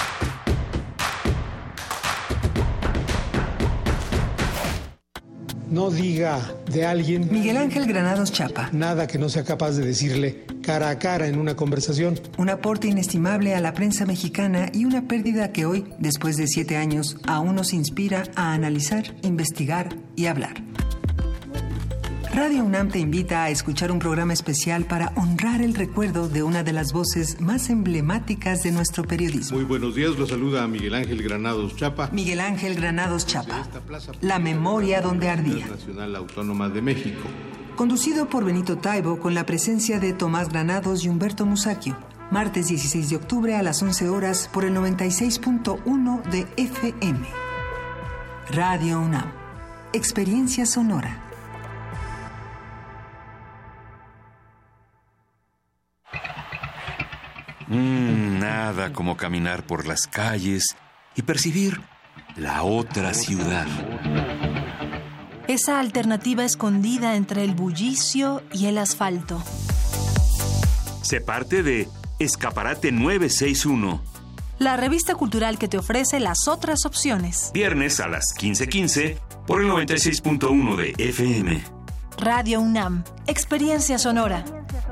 No diga de alguien... Miguel Ángel Granados Chapa. Nada que no sea capaz de decirle cara a cara en una conversación. Un aporte inestimable a la prensa mexicana y una pérdida que hoy, después de 7 años, aún nos inspira a analizar, investigar y hablar. Radio UNAM te invita a escuchar un programa especial para honrar el recuerdo de una de las voces más emblemáticas de nuestro periodismo. Muy buenos días, los saluda Miguel Ángel Granados Chapa. Miguel Ángel Granados Chapa. La memoria donde ardía. Nacional Autónoma de México. Conducido por Benito Taibo con la presencia de Tomás Granados y Humberto Musacchio. Martes 16 de octubre a las 11 horas por el 96.1 de FM. Radio UNAM. Experiencia sonora. Nada como caminar por las calles y percibir la otra ciudad. Esa alternativa escondida entre el bullicio y el asfalto. Se parte de Escaparate 961. La revista cultural que te ofrece las otras opciones. Viernes a las 15:15 por el 96.1 de FM. Radio UNAM. Experiencia sonora.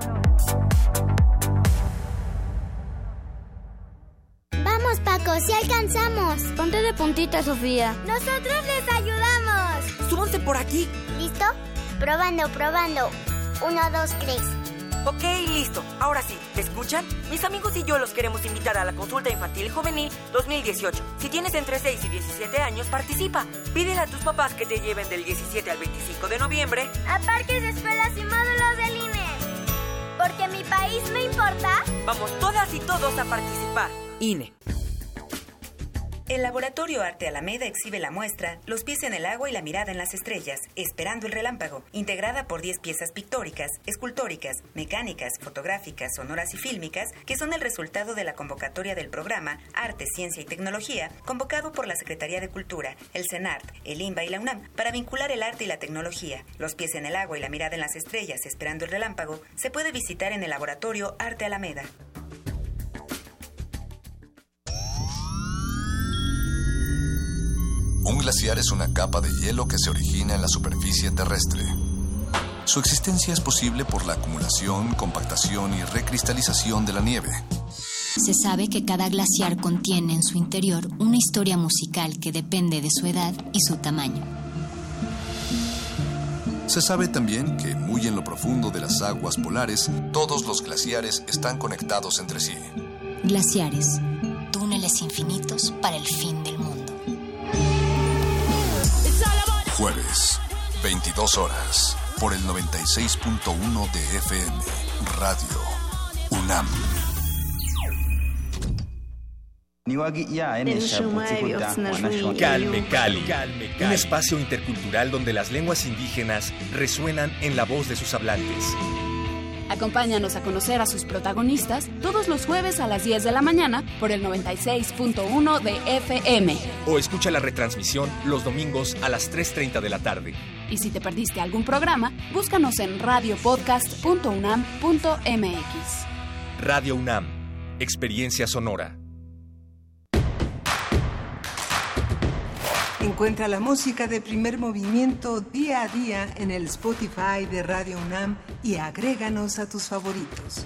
Vamos, Paco, si alcanzamos. Ponte de puntita, Sofía. Nosotros les ayudamos. Súbanse por aquí. ¿Listo? Probando. 1, 2, 3. Ok, listo. Ahora sí, ¿te escuchan? Mis amigos y yo los queremos invitar a la Consulta Infantil y Juvenil 2018. Si tienes entre 6 y 17 años, participa. Pídele a tus papás que te lleven del 17 al 25 de noviembre a parques, escuelas y módulos del INE. Porque mi país me importa. Vamos todas y todos a participar. INE. El Laboratorio Arte Alameda exhibe la muestra Los pies en el agua y la mirada en las estrellas, Esperando el relámpago, integrada por 10 piezas pictóricas, escultóricas, mecánicas, fotográficas, sonoras y fílmicas, que son el resultado de la convocatoria del programa Arte, Ciencia y Tecnología, convocado por la Secretaría de Cultura, el CENART, el INBA y la UNAM, para vincular el arte y la tecnología. Los pies en el agua y la mirada en las estrellas, Esperando el relámpago, se puede visitar en el Laboratorio Arte Alameda. Un glaciar es una capa de hielo que se origina en la superficie terrestre. Su existencia es posible por la acumulación, compactación y recristalización de la nieve. Se sabe que cada glaciar contiene en su interior una historia musical que depende de su edad y su tamaño. Se sabe también que muy en lo profundo de las aguas polares, todos los glaciares están conectados entre sí. Glaciares, túneles infinitos para el fin del mundo. Jueves, 22 horas, por el 96.1 de FM, Radio UNAM. Calme Cali, un espacio intercultural donde las lenguas indígenas resuenan en la voz de sus hablantes. Acompáñanos a conocer a sus protagonistas todos los jueves a las 10 de la mañana por el 96.1 de FM. O escucha la retransmisión los domingos a las 3:30 de la tarde. Y si te perdiste algún programa, búscanos en radiopodcast.unam.mx. Radio UNAM, experiencia sonora. Encuentra la música de Primer Movimiento día a día en el Spotify de Radio UNAM y agréganos a tus favoritos.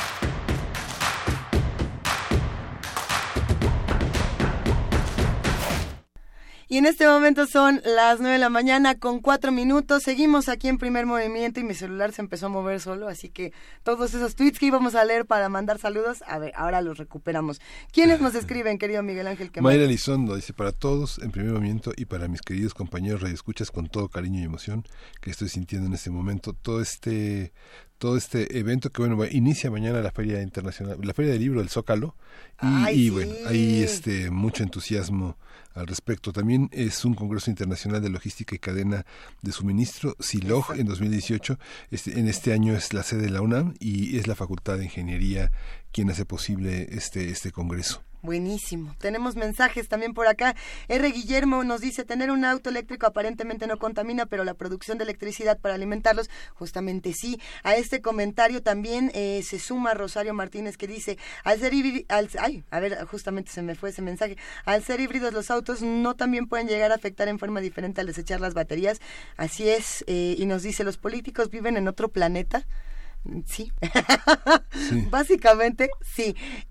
Y en este momento son las 9 de la mañana con 4 minutos. Seguimos aquí en Primer Movimiento y mi celular se empezó a mover solo, así que todos esos tweets que íbamos a leer para mandar saludos, a ver, ahora los recuperamos. ¿Quiénes nos escriben, querido Miguel Ángel? Mayra Elizondo dice: para todos, en Primer Movimiento, y para mis queridos compañeros radioescuchas, con todo cariño y emoción que estoy sintiendo en este momento, todo este evento que inicia mañana la Feria Internacional, la Feria del Libro del Zócalo, y bueno, hay mucho entusiasmo al respecto. También es un Congreso Internacional de Logística y Cadena de Suministro, SILOG, en 2018. En este año es la sede de la UNAM y es la Facultad de Ingeniería quien hace posible este congreso. Buenísimo. Tenemos mensajes también por acá. R. Guillermo nos dice: tener un auto eléctrico aparentemente no contamina, pero la producción de electricidad para alimentarlos, justamente sí. A este comentario también se suma Rosario Martínez, que dice: justamente se me fue ese mensaje. Al ser híbridos los autos no también pueden llegar a afectar en forma diferente al desechar las baterías. Así es. Y nos dice: ¿los políticos viven en otro planeta? Sí. Básicamente sí.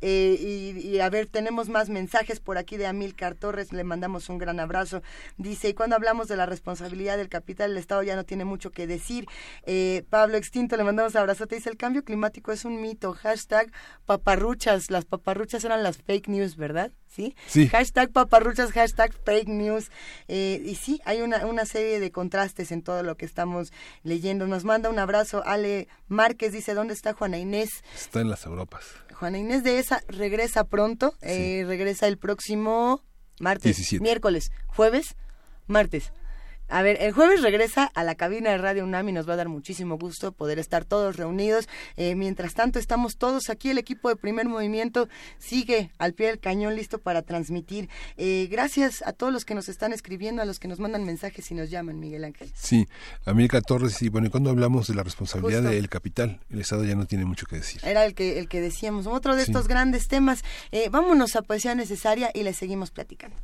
Y a ver, tenemos más mensajes por aquí de Amílcar Torres, le mandamos un gran abrazo. Dice: y cuando hablamos de la responsabilidad del capital, el Estado ya no tiene mucho que decir. Pablo Extinto, le mandamos un abrazote. Dice: el cambio climático es un mito. Hashtag paparruchas. Las paparruchas eran las fake news, ¿verdad? ¿Sí? Hashtag paparruchas, hashtag fake news. Y sí, hay una serie de contrastes en todo lo que estamos leyendo. Nos manda un abrazo Ale Márquez, dice: ¿dónde está Juana Inés? Está en las Europas. Juana Inés de esa regresa pronto, regresa el próximo martes, 17. Miércoles, jueves, martes. A ver, el jueves regresa a la cabina de Radio UNAM y nos va a dar muchísimo gusto poder estar todos reunidos. Mientras tanto, estamos todos aquí, el equipo de Primer Movimiento sigue al pie del cañón listo para transmitir. Gracias a todos los que nos están escribiendo, a los que nos mandan mensajes y nos llaman, Miguel Ángel. Sí, Amílcar Torres, y bueno, y cuando hablamos de la responsabilidad del capital, el Estado ya no tiene mucho que decir. Era el que decíamos, otro de estos grandes temas. Vámonos a Poesía Necesaria y les seguimos platicando.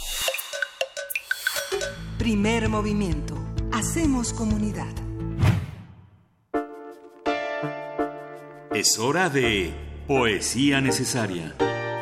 Primer Movimiento. Hacemos comunidad. Es hora de Poesía Necesaria.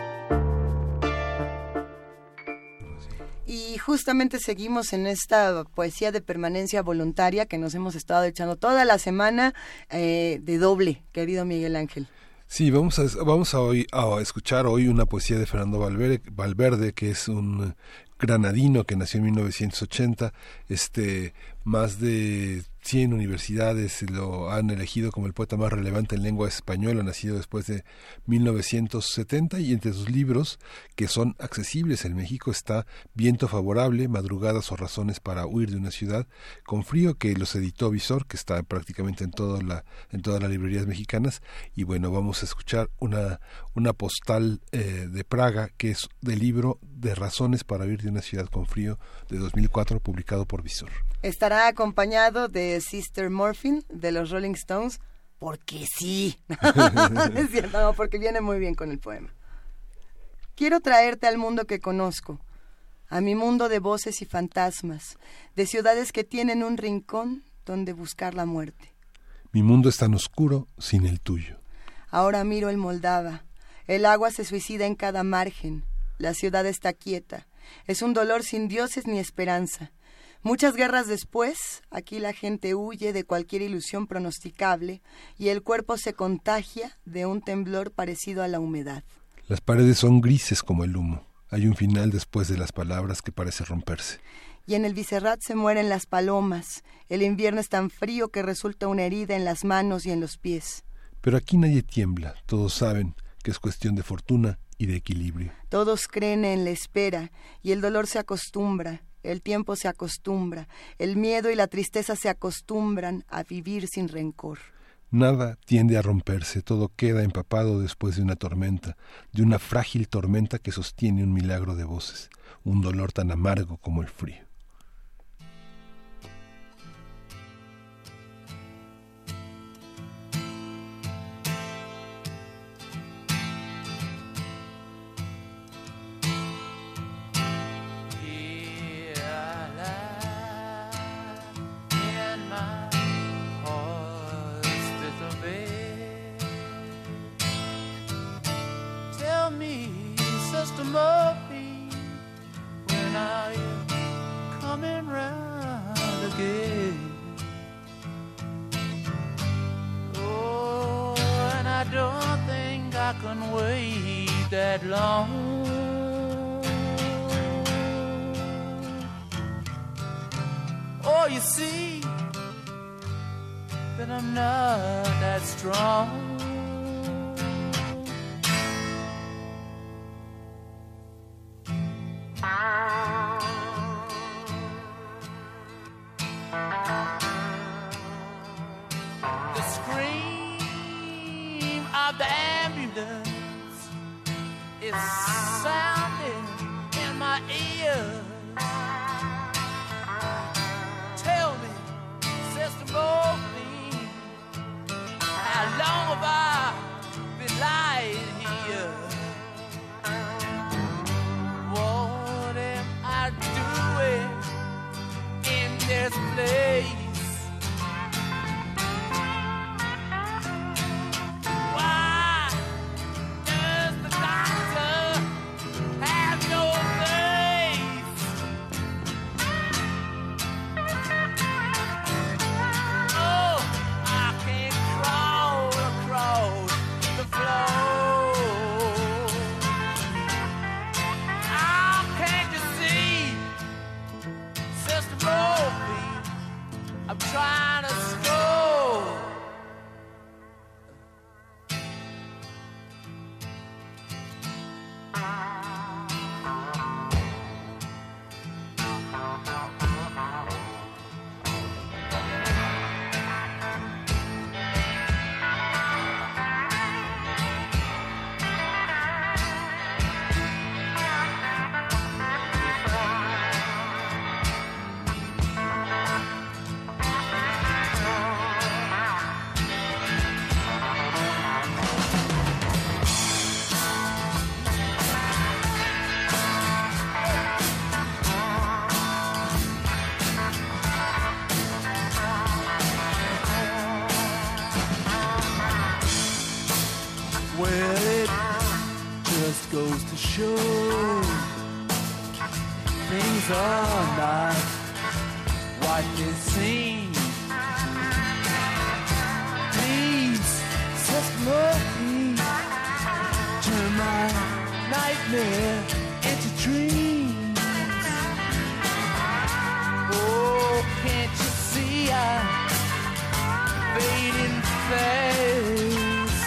Y justamente seguimos en esta poesía de permanencia voluntaria que nos hemos estado echando toda la semana de doble, querido Miguel Ángel. Sí, vamos a escuchar hoy una poesía de Fernando Valverde, que es un granadino que nació en 1980. Más de 100 universidades lo han elegido como el poeta más relevante en lengua española, nacido después de 1970, y entre sus libros, que son accesibles en México, está Viento Favorable, Madrugadas o Razones para Huir de una Ciudad con Frío, que los editó Visor, que está prácticamente en todas las librerías mexicanas. Y bueno, vamos a escuchar una postal de Praga, que es del libro de Razones para Huir de una Ciudad con Frío, de 2004, publicado por Visor. Estará acompañado de Sister Morphine de los Rolling Stones, porque sí. Es cierto, no, porque viene muy bien con el poema. Quiero traerte al mundo que conozco, a mi mundo de voces y fantasmas, de ciudades que tienen un rincón donde buscar la muerte. Mi mundo es tan oscuro sin el tuyo. Ahora miro el Moldava, el agua se suicida en cada margen, la ciudad está quieta, es un dolor sin dioses ni esperanza. Muchas guerras después, aquí la gente huye de cualquier ilusión pronosticable y el cuerpo se contagia de un temblor parecido a la humedad. Las paredes son grises como el humo. Hay un final después de las palabras que parece romperse. Y en el Viserrat se mueren las palomas. El invierno es tan frío que resulta una herida en las manos y en los pies. Pero aquí nadie tiembla. Todos saben que es cuestión de fortuna y de equilibrio. Todos creen en la espera y el dolor se acostumbra, el tiempo se acostumbra, el miedo y la tristeza se acostumbran a vivir sin rencor. Nada tiende a romperse, todo queda empapado después de una tormenta, de una frágil tormenta que sostiene un milagro de voces, un dolor tan amargo como el frío. Sister Murphy, when are you coming round again? Oh, and I don't think I can wait that long. Oh, you see that I'm not that strong. The scream of the ambulance is sounding in my ears. Tell me, Sister Morphine, how long have I been lying here? What am I doing in this place? Why does the doctor have no face? Oh, I can't crawl across the floor. How can't you see, Sister Murphy? I'm trying to score. Well, it just goes to show things are not what they seem. Please, Sister Murphy, turn my nightmare into dreams. Oh, can't you see I'm fading fast?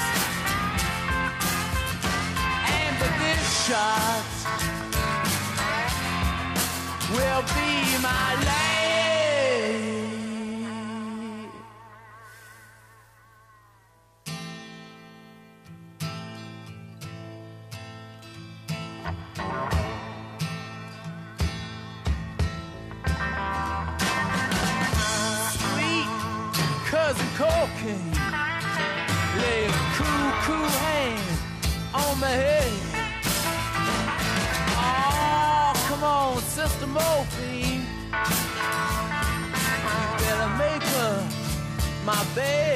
This shot will be my last. Sweet cousin cocaine, lay a cool hand on my head. Come on, Sister Morphine, you better make her my bed.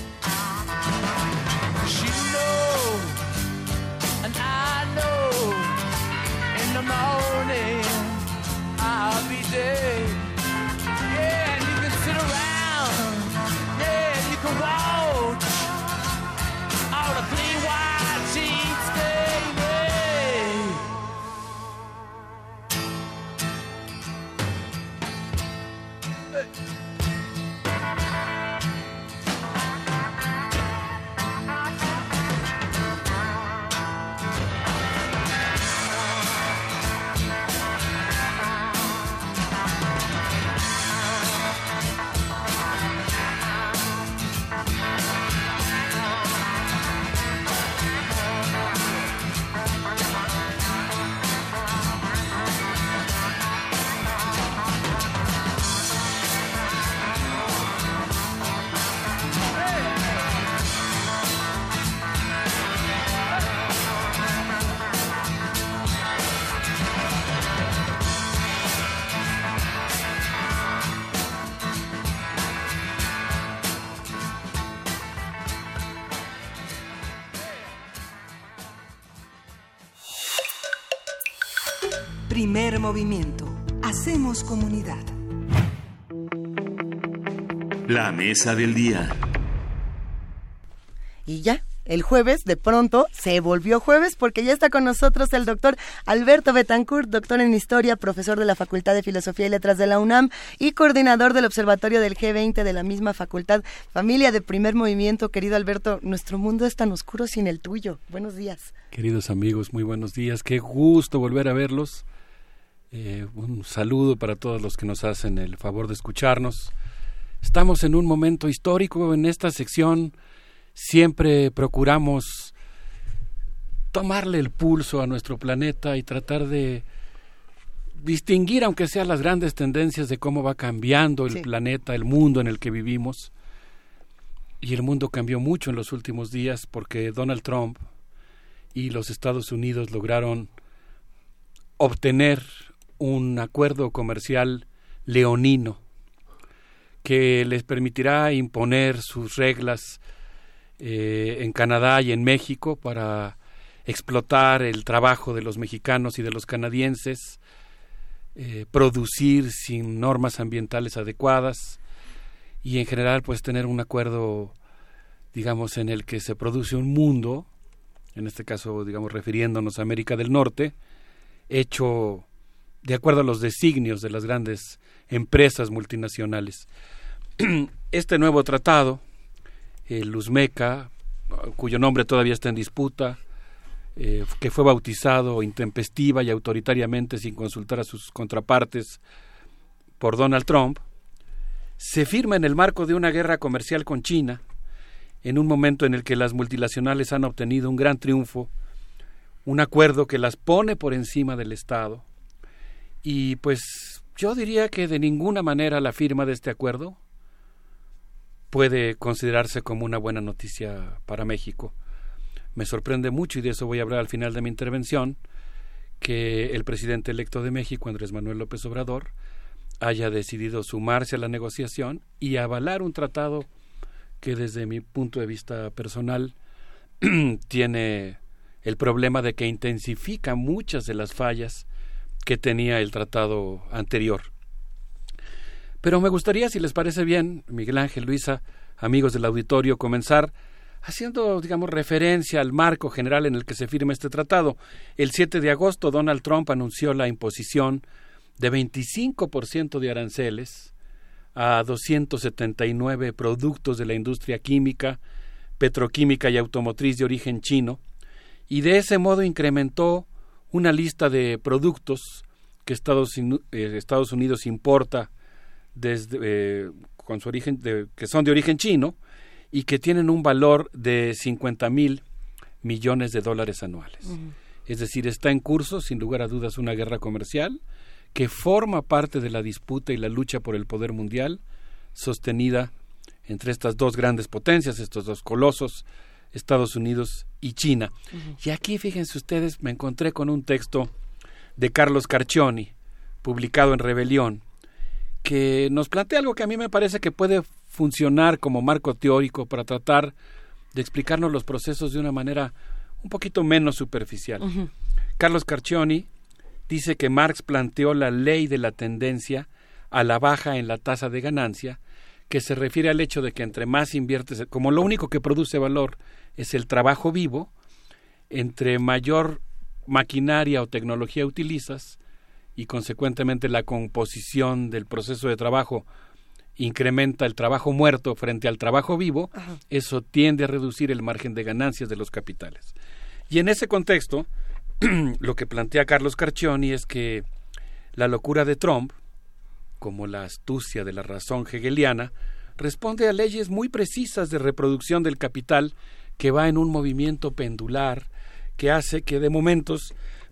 She knows, and I know, in the morning I'll be dead. Yeah, and you can sit around, yeah, and you can watch all the clean white sheets stay. Primer movimiento. Hacemos comunidad. La mesa del día. Y ya, el jueves de pronto se volvió jueves porque ya está con nosotros el doctor Alberto Betancourt, doctor en Historia, profesor de la Facultad de Filosofía y Letras de la UNAM y coordinador del Observatorio del G20 de la misma facultad. Familia de Primer Movimiento, querido Alberto, nuestro mundo es tan oscuro sin el tuyo. Buenos días. Queridos amigos, muy buenos días. Qué gusto volver a verlos. Un saludo para todos los que nos hacen el favor de escucharnos. Estamos en un momento histórico. En esta sección siempre procuramos tomarle el pulso a nuestro planeta y tratar de distinguir, aunque sea las grandes tendencias de cómo va cambiando el planeta, el mundo en el que vivimos. Y el mundo cambió mucho en los últimos días porque Donald Trump y los Estados Unidos lograron obtener un acuerdo comercial leonino que les permitirá imponer sus reglas en Canadá y en México para explotar el trabajo de los mexicanos y de los canadienses, producir sin normas ambientales adecuadas y en general pues tener un acuerdo, digamos, en el que se produce un mundo, en este caso digamos refiriéndonos a América del Norte, hecho de acuerdo a los designios de las grandes empresas multinacionales. Este nuevo tratado, el USMECA, cuyo nombre todavía está en disputa, que fue bautizado intempestiva y autoritariamente sin consultar a sus contrapartes por Donald Trump, se firma en el marco de una guerra comercial con China, en un momento en el que las multinacionales han obtenido un gran triunfo, un acuerdo que las pone por encima del Estado. Y pues yo diría que de ninguna manera la firma de este acuerdo puede considerarse como una buena noticia para México. Me sorprende mucho, y de eso voy a hablar al final de mi intervención, que el presidente electo de México, Andrés Manuel López Obrador, haya decidido sumarse a la negociación y avalar un tratado que desde mi punto de vista personal tiene el problema de que intensifica muchas de las fallas que tenía el tratado anterior. Pero me gustaría, si les parece bien, Miguel Ángel, Luisa, amigos del auditorio, comenzar haciendo, digamos, referencia al marco general en el que se firma este tratado. El 7 de agosto, Donald Trump anunció la imposición de 25% de aranceles a 279 productos de la industria química, petroquímica y automotriz de origen chino, y de ese modo incrementó una lista de productos que Estados Unidos importa desde con su origen que son de origen chino y que tienen un valor de 50,000 millones de dólares anuales. Uh-huh. Es decir, está en curso, sin lugar a dudas, una guerra comercial que forma parte de la disputa y la lucha por el poder mundial, sostenida entre estas dos grandes potencias, estos dos colosos, Estados Unidos y China. Uh-huh. Y aquí, fíjense ustedes, me encontré con un texto de Carlos Carcioni, publicado en Rebelión, que nos plantea algo que a mí me parece que puede funcionar como marco teórico para tratar de explicarnos los procesos de una manera un poquito menos superficial. Uh-huh. Carlos Carcioni dice que Marx planteó la ley de la tendencia a la baja en la tasa de ganancia, que se refiere al hecho de que entre más inviertes, como lo único que produce valor es el trabajo vivo, entre mayor maquinaria o tecnología utilizas y consecuentemente la composición del proceso de trabajo incrementa el trabajo muerto frente al trabajo vivo, ajá, eso tiende a reducir el margen de ganancias de los capitales. Y en ese contexto, lo que plantea Carlos Carcioni es que la locura de Trump, como la astucia de la razón hegeliana, responde a leyes muy precisas de reproducción del capital que va en un movimiento pendular que hace que de momentos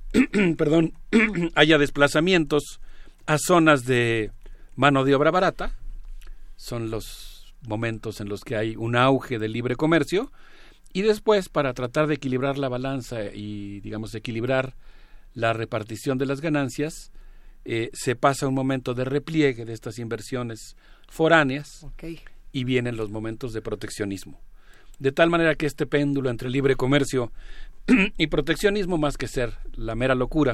haya desplazamientos a zonas de mano de obra barata. Son los momentos en los que hay un auge del libre comercio, y después, para tratar de equilibrar la balanza y, digamos, equilibrar la repartición de las ganancias, se pasa un momento de repliegue de estas inversiones foráneas, okay, y vienen los momentos de proteccionismo. De tal manera que este péndulo entre libre comercio y proteccionismo, más que ser la mera locura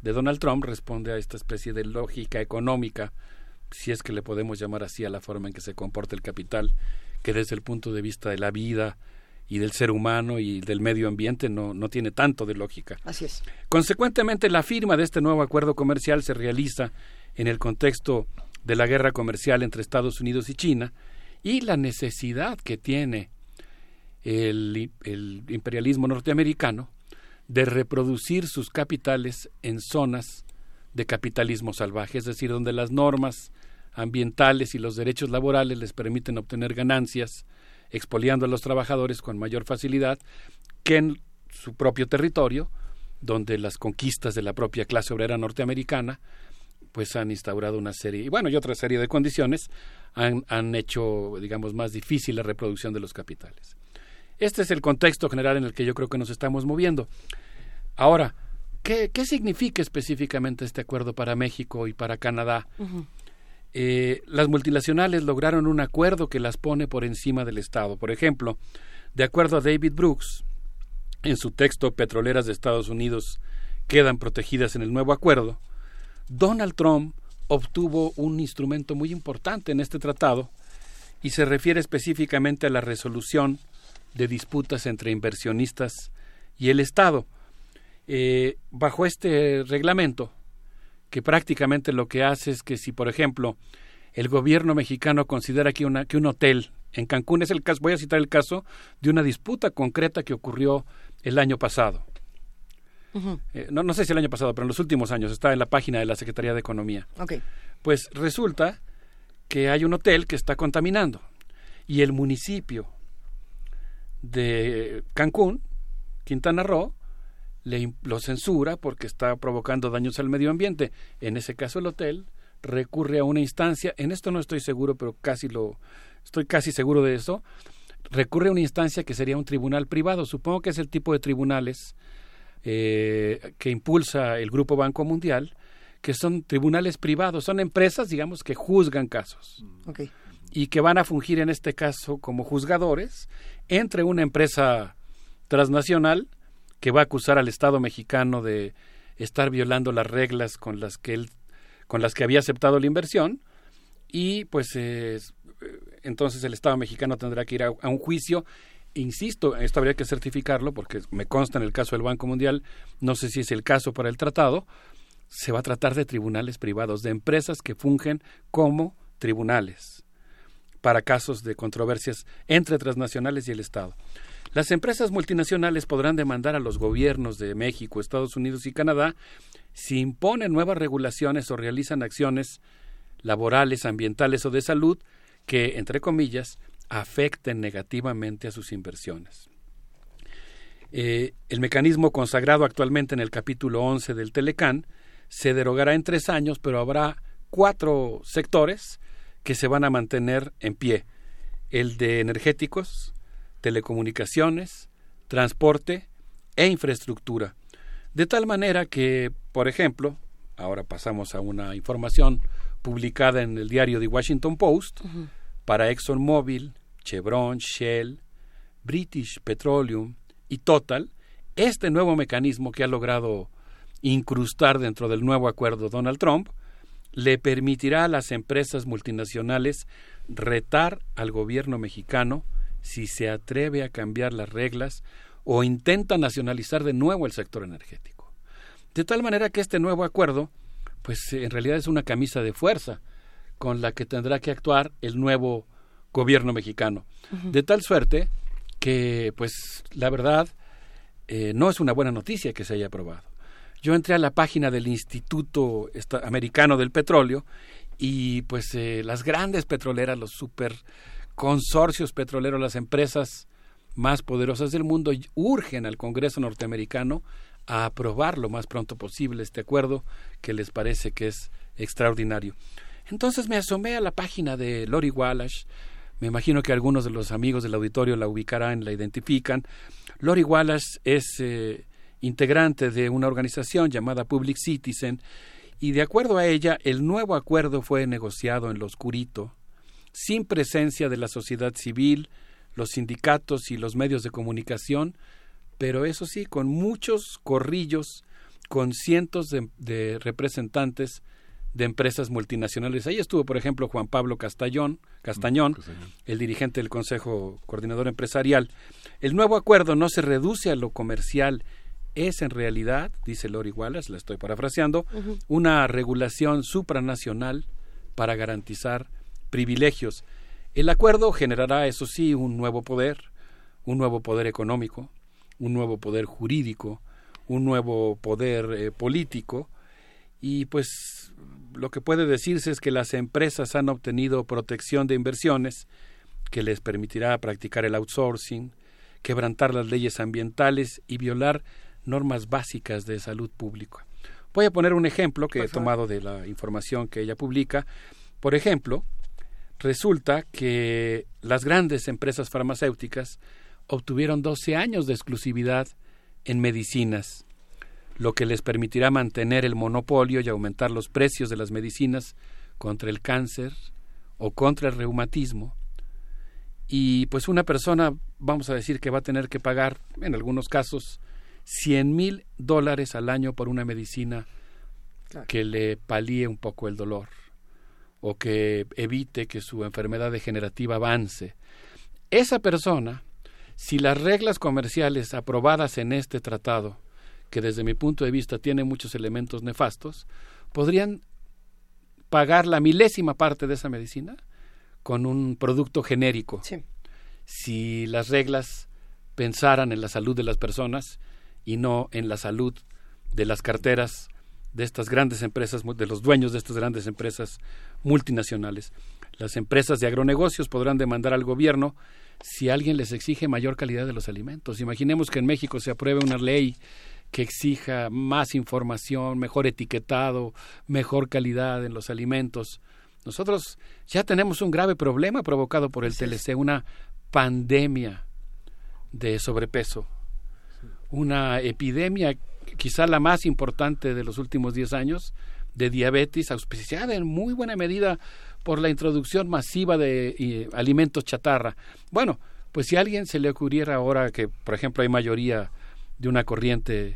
de Donald Trump responde a esta especie de lógica económica, si es que le podemos llamar así a la forma en que se comporta el capital, que desde el punto de vista de la vida y del ser humano y del medio ambiente no tiene tanto de lógica. Así es. Consecuentemente, la firma de este nuevo acuerdo comercial se realiza en el contexto de la guerra comercial entre Estados Unidos y China y la necesidad que tiene el imperialismo norteamericano de reproducir sus capitales en zonas de capitalismo salvaje, es decir, donde las normas ambientales y los derechos laborales les permiten obtener ganancias, expoliando a los trabajadores con mayor facilidad que en su propio territorio, donde las conquistas de la propia clase obrera norteamericana pues han instaurado una serie, y otra serie de condiciones han hecho, digamos, más difícil la reproducción de los capitales. Este es el contexto general en el que yo creo que nos estamos moviendo. Ahora, ¿qué significa específicamente este acuerdo para México y para Canadá? Uh-huh. Las multinacionales lograron un acuerdo que las pone por encima del Estado. Por ejemplo, de acuerdo a David Brooks, en su texto Petroleras de Estados Unidos quedan protegidas en el nuevo acuerdo, Donald Trump obtuvo un instrumento muy importante en este tratado y se refiere específicamente a la resolución de disputas entre inversionistas y el Estado. Bajo este reglamento, que prácticamente lo que hace es que si, por ejemplo, el gobierno mexicano considera que un hotel en Cancún, es el caso, voy a citar el caso de una disputa concreta que ocurrió el año pasado. Uh-huh. No sé si el año pasado, pero en los últimos años, está en la página de la Secretaría de Economía. Okay. Pues resulta que hay un hotel que está contaminando y el municipio de Cancún, Quintana Roo, lo censura porque está provocando daños al medio ambiente. En ese caso el hotel recurre a una instancia, en esto no estoy seguro, pero estoy casi seguro de eso, recurre a una instancia que sería un tribunal privado. Supongo que es el tipo de tribunales que impulsa el Grupo Banco Mundial, que son tribunales privados, son empresas, digamos, que juzgan casos. Okay. Y que van a fungir en este caso como juzgadores entre una empresa transnacional que va a acusar al Estado mexicano de estar violando las reglas con las que había aceptado la inversión, y pues entonces el Estado mexicano tendrá que ir a un juicio. Insisto, esto habría que certificarlo porque me consta en el caso del Banco Mundial, no sé si es el caso para el tratado. Se va a tratar de tribunales privados, de empresas que fungen como tribunales para casos de controversias entre transnacionales y el Estado. Las empresas multinacionales podrán demandar a los gobiernos de México, Estados Unidos y Canadá si imponen nuevas regulaciones o realizan acciones laborales, ambientales o de salud que, entre comillas, afecten negativamente a sus inversiones. El mecanismo consagrado actualmente en el capítulo 11 del Telecán se derogará en 3 años, pero habrá 4 sectores que se van a mantener en pie: el de energéticos, telecomunicaciones, transporte e infraestructura. De tal manera que, por ejemplo, ahora pasamos a una información publicada en el diario The Washington Post, uh-huh, para ExxonMobil, Chevron, Shell, British Petroleum y Total, este nuevo mecanismo que ha logrado incrustar dentro del nuevo acuerdo Donald Trump le permitirá a las empresas multinacionales retar al gobierno mexicano si se atreve a cambiar las reglas o intenta nacionalizar de nuevo el sector energético. De tal manera que este nuevo acuerdo, pues en realidad es una camisa de fuerza con la que tendrá que actuar el nuevo gobierno mexicano. Uh-huh. De tal suerte que, pues, la verdad, no es una buena noticia que se haya aprobado. Yo entré a la página del Instituto Americano del Petróleo y, pues, las grandes petroleras, los super consorcios petroleros, las empresas más poderosas del mundo urgen al Congreso norteamericano a aprobar lo más pronto posible este acuerdo que les parece que es extraordinario. Entonces me asomé a la página de Lori Wallach. Me imagino que algunos de los amigos del auditorio la ubicarán, la identifican. Lori Wallach es integrante de una organización llamada Public Citizen, y de acuerdo a ella, el nuevo acuerdo fue negociado en lo oscurito, sin presencia de la sociedad civil, los sindicatos y los medios de comunicación, pero eso sí, con muchos corrillos con cientos de representantes de empresas multinacionales. Ahí estuvo, por ejemplo, Juan Pablo Castañón, el dirigente del Consejo Coordinador Empresarial. El nuevo acuerdo no se reduce a lo comercial, es en realidad, dice Lori Wallace, la estoy parafraseando, una regulación supranacional para garantizar privilegios. El acuerdo generará, eso sí, un nuevo poder económico, un nuevo poder jurídico, un nuevo poder político, y pues lo que puede decirse es que las empresas han obtenido protección de inversiones que les permitirá practicar el outsourcing, quebrantar las leyes ambientales y violar normas básicas de salud pública. Voy a poner un ejemplo que he tomado de la información que ella publica. Por ejemplo, resulta que las grandes empresas farmacéuticas obtuvieron 12 años de exclusividad en medicinas, lo que les permitirá mantener el monopolio y aumentar los precios de las medicinas contra el cáncer o contra el reumatismo. Y pues una persona, vamos a decir que va a tener que pagar, en algunos casos, $100,000 al año por una medicina que le palíe un poco el dolor o que evite que su enfermedad degenerativa avance. Esa persona, si las reglas comerciales aprobadas en este tratado, que desde mi punto de vista tiene muchos elementos nefastos, podrían pagar la milésima parte de esa medicina con un producto genérico. Sí. Si las reglas pensaran en la salud de las personas y no en la salud de las carteras de estas grandes empresas, de los dueños de estas grandes empresas multinacionales. Las empresas de agronegocios podrán demandar al gobierno si alguien les exige mayor calidad de los alimentos. Imaginemos que en México se apruebe una ley que exija más información, mejor etiquetado, mejor calidad en los alimentos. Nosotros ya tenemos un grave problema provocado por el TLC, una pandemia de sobrepeso, una epidemia quizá la más importante de los últimos 10 años de diabetes, auspiciada en muy buena medida por la introducción masiva de alimentos chatarra. Bueno, pues si a alguien se le ocurriera ahora que, por ejemplo, hay mayoría de una corriente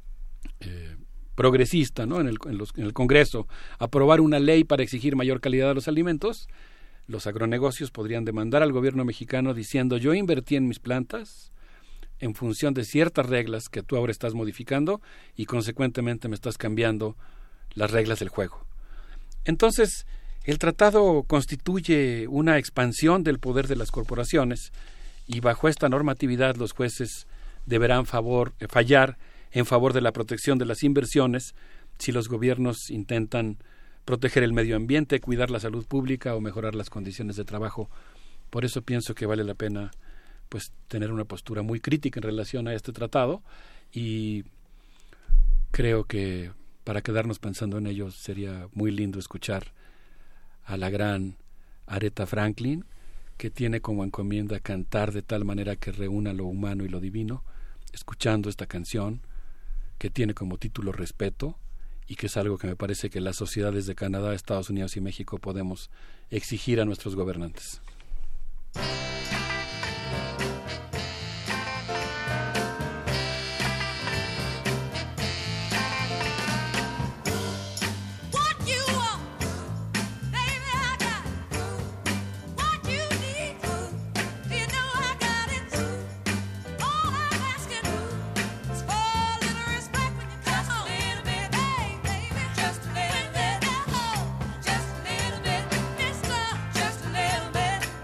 progresista, ¿no? en el Congreso, aprobar una ley para exigir mayor calidad de los alimentos, los agronegocios podrían demandar al gobierno mexicano diciendo: yo invertí en mis plantas en función de ciertas reglas que tú ahora estás modificando y consecuentemente me estás cambiando las reglas del juego. Entonces, el tratado constituye una expansión del poder de las corporaciones y bajo esta normatividad los jueces deberán fallar en favor de la protección de las inversiones si los gobiernos intentan proteger el medio ambiente, cuidar la salud pública o mejorar las condiciones de trabajo. Por eso pienso que vale la pena pues tener una postura muy crítica en relación a este tratado, y creo que para quedarnos pensando en ello sería muy lindo escuchar a la gran Aretha Franklin, que tiene como encomienda cantar de tal manera que reúna lo humano y lo divino, escuchando esta canción que tiene como título Respeto, y que es algo que me parece que las sociedades de Canadá, Estados Unidos y México podemos exigir a nuestros gobernantes. Just a little bit, mister, just a little bit.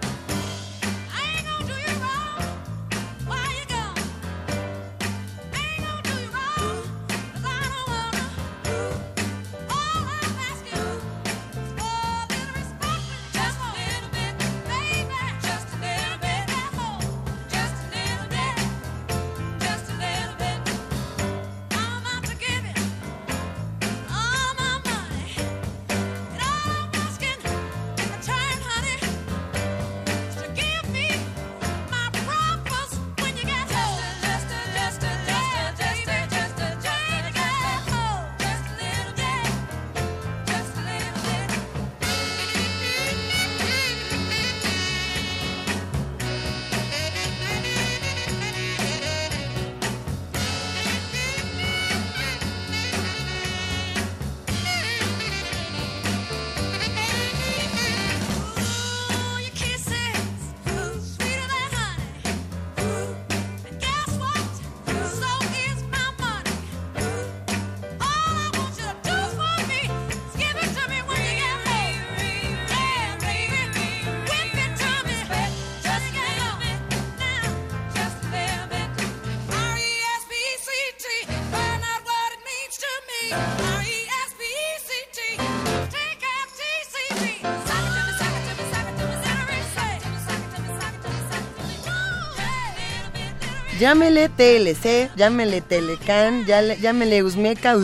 Llámele TLC, llámele Telecan, llámele Uzmeca,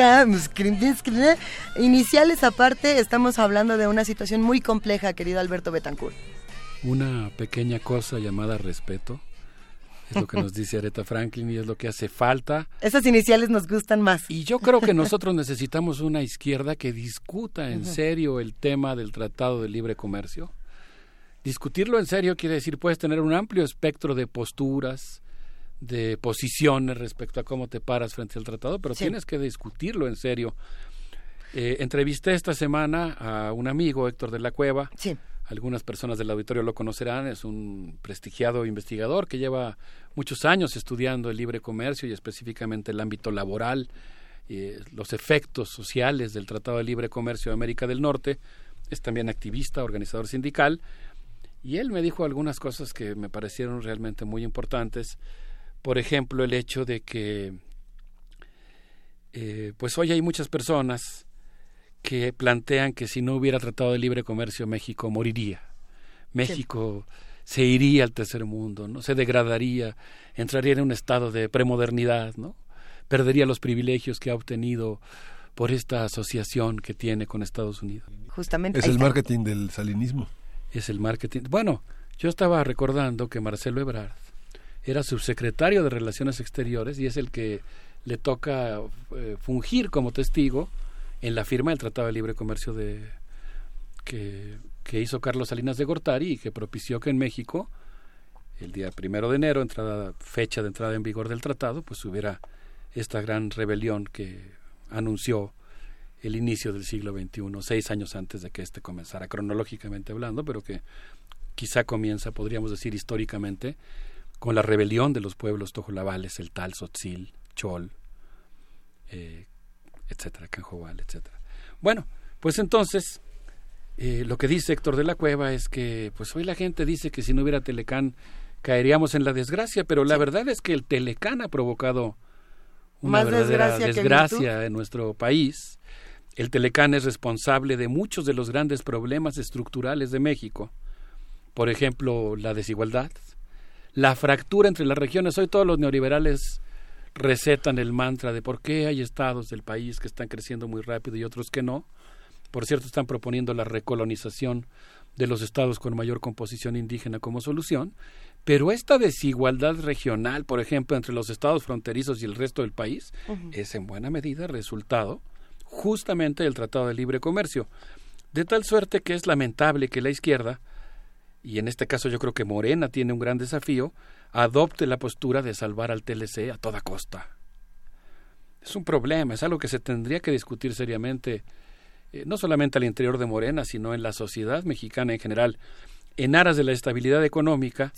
iniciales aparte, estamos hablando de una situación muy compleja, querido Alberto Betancourt. Una pequeña cosa llamada respeto, es lo que nos dice Aretha Franklin y es lo que hace falta. Esas iniciales nos gustan más. Y yo creo que nosotros necesitamos una izquierda que discuta en serio el tema del Tratado de Libre Comercio. Discutirlo en serio quiere decir, puedes tener un amplio espectro de posturas, de posiciones respecto a cómo te paras frente al tratado, pero tienes que discutirlo en serio. Entrevisté esta semana a un amigo, Héctor de la Cueva. Algunas personas del auditorio lo conocerán, es un prestigiado investigador que lleva muchos años estudiando el libre comercio y específicamente el ámbito laboral, los efectos sociales del Tratado de Libre Comercio de América del Norte. Es también activista, organizador sindical, y él me dijo algunas cosas que me parecieron realmente muy importantes. Por ejemplo, el hecho de que pues hoy hay muchas personas que plantean que si no hubiera tratado de libre comercio México moriría. México se iría al tercer mundo, ¿no? Se degradaría, entraría en un estado de premodernidad, ¿no? Perdería los privilegios que ha obtenido por esta asociación que tiene con Estados Unidos. Justamente es el marketing del salinismo. Es el marketing. Bueno, yo estaba recordando que Marcelo Ebrard era subsecretario de Relaciones Exteriores y es el que le toca fungir como testigo en la firma del Tratado de Libre Comercio que hizo Carlos Salinas de Gortari y que propició que en México, el día 1 de enero, fecha de entrada en vigor del tratado, pues hubiera esta gran rebelión que anunció el inicio del siglo XXI, 6 años antes de que este comenzara, cronológicamente hablando, pero que quizá comienza, podríamos decir históricamente, con la rebelión de los pueblos tojolabales, el Tal, Tzotzil, Chol, etcétera, Canjobal, etcétera. Bueno, pues entonces, lo que dice Héctor de la Cueva es que, pues hoy la gente dice que si no hubiera Telecán caeríamos en la desgracia, pero la verdad es que el Telecán ha provocado una verdadera desgracia en nuestro país. El Telecán es responsable de muchos de los grandes problemas estructurales de México. Por ejemplo, la desigualdad, la fractura entre las regiones. Hoy todos los neoliberales recetan el mantra de por qué hay estados del país que están creciendo muy rápido y otros que no. Por cierto, están proponiendo la recolonización de los estados con mayor composición indígena como solución, pero esta desigualdad regional, por ejemplo, entre los estados fronterizos y el resto del país, es en buena medida resultado justamente del Tratado de Libre Comercio, de tal suerte que es lamentable que la izquierda, y en este caso yo creo que Morena tiene un gran desafío, adopte la postura de salvar al TLC a toda costa. Es un problema, es algo que se tendría que discutir seriamente, no solamente al interior de Morena, sino en la sociedad mexicana en general, en aras de la estabilidad económica.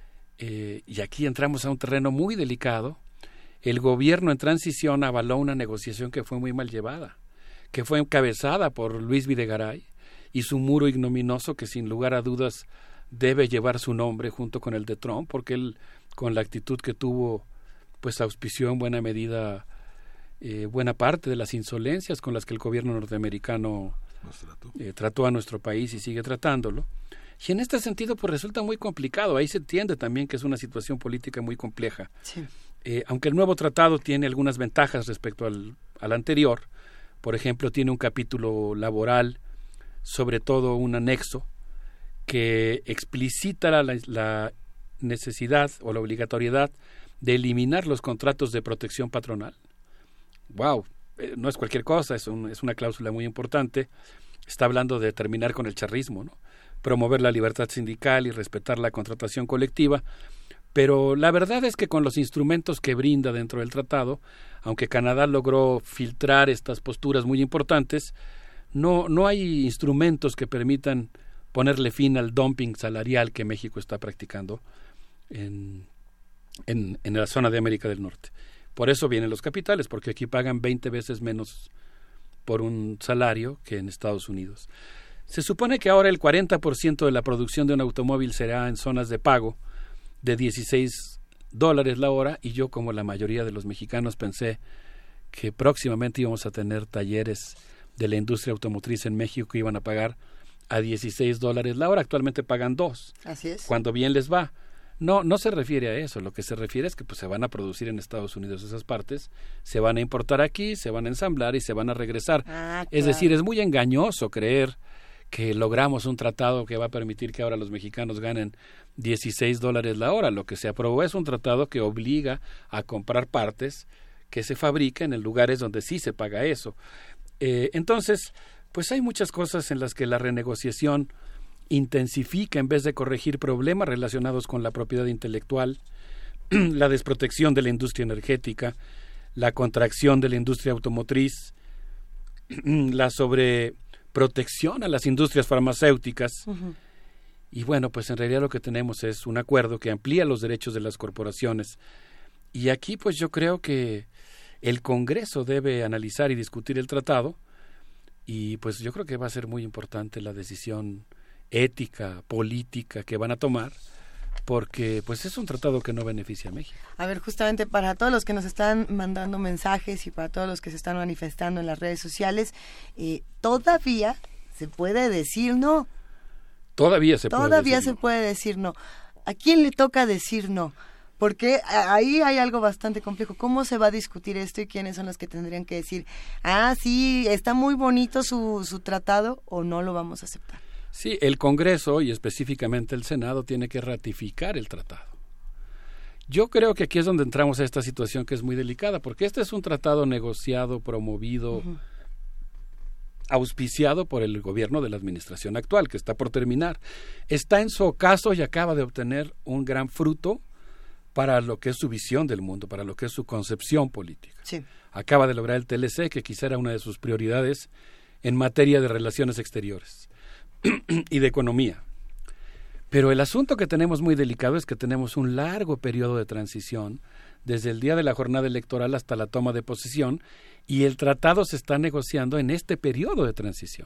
Y aquí entramos a un terreno muy delicado. El gobierno en transición avaló una negociación que fue muy mal llevada, que fue encabezada por Luis Videgaray y su muro ignominioso que sin lugar a dudas debe llevar su nombre junto con el de Trump, porque él, con la actitud que tuvo, pues auspició en buena medida buena parte de las insolencias con las que el gobierno norteamericano trató a nuestro país y sigue tratándolo. Y en este sentido, pues resulta muy complicado. Ahí se entiende también que es una situación política muy compleja. Aunque el nuevo tratado tiene algunas ventajas respecto al anterior, por ejemplo, tiene un capítulo laboral, sobre todo un anexo, que explicita la necesidad o la obligatoriedad de eliminar los contratos de protección patronal. ¡Wow! No es cualquier cosa, es una cláusula muy importante. Está hablando de terminar con el charrismo, ¿no? Promover la libertad sindical y respetar la contratación colectiva, pero la verdad es que con los instrumentos que brinda dentro del tratado, aunque Canadá logró filtrar estas posturas muy importantes, no hay instrumentos que permitan ponerle fin al dumping salarial que México está practicando en la zona de América del Norte. Por eso vienen los capitales, porque aquí pagan 20 veces menos por un salario que en Estados Unidos. Se supone que ahora el 40% de la producción de un automóvil será en zonas de pago de $16 la hora, y yo, como la mayoría de los mexicanos, pensé que próximamente íbamos a tener talleres de la industria automotriz en México que iban a pagar a $16 la hora. Actualmente pagan $2. Así es. Cuando bien les va. No se refiere a eso. Lo que se refiere es que pues se van a producir en Estados Unidos esas partes, se van a importar aquí, se van a ensamblar y se van a regresar. Es decir, es muy engañoso creer que logramos un tratado que va a permitir que ahora los mexicanos ganen $16 la hora. Lo que se aprobó es un tratado que obliga a comprar partes que se fabrican en lugares donde sí se paga eso. Entonces, pues hay muchas cosas en las que la renegociación intensifica en vez de corregir problemas relacionados con la propiedad intelectual, la desprotección de la industria energética, la contracción de la industria automotriz, la sobreprotección a las industrias farmacéuticas. Y bueno, pues en realidad lo que tenemos es un acuerdo que amplía los derechos de las corporaciones. Y aquí pues yo creo que el Congreso debe analizar y discutir el tratado, y pues yo creo que va a ser muy importante la decisión ética, política que van a tomar, porque pues es un tratado que no beneficia a México. A ver, justamente para todos los que nos están mandando mensajes y para todos los que se están manifestando en las redes sociales, todavía se puede decir no. Todavía se puede decir no. ¿A quién le toca decir no? Porque ahí hay algo bastante complejo. ¿Cómo se va a discutir esto y quiénes son los que tendrían que decir, sí, está muy bonito su tratado, o no lo vamos a aceptar? Sí, el Congreso y específicamente el Senado tiene que ratificar el tratado. Yo creo que aquí es donde entramos a esta situación que es muy delicada, porque este es un tratado negociado, promovido, auspiciado por el gobierno de la administración actual, que está por terminar. Está en su ocaso y acaba de obtener un gran fruto para lo que es su visión del mundo, para lo que es su concepción política. Sí. Acaba de lograr el TLC, que quizá era una de sus prioridades en materia de relaciones exteriores y de economía. Pero el asunto que tenemos muy delicado es que tenemos un largo periodo de transición, desde el día de la jornada electoral hasta la toma de posesión, y el tratado se está negociando en este periodo de transición.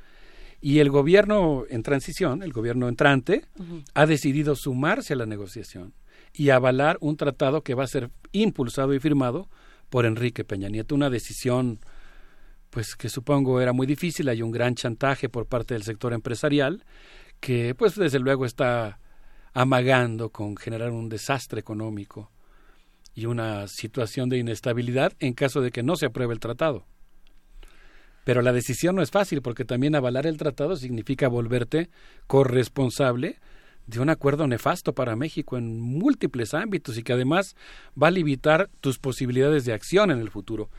Y el gobierno en transición, el gobierno entrante, ha decidido sumarse a la negociación y avalar un tratado que va a ser impulsado y firmado por Enrique Peña Nieto. Una decisión pues que supongo era muy difícil. Hay un gran chantaje por parte del sector empresarial que pues desde luego está amagando con generar un desastre económico y una situación de inestabilidad en caso de que no se apruebe el tratado. Pero la decisión no es fácil, porque también avalar el tratado significa volverte corresponsable de un acuerdo nefasto para México en múltiples ámbitos y que además va a limitar tus posibilidades de acción en el futuro.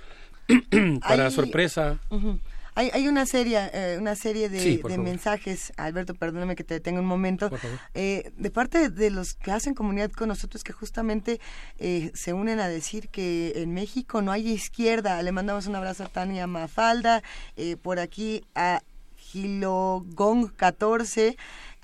Para sorpresa. Hay una serie de mensajes, Alberto, perdóname que te detenga un momento, de parte de los que hacen comunidad con nosotros, que justamente se unen a decir que en México no hay izquierda. Le mandamos un abrazo a Tania Mafalda, por aquí a Gilogong 14,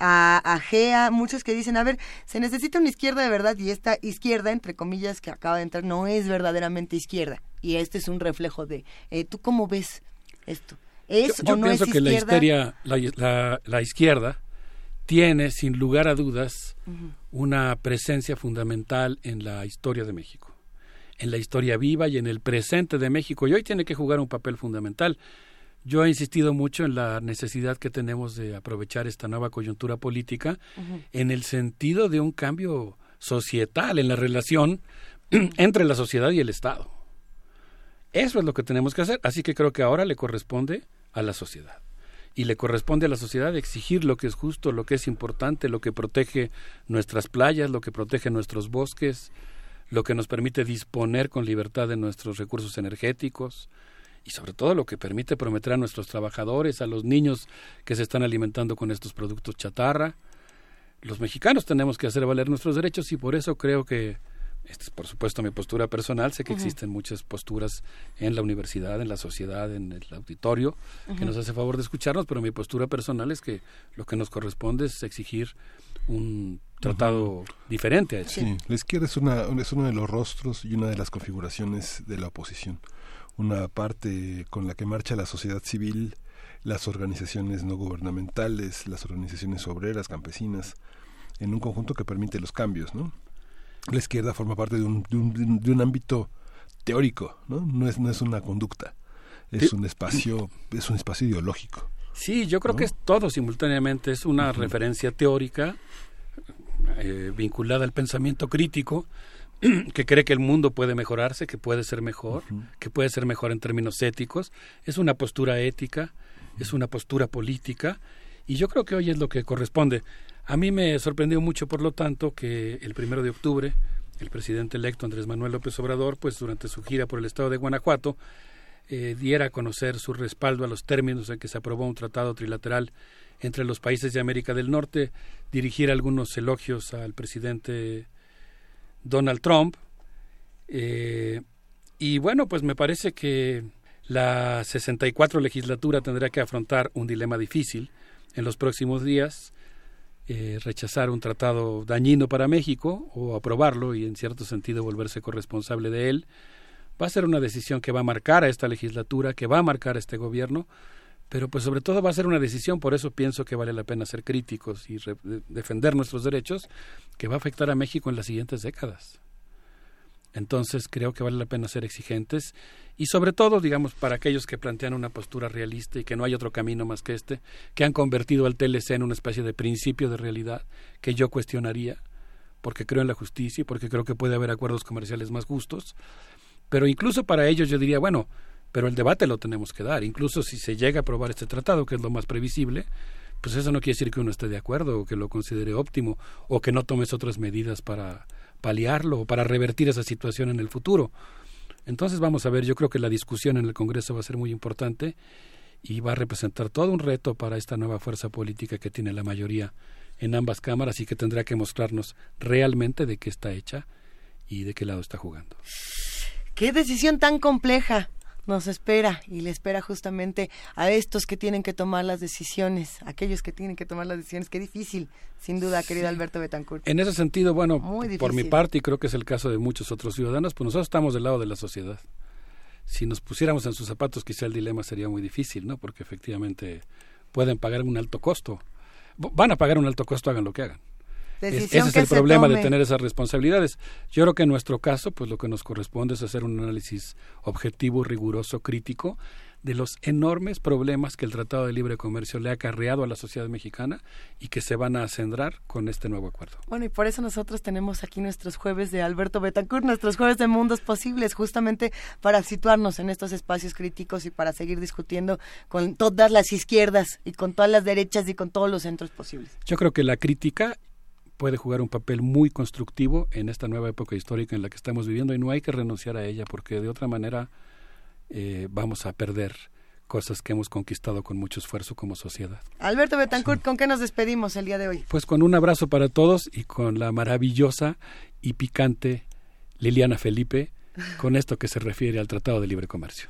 a Gea, muchos que dicen, a ver, se necesita una izquierda de verdad, y esta izquierda, entre comillas, que acaba de entrar, no es verdaderamente izquierda, y este es un reflejo de... ¿Tú cómo ves esto? Yo no pienso es que izquierda? la izquierda tiene, sin lugar a dudas, una presencia fundamental en la historia de México, en la historia viva y en el presente de México, y hoy tiene que jugar un papel fundamental. Yo he insistido mucho en la necesidad que tenemos de aprovechar esta nueva coyuntura política en el sentido de un cambio societal en la relación entre la sociedad y el Estado. Eso es lo que tenemos que hacer, así que creo que ahora le corresponde a la sociedad. Y le corresponde a la sociedad exigir lo que es justo, lo que es importante, lo que protege nuestras playas, lo que protege nuestros bosques, lo que nos permite disponer con libertad de nuestros recursos energéticos, y sobre todo lo que permite prometer a nuestros trabajadores, a los niños que se están alimentando con estos productos chatarra. Los mexicanos tenemos que hacer valer nuestros derechos, y por eso creo que, esta es por supuesto mi postura personal, sé que existen muchas posturas en la universidad, en la sociedad, en el auditorio, que nos hace favor de escucharnos, pero mi postura personal es que lo que nos corresponde es exigir un tratado diferente a eso. Sí, la izquierda es uno de los rostros y una de las configuraciones de la oposición. Una parte con la que marcha la sociedad civil, las organizaciones no gubernamentales, las organizaciones obreras, campesinas, en un conjunto que permite los cambios, ¿no? La izquierda forma parte de un ámbito teórico, no es una conducta, es un espacio ideológico. Sí, yo creo que es todo simultáneamente, es una referencia teórica vinculada al pensamiento crítico, que cree que el mundo puede mejorarse, que puede ser mejor, que puede ser mejor en términos éticos, es una postura ética, es una postura política, y yo creo que hoy es lo que corresponde. A mí me sorprendió mucho, por lo tanto, que el 1 de octubre, el presidente electo Andrés Manuel López Obrador, pues durante su gira por el estado de Guanajuato, diera a conocer su respaldo a los términos en que se aprobó un tratado trilateral entre los países de América del Norte, dirigiera algunos elogios al presidente Donald Trump, y bueno, pues me parece que la 64 legislatura tendrá que afrontar un dilema difícil en los próximos días, rechazar un tratado dañino para México o aprobarlo y en cierto sentido volverse corresponsable de él. Va a ser una decisión que va a marcar a esta legislatura, que va a marcar a este gobierno, pero pues sobre todo va a ser una decisión, por eso pienso que vale la pena ser críticos y defender nuestros derechos, que va a afectar a México en las siguientes décadas. Entonces creo que vale la pena ser exigentes y sobre todo, digamos, para aquellos que plantean una postura realista y que no hay otro camino más que este, que han convertido al TLC en una especie de principio de realidad que yo cuestionaría, porque creo en la justicia y porque creo que puede haber acuerdos comerciales más justos. Pero incluso para ellos yo diría, bueno, pero el debate lo tenemos que dar. Incluso si se llega a aprobar este tratado, que es lo más previsible, pues eso no quiere decir que uno esté de acuerdo o que lo considere óptimo o que no tomes otras medidas para paliarlo o para revertir esa situación en el futuro. Entonces vamos a ver, yo creo que la discusión en el Congreso va a ser muy importante y va a representar todo un reto para esta nueva fuerza política que tiene la mayoría en ambas cámaras y que tendrá que mostrarnos realmente de qué está hecha y de qué lado está jugando. ¡Qué decisión tan compleja nos espera! Y le espera justamente a estos que tienen que tomar las decisiones, aquellos que tienen que tomar las decisiones. ¡Qué difícil, sin duda, querido Alberto Betancourt! En ese sentido, bueno, por mi parte, y creo que es el caso de muchos otros ciudadanos, pues nosotros estamos del lado de la sociedad. Si nos pusiéramos en sus zapatos, quizá el dilema sería muy difícil, ¿no? Porque efectivamente pueden pagar un alto costo. Van a pagar un alto costo, hagan lo que hagan. Ese es el problema de tener esas responsabilidades. Yo creo que en nuestro caso, pues lo que nos corresponde es hacer un análisis objetivo, riguroso, crítico de los enormes problemas que el Tratado de Libre Comercio le ha acarreado a la sociedad mexicana y que se van a acendrar con este nuevo acuerdo. Bueno, y por eso nosotros tenemos aquí nuestros jueves de Alberto Betancourt, nuestros jueves de Mundos Posibles, justamente para situarnos en estos espacios críticos y para seguir discutiendo con todas las izquierdas y con todas las derechas y con todos los centros posibles. Yo creo que la crítica puede jugar un papel muy constructivo en esta nueva época histórica en la que estamos viviendo y no hay que renunciar a ella porque de otra manera vamos a perder cosas que hemos conquistado con mucho esfuerzo como sociedad. Alberto Betancourt, ¿con qué nos despedimos el día de hoy? Pues con un abrazo para todos y con la maravillosa y picante Liliana Felipe con esto que se refiere al Tratado de Libre Comercio.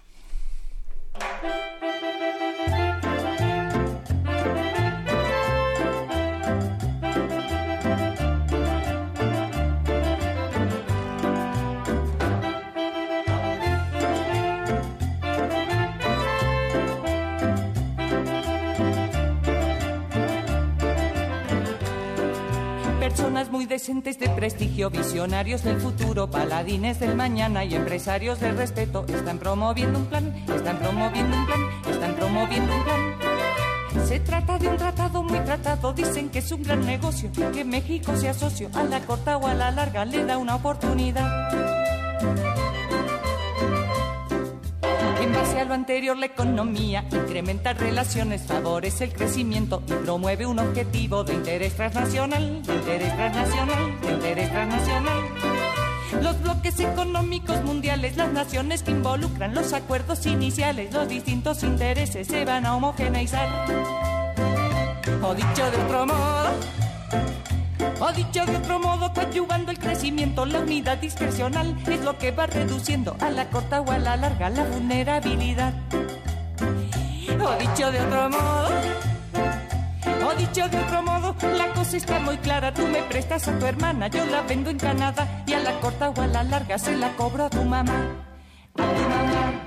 Personas muy decentes de prestigio, visionarios del futuro, paladines del mañana y empresarios del respeto están promoviendo un plan, están promoviendo un plan, están promoviendo un plan. Se trata de un tratado muy tratado, dicen que es un gran negocio, que México sea socio, a la corta o a la larga le da una oportunidad. En base a lo anterior, la economía incrementa relaciones, favorece el crecimiento y promueve un objetivo de interés transnacional, de interés transnacional, de interés transnacional. Los bloques económicos mundiales, las naciones que involucran, los acuerdos iniciales, los distintos intereses se van a homogeneizar. O dicho de otro modo, coadyuvando el crecimiento, la unidad discrecional es lo que va reduciendo a la corta o a la larga la vulnerabilidad. O dicho de otro modo, la cosa está muy clara, tú me prestas a tu hermana, yo la vendo en Canadá y a la corta o a la larga se la cobro a tu mamá. A tu mamá.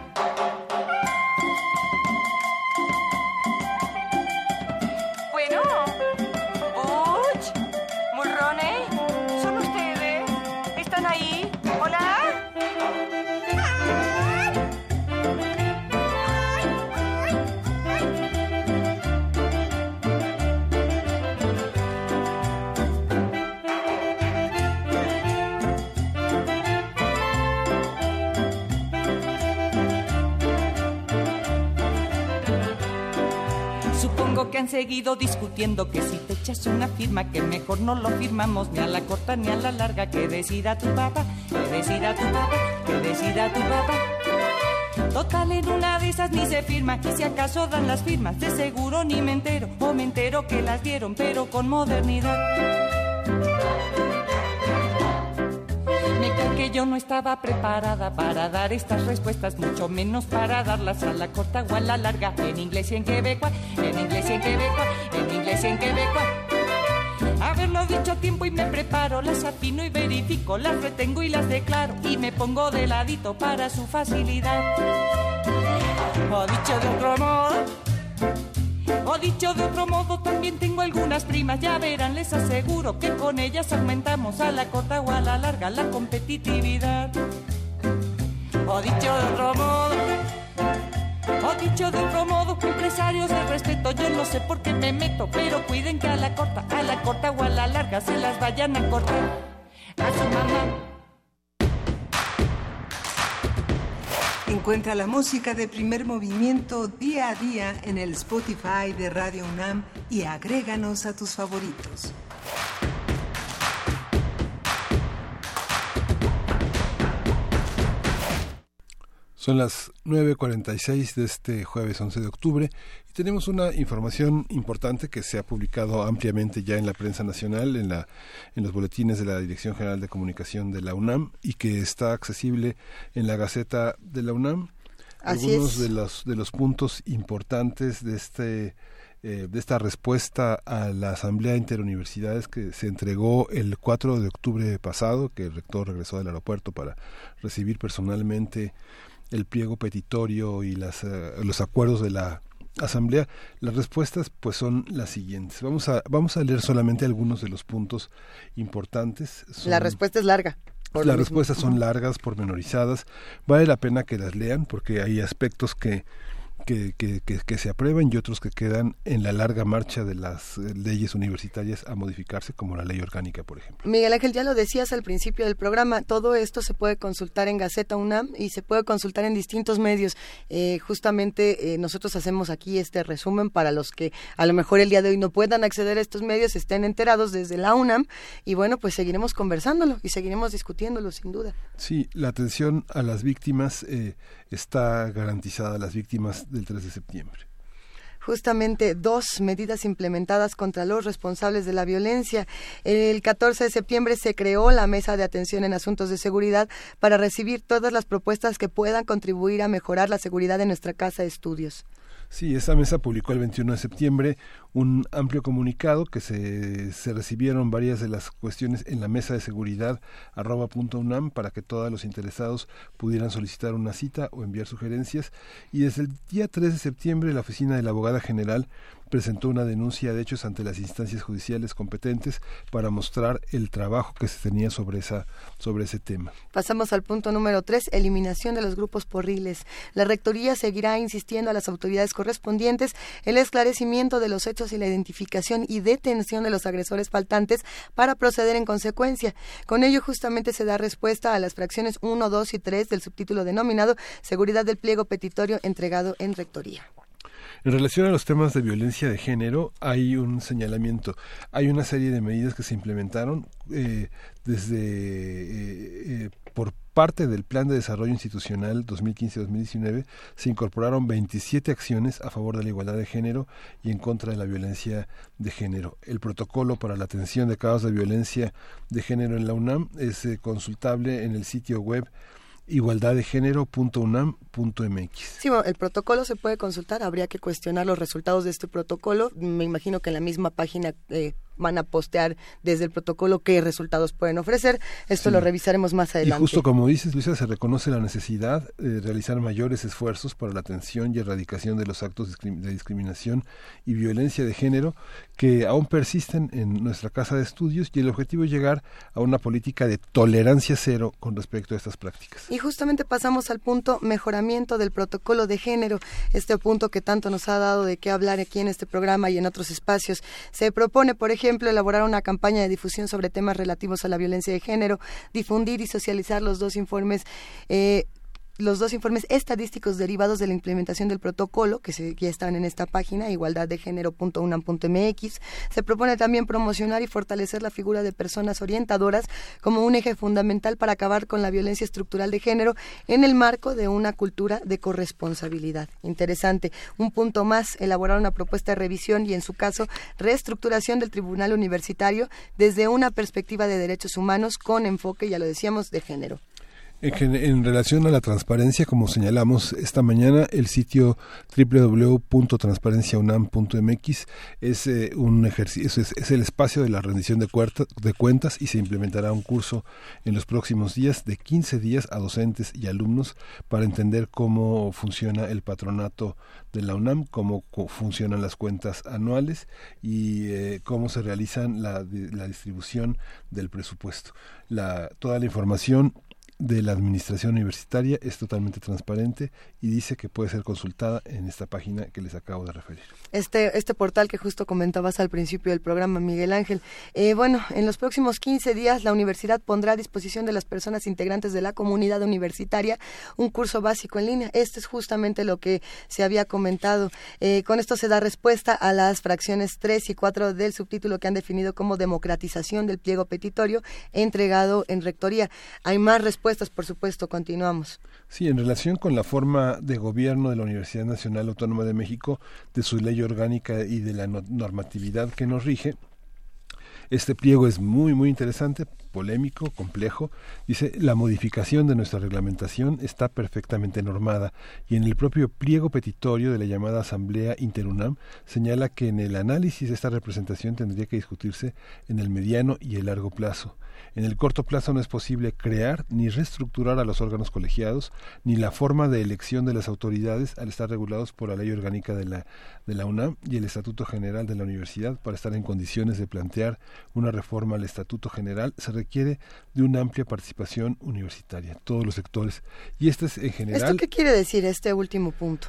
porque han seguido discutiendo que si te echas una firma, que mejor no lo firmamos ni a la corta ni a la larga, que decida tu papá, que decida tu papá, que decida tu papá. Total, en una de esas ni se firma, y si acaso dan las firmas, de seguro ni me entero, o me entero que las dieron, pero con modernidad. Me cae que yo no estaba preparada para dar estas respuestas, mucho menos para darlas a la corta o a la larga, en inglés y en quebecois, en inglés y en quebecois, en inglés y en quebecois. Haberlo dicho a tiempo y me preparo, las afino y verifico, las retengo y las declaro, y me pongo de ladito para su facilidad. O dicho de otro modo, o dicho de otro modo, también tengo algunas primas, ya verán, les aseguro que con ellas aumentamos a la corta o a la larga la competitividad. O dicho de otro modo, o dicho de otro modo, empresarios de respeto, yo no sé por qué me meto, pero cuiden que a la corta o a la larga se las vayan a cortar a su mamá. Encuentra la música de Primer Movimiento día a día en el Spotify de Radio UNAM y agréganos a tus favoritos. Son las 9:46 de este jueves 11 de octubre y tenemos una información importante que se ha publicado ampliamente ya en la prensa nacional, en los boletines de la Dirección General de Comunicación de la UNAM y que está accesible en la Gaceta de la UNAM. Así Algunos es. de los puntos importantes de esta respuesta a la Asamblea Interuniversidades que se entregó el 4 de octubre pasado, que el rector regresó del aeropuerto para recibir personalmente el pliego petitorio y los acuerdos de la Asamblea. Las respuestas pues son las siguientes. Vamos a leer solamente algunos de los puntos importantes. La respuesta es larga. Las respuestas son largas, pormenorizadas. Vale la pena que las lean porque hay aspectos que se aprueban y otros que quedan en la larga marcha de las leyes universitarias a modificarse, como la ley orgánica, por ejemplo. Miguel Ángel, ya lo decías al principio del programa, todo esto se puede consultar en Gaceta UNAM y se puede consultar en distintos medios. Justamente nosotros hacemos aquí este resumen para los que a lo mejor el día de hoy no puedan acceder a estos medios, estén enterados desde la UNAM y bueno, pues seguiremos conversándolo y seguiremos discutiéndolo sin duda. Sí, la atención a las víctimas está garantizada, las víctimas del 3 de septiembre. Justamente 2 medidas implementadas contra los responsables de la violencia. El 14 de septiembre se creó la Mesa de Atención en Asuntos de Seguridad para recibir todas las propuestas que puedan contribuir a mejorar la seguridad de nuestra casa de estudios. Sí, esa mesa publicó el 21 de septiembre un amplio comunicado que se recibieron varias de las cuestiones en la mesa de seguridad @.unam para que todos los interesados pudieran solicitar una cita o enviar sugerencias. Y desde el día 3 de septiembre la Oficina de la Abogada General presentó una denuncia de hechos ante las instancias judiciales competentes para mostrar el trabajo que se tenía sobre ese tema. Pasamos al punto número 3, eliminación de los grupos porriles. La Rectoría seguirá insistiendo a las autoridades correspondientes el esclarecimiento de los hechos y la identificación y detención de los agresores faltantes para proceder en consecuencia. Con ello justamente se da respuesta a las fracciones 1, 2 y 3 del subtítulo denominado Seguridad del pliego petitorio entregado en Rectoría. En relación a los temas de violencia de género, hay un señalamiento. Hay una serie de medidas que se implementaron por parte del Plan de Desarrollo Institucional 2015-2019. Se incorporaron 27 acciones a favor de la igualdad de género y en contra de la violencia de género. El protocolo para la atención de casos de violencia de género en la UNAM es consultable en el sitio web igualdaddegénero.unam.mx. Sí, bueno, el protocolo se puede consultar, habría que cuestionar los resultados de este protocolo. Me imagino que en la misma página van a postear desde el protocolo qué resultados pueden ofrecer. Esto sí, lo revisaremos más adelante. Y justo como dices, Luisa, se reconoce la necesidad de realizar mayores esfuerzos para la atención y erradicación de los actos de discriminación y violencia de género que aún persisten en nuestra casa de estudios, y el objetivo es llegar a una política de tolerancia cero con respecto a estas prácticas. Y justamente pasamos al punto mejoramiento del protocolo de género, este punto que tanto nos ha dado de qué hablar aquí en este programa y en otros espacios. Se propone, por ejemplo, elaborar una campaña de difusión sobre temas relativos a la violencia de género, difundir y socializar los 2 informes los dos informes estadísticos derivados de la implementación del protocolo, que ya están en esta página, igualdaddegénero.unam.mx. Se propone también promocionar y fortalecer la figura de personas orientadoras como un eje fundamental para acabar con la violencia estructural de género en el marco de una cultura de corresponsabilidad. Interesante. Un punto más, elaborar una propuesta de revisión y, en su caso, reestructuración del Tribunal Universitario desde una perspectiva de derechos humanos con enfoque, ya lo decíamos, de género. En relación a la transparencia, como señalamos esta mañana, el sitio www.transparenciaunam.mx es un ejercicio, es el espacio de la rendición de cuentas, y se implementará un curso en los próximos días de 15 días a docentes y alumnos para entender cómo funciona el patronato de la UNAM, cómo funcionan las cuentas anuales y cómo se realizan la distribución del presupuesto. Toda la información de la administración universitaria es totalmente transparente y dice que puede ser consultada en esta página que les acabo de referir. Este portal que justo comentabas al principio del programa, Miguel Ángel. En los próximos 15 días la universidad pondrá a disposición de las personas integrantes de la comunidad universitaria un curso básico en línea. Este es justamente lo que se había comentado. Con esto se da respuesta a las fracciones 3 y 4 del subtítulo que han definido como democratización del pliego petitorio entregado en rectoría. Hay más respuestas, por supuesto, continuamos. Sí, en relación con la forma de gobierno de la Universidad Nacional Autónoma de México, de su ley orgánica y de la normatividad que nos rige, este pliego es muy, muy interesante, polémico, complejo. Dice, la modificación de nuestra reglamentación está perfectamente normada y en el propio pliego petitorio de la llamada Asamblea Interunam señala que en el análisis de esta representación tendría que discutirse en el mediano y el largo plazo. En el corto plazo no es posible crear ni reestructurar a los órganos colegiados, ni la forma de elección de las autoridades al estar regulados por la ley orgánica de la UNAM y el Estatuto General de la Universidad. Para estar en condiciones de plantear una reforma al Estatuto General se requiere de una amplia participación universitaria, todos los sectores. Y este es en general... ¿Esto qué quiere decir, este último punto?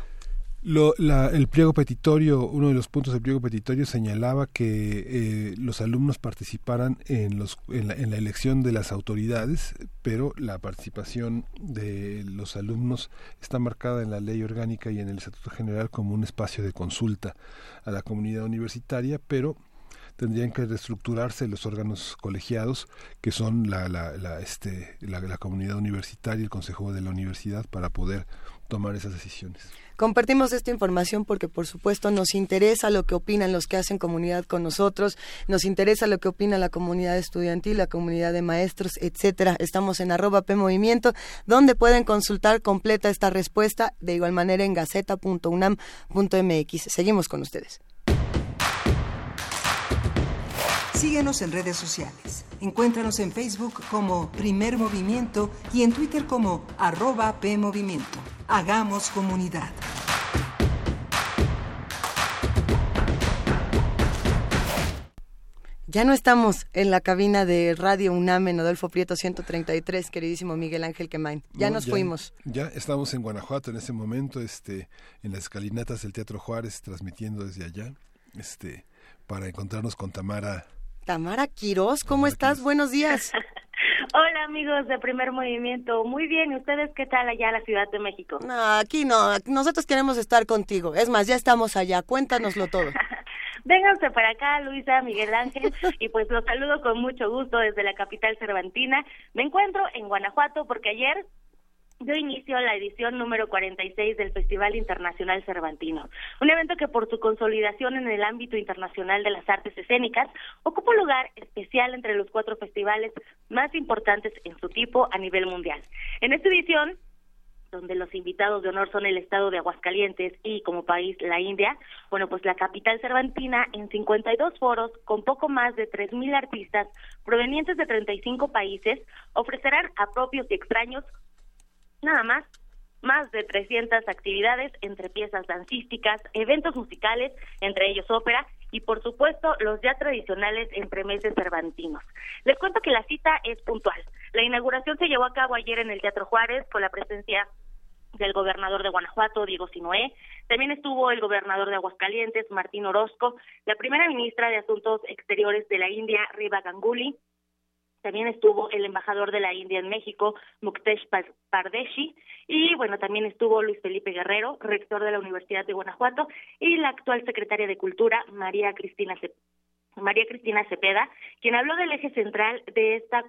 El pliego petitorio, uno de los puntos del pliego petitorio señalaba que los alumnos participaran en la elección de las autoridades, pero la participación de los alumnos está marcada en la ley orgánica y en el Estatuto General como un espacio de consulta a la comunidad universitaria, pero tendrían que reestructurarse los órganos colegiados, que son la comunidad universitaria, el consejo de la universidad, para poder tomar esas decisiones. Compartimos esta información porque, por supuesto, nos interesa lo que opinan los que hacen comunidad con nosotros, nos interesa lo que opina la comunidad estudiantil, la comunidad de maestros, etcétera. Estamos en @PMovimiento, donde pueden consultar completa esta respuesta, de igual manera en gaceta.unam.mx. Seguimos con ustedes. Síguenos en redes sociales. Encuéntranos en Facebook como Primer Movimiento y en Twitter como @PMovimiento. Hagamos comunidad. Ya no estamos en la cabina de Radio UNAM en Adolfo Prieto 133, queridísimo Miguel Ángel Quemain. Nos fuimos. Ya estamos en Guanajuato en este momento, en las escalinatas del Teatro Juárez, transmitiendo desde allá, para encontrarnos con Tamara Quirós. ¿Cómo estás? Quirós. Buenos días. Hola amigos de Primer Movimiento, muy bien, ¿y ustedes qué tal allá en la Ciudad de México? No, aquí no, nosotros queremos estar contigo, es más, ya estamos allá, cuéntanoslo todo. Vénganse para acá, Luisa, Miguel Ángel, y pues los saludo con mucho gusto desde la capital cervantina. Me encuentro en Guanajuato porque ayer dio inicio a la edición número 46 del Festival Internacional Cervantino, un evento que por su consolidación en el ámbito internacional de las artes escénicas ocupa un lugar especial entre los 4 festivales más importantes en su tipo a nivel mundial. En esta edición, donde los invitados de honor son el estado de Aguascalientes y como país la India, pues la capital cervantina en 52 foros con poco más de 3,000 artistas provenientes de 35 países ofrecerán a propios y extraños nada más de 300 actividades entre piezas dancísticas, eventos musicales, entre ellos ópera, y por supuesto los ya tradicionales entremeses cervantinos. Les cuento que la cita es puntual. La inauguración se llevó a cabo ayer en el Teatro Juárez con la presencia del gobernador de Guanajuato, Diego Sinoé. También estuvo el gobernador de Aguascalientes, Martín Orozco, la primera ministra de Asuntos Exteriores de la India, Riva Ganguly, También estuvo el embajador de la India en México, Muktesh Pardeshi, y bueno, también estuvo Luis Felipe Guerrero, rector de la Universidad de Guanajuato, y la actual secretaria de Cultura, María Cristina Cepeda, quien habló del eje central de esta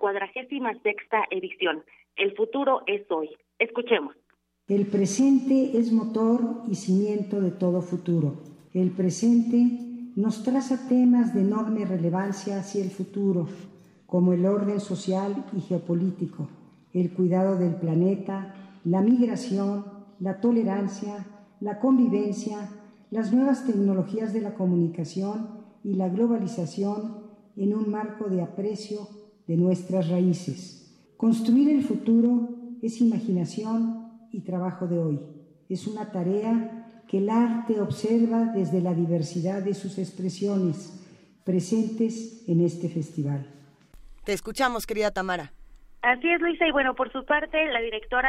46ª edición. El futuro es hoy. Escuchemos. El presente es motor y cimiento de todo futuro. El presente nos traza temas de enorme relevancia hacia el futuro, como el orden social y geopolítico, el cuidado del planeta, la migración, la tolerancia, la convivencia, las nuevas tecnologías de la comunicación y la globalización en un marco de aprecio de nuestras raíces. Construir el futuro es imaginación y trabajo de hoy. Es una tarea que el arte observa desde la diversidad de sus expresiones presentes en este festival. Te escuchamos, querida Tamara. Así es, Luisa, y bueno, por su parte, la directora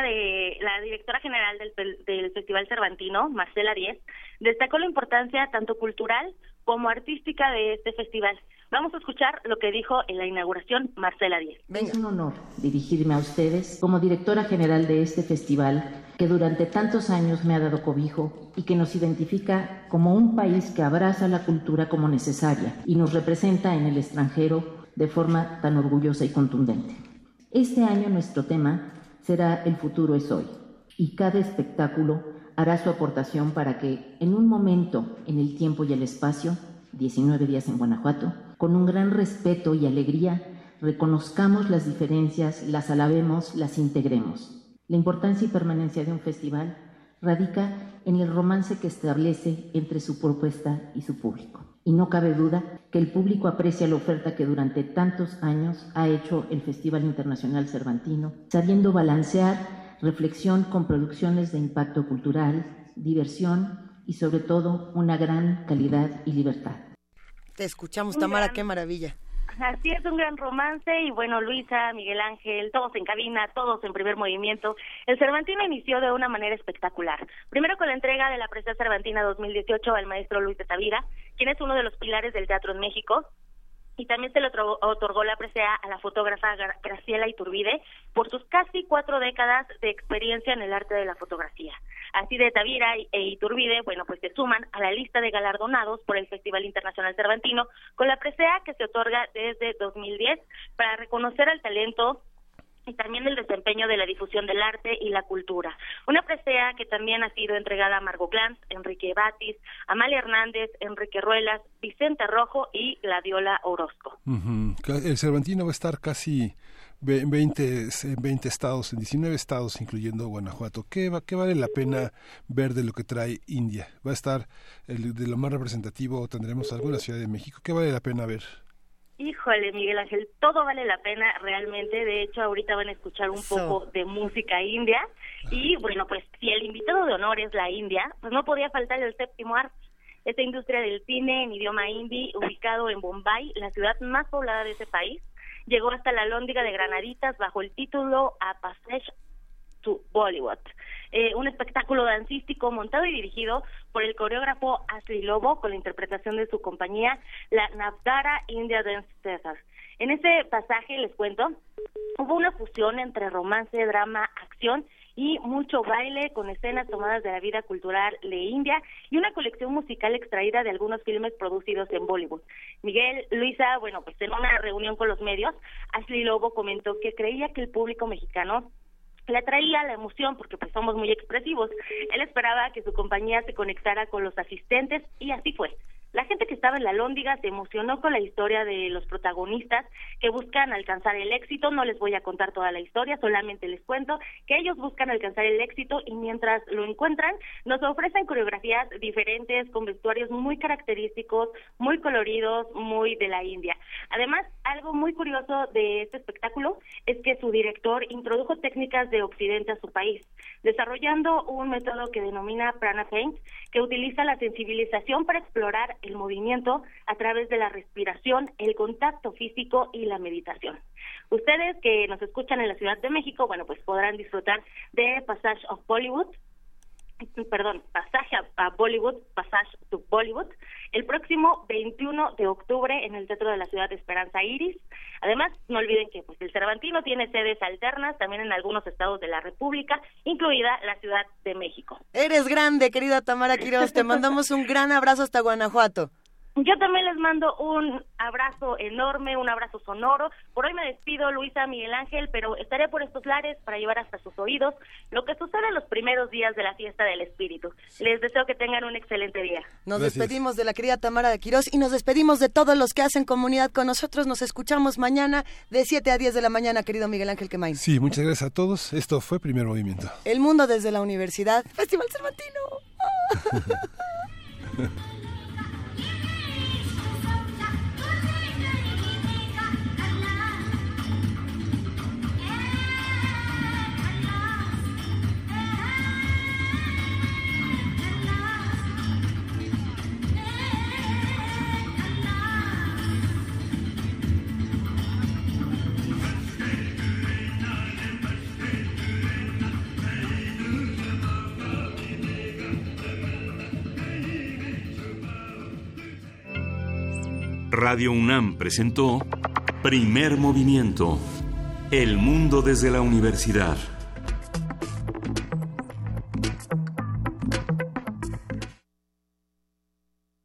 general del Festival Cervantino, Marcela Díez, destacó la importancia tanto cultural como artística de este festival. Vamos a escuchar lo que dijo en la inauguración Marcela Díez. Es un honor dirigirme a ustedes como directora general de este festival que durante tantos años me ha dado cobijo y que nos identifica como un país que abraza la cultura como necesaria y nos representa en el extranjero de forma tan orgullosa y contundente. Este año nuestro tema será El futuro es hoy, y cada espectáculo hará su aportación para que en un momento en el tiempo y el espacio, 19 días en Guanajuato, con un gran respeto y alegría, reconozcamos las diferencias, las alabemos, las integremos. La importancia y permanencia de un festival radica en el romance que establece entre su propuesta y su público. Y no cabe duda que el público aprecia la oferta que durante tantos años ha hecho el Festival Internacional Cervantino, sabiendo balancear reflexión con producciones de impacto cultural, diversión y sobre todo una gran calidad y libertad. Te escuchamos, Tamara, qué maravilla. Así es, un gran romance, y bueno, Luisa, Miguel Ángel, todos en cabina, todos en primer movimiento. El Cervantino inició de una manera espectacular. Primero con la entrega de la Presea Cervantina 2018 al maestro Luis de Tavira, quien es uno de los pilares del teatro en México, y también se le otorgó la presea a la fotógrafa Graciela Iturbide por sus casi 4 décadas de experiencia en el arte de la fotografía. Así de Tavira e Iturbide, bueno, pues se suman a la lista de galardonados por el Festival Internacional Cervantino con la presea que se otorga desde 2010 para reconocer al talento y también el desempeño de la difusión del arte y la cultura. Una presea que también ha sido entregada a Margot Glantz, Enrique Batis, Amalia Hernández, Enrique Ruelas, Vicente Rojo y Gladiola Orozco. El Cervantino va a estar casi 20 estados, en 19 estados, incluyendo Guanajuato. ¿Qué vale la pena ver de lo que trae India? Va a estar de lo más representativo, tendremos algo en la Ciudad de México. ¿Qué vale la pena ver? Híjole, Miguel Ángel, todo vale la pena realmente. De hecho, ahorita van a escuchar un poco de música india. Y bueno, pues si el invitado de honor es la India, pues no podía faltar el séptimo arte. Esta industria del cine en idioma hindi, ubicado en Bombay, la ciudad más poblada de ese país, llegó hasta la Alhóndiga de Granaditas bajo el título A Passage to Bollywood. Un espectáculo dancístico montado y dirigido por el coreógrafo Ashley Lobo con la interpretación de su compañía, la Navdara India Dance Theatre. En ese pasaje, les cuento, hubo una fusión entre romance, drama, acción y mucho baile con escenas tomadas de la vida cultural de India y una colección musical extraída de algunos filmes producidos en Bollywood. Miguel, Luisa, bueno, pues en una reunión con los medios, Ashley Lobo comentó que creía que el público mexicano le atraía la emoción porque pues somos muy expresivos. Él esperaba que su compañía se conectara con los asistentes y así fue. La gente que estaba en la Alhóndiga se emocionó con la historia de los protagonistas que buscan alcanzar el éxito. No les voy a contar toda la historia, solamente les cuento que ellos buscan alcanzar el éxito y mientras lo encuentran, nos ofrecen coreografías diferentes con vestuarios muy característicos, muy coloridos, muy de la India. Además, algo muy curioso de este espectáculo es que su director introdujo técnicas de Occidente a su país, desarrollando un método que denomina Prana Paint, que utiliza la sensibilización para explorar el movimiento a través de la respiración, el contacto físico y la meditación. Ustedes que nos escuchan en la Ciudad de México, bueno, pues podrán disfrutar de Passage of Bollywood, Pasaje a Bollywood, Passage to Bollywood, el próximo 21 de octubre en el Teatro de la Ciudad de Esperanza Iris. Además, no olviden que pues el Cervantino tiene sedes alternas también en algunos estados de la República, incluida la Ciudad de México. Eres grande, querida Tamara Quirós, te mandamos un gran abrazo hasta Guanajuato. Yo también les mando un abrazo enorme, un abrazo sonoro. Por hoy me despido, Luisa, Miguel Ángel, pero estaré por estos lares para llevar hasta sus oídos lo que sucede en los primeros días de la Fiesta del Espíritu. Les deseo que tengan un excelente día. Nos despedimos de la querida Tamara Quirós y nos despedimos de todos los que hacen comunidad con nosotros. Nos escuchamos mañana de 7 a 10 de la mañana, querido Miguel Ángel Quemain. Sí, muchas gracias a todos. Esto fue Primer Movimiento. El mundo desde la universidad. Festival Cervantino. Radio UNAM presentó Primer Movimiento. El mundo desde la universidad.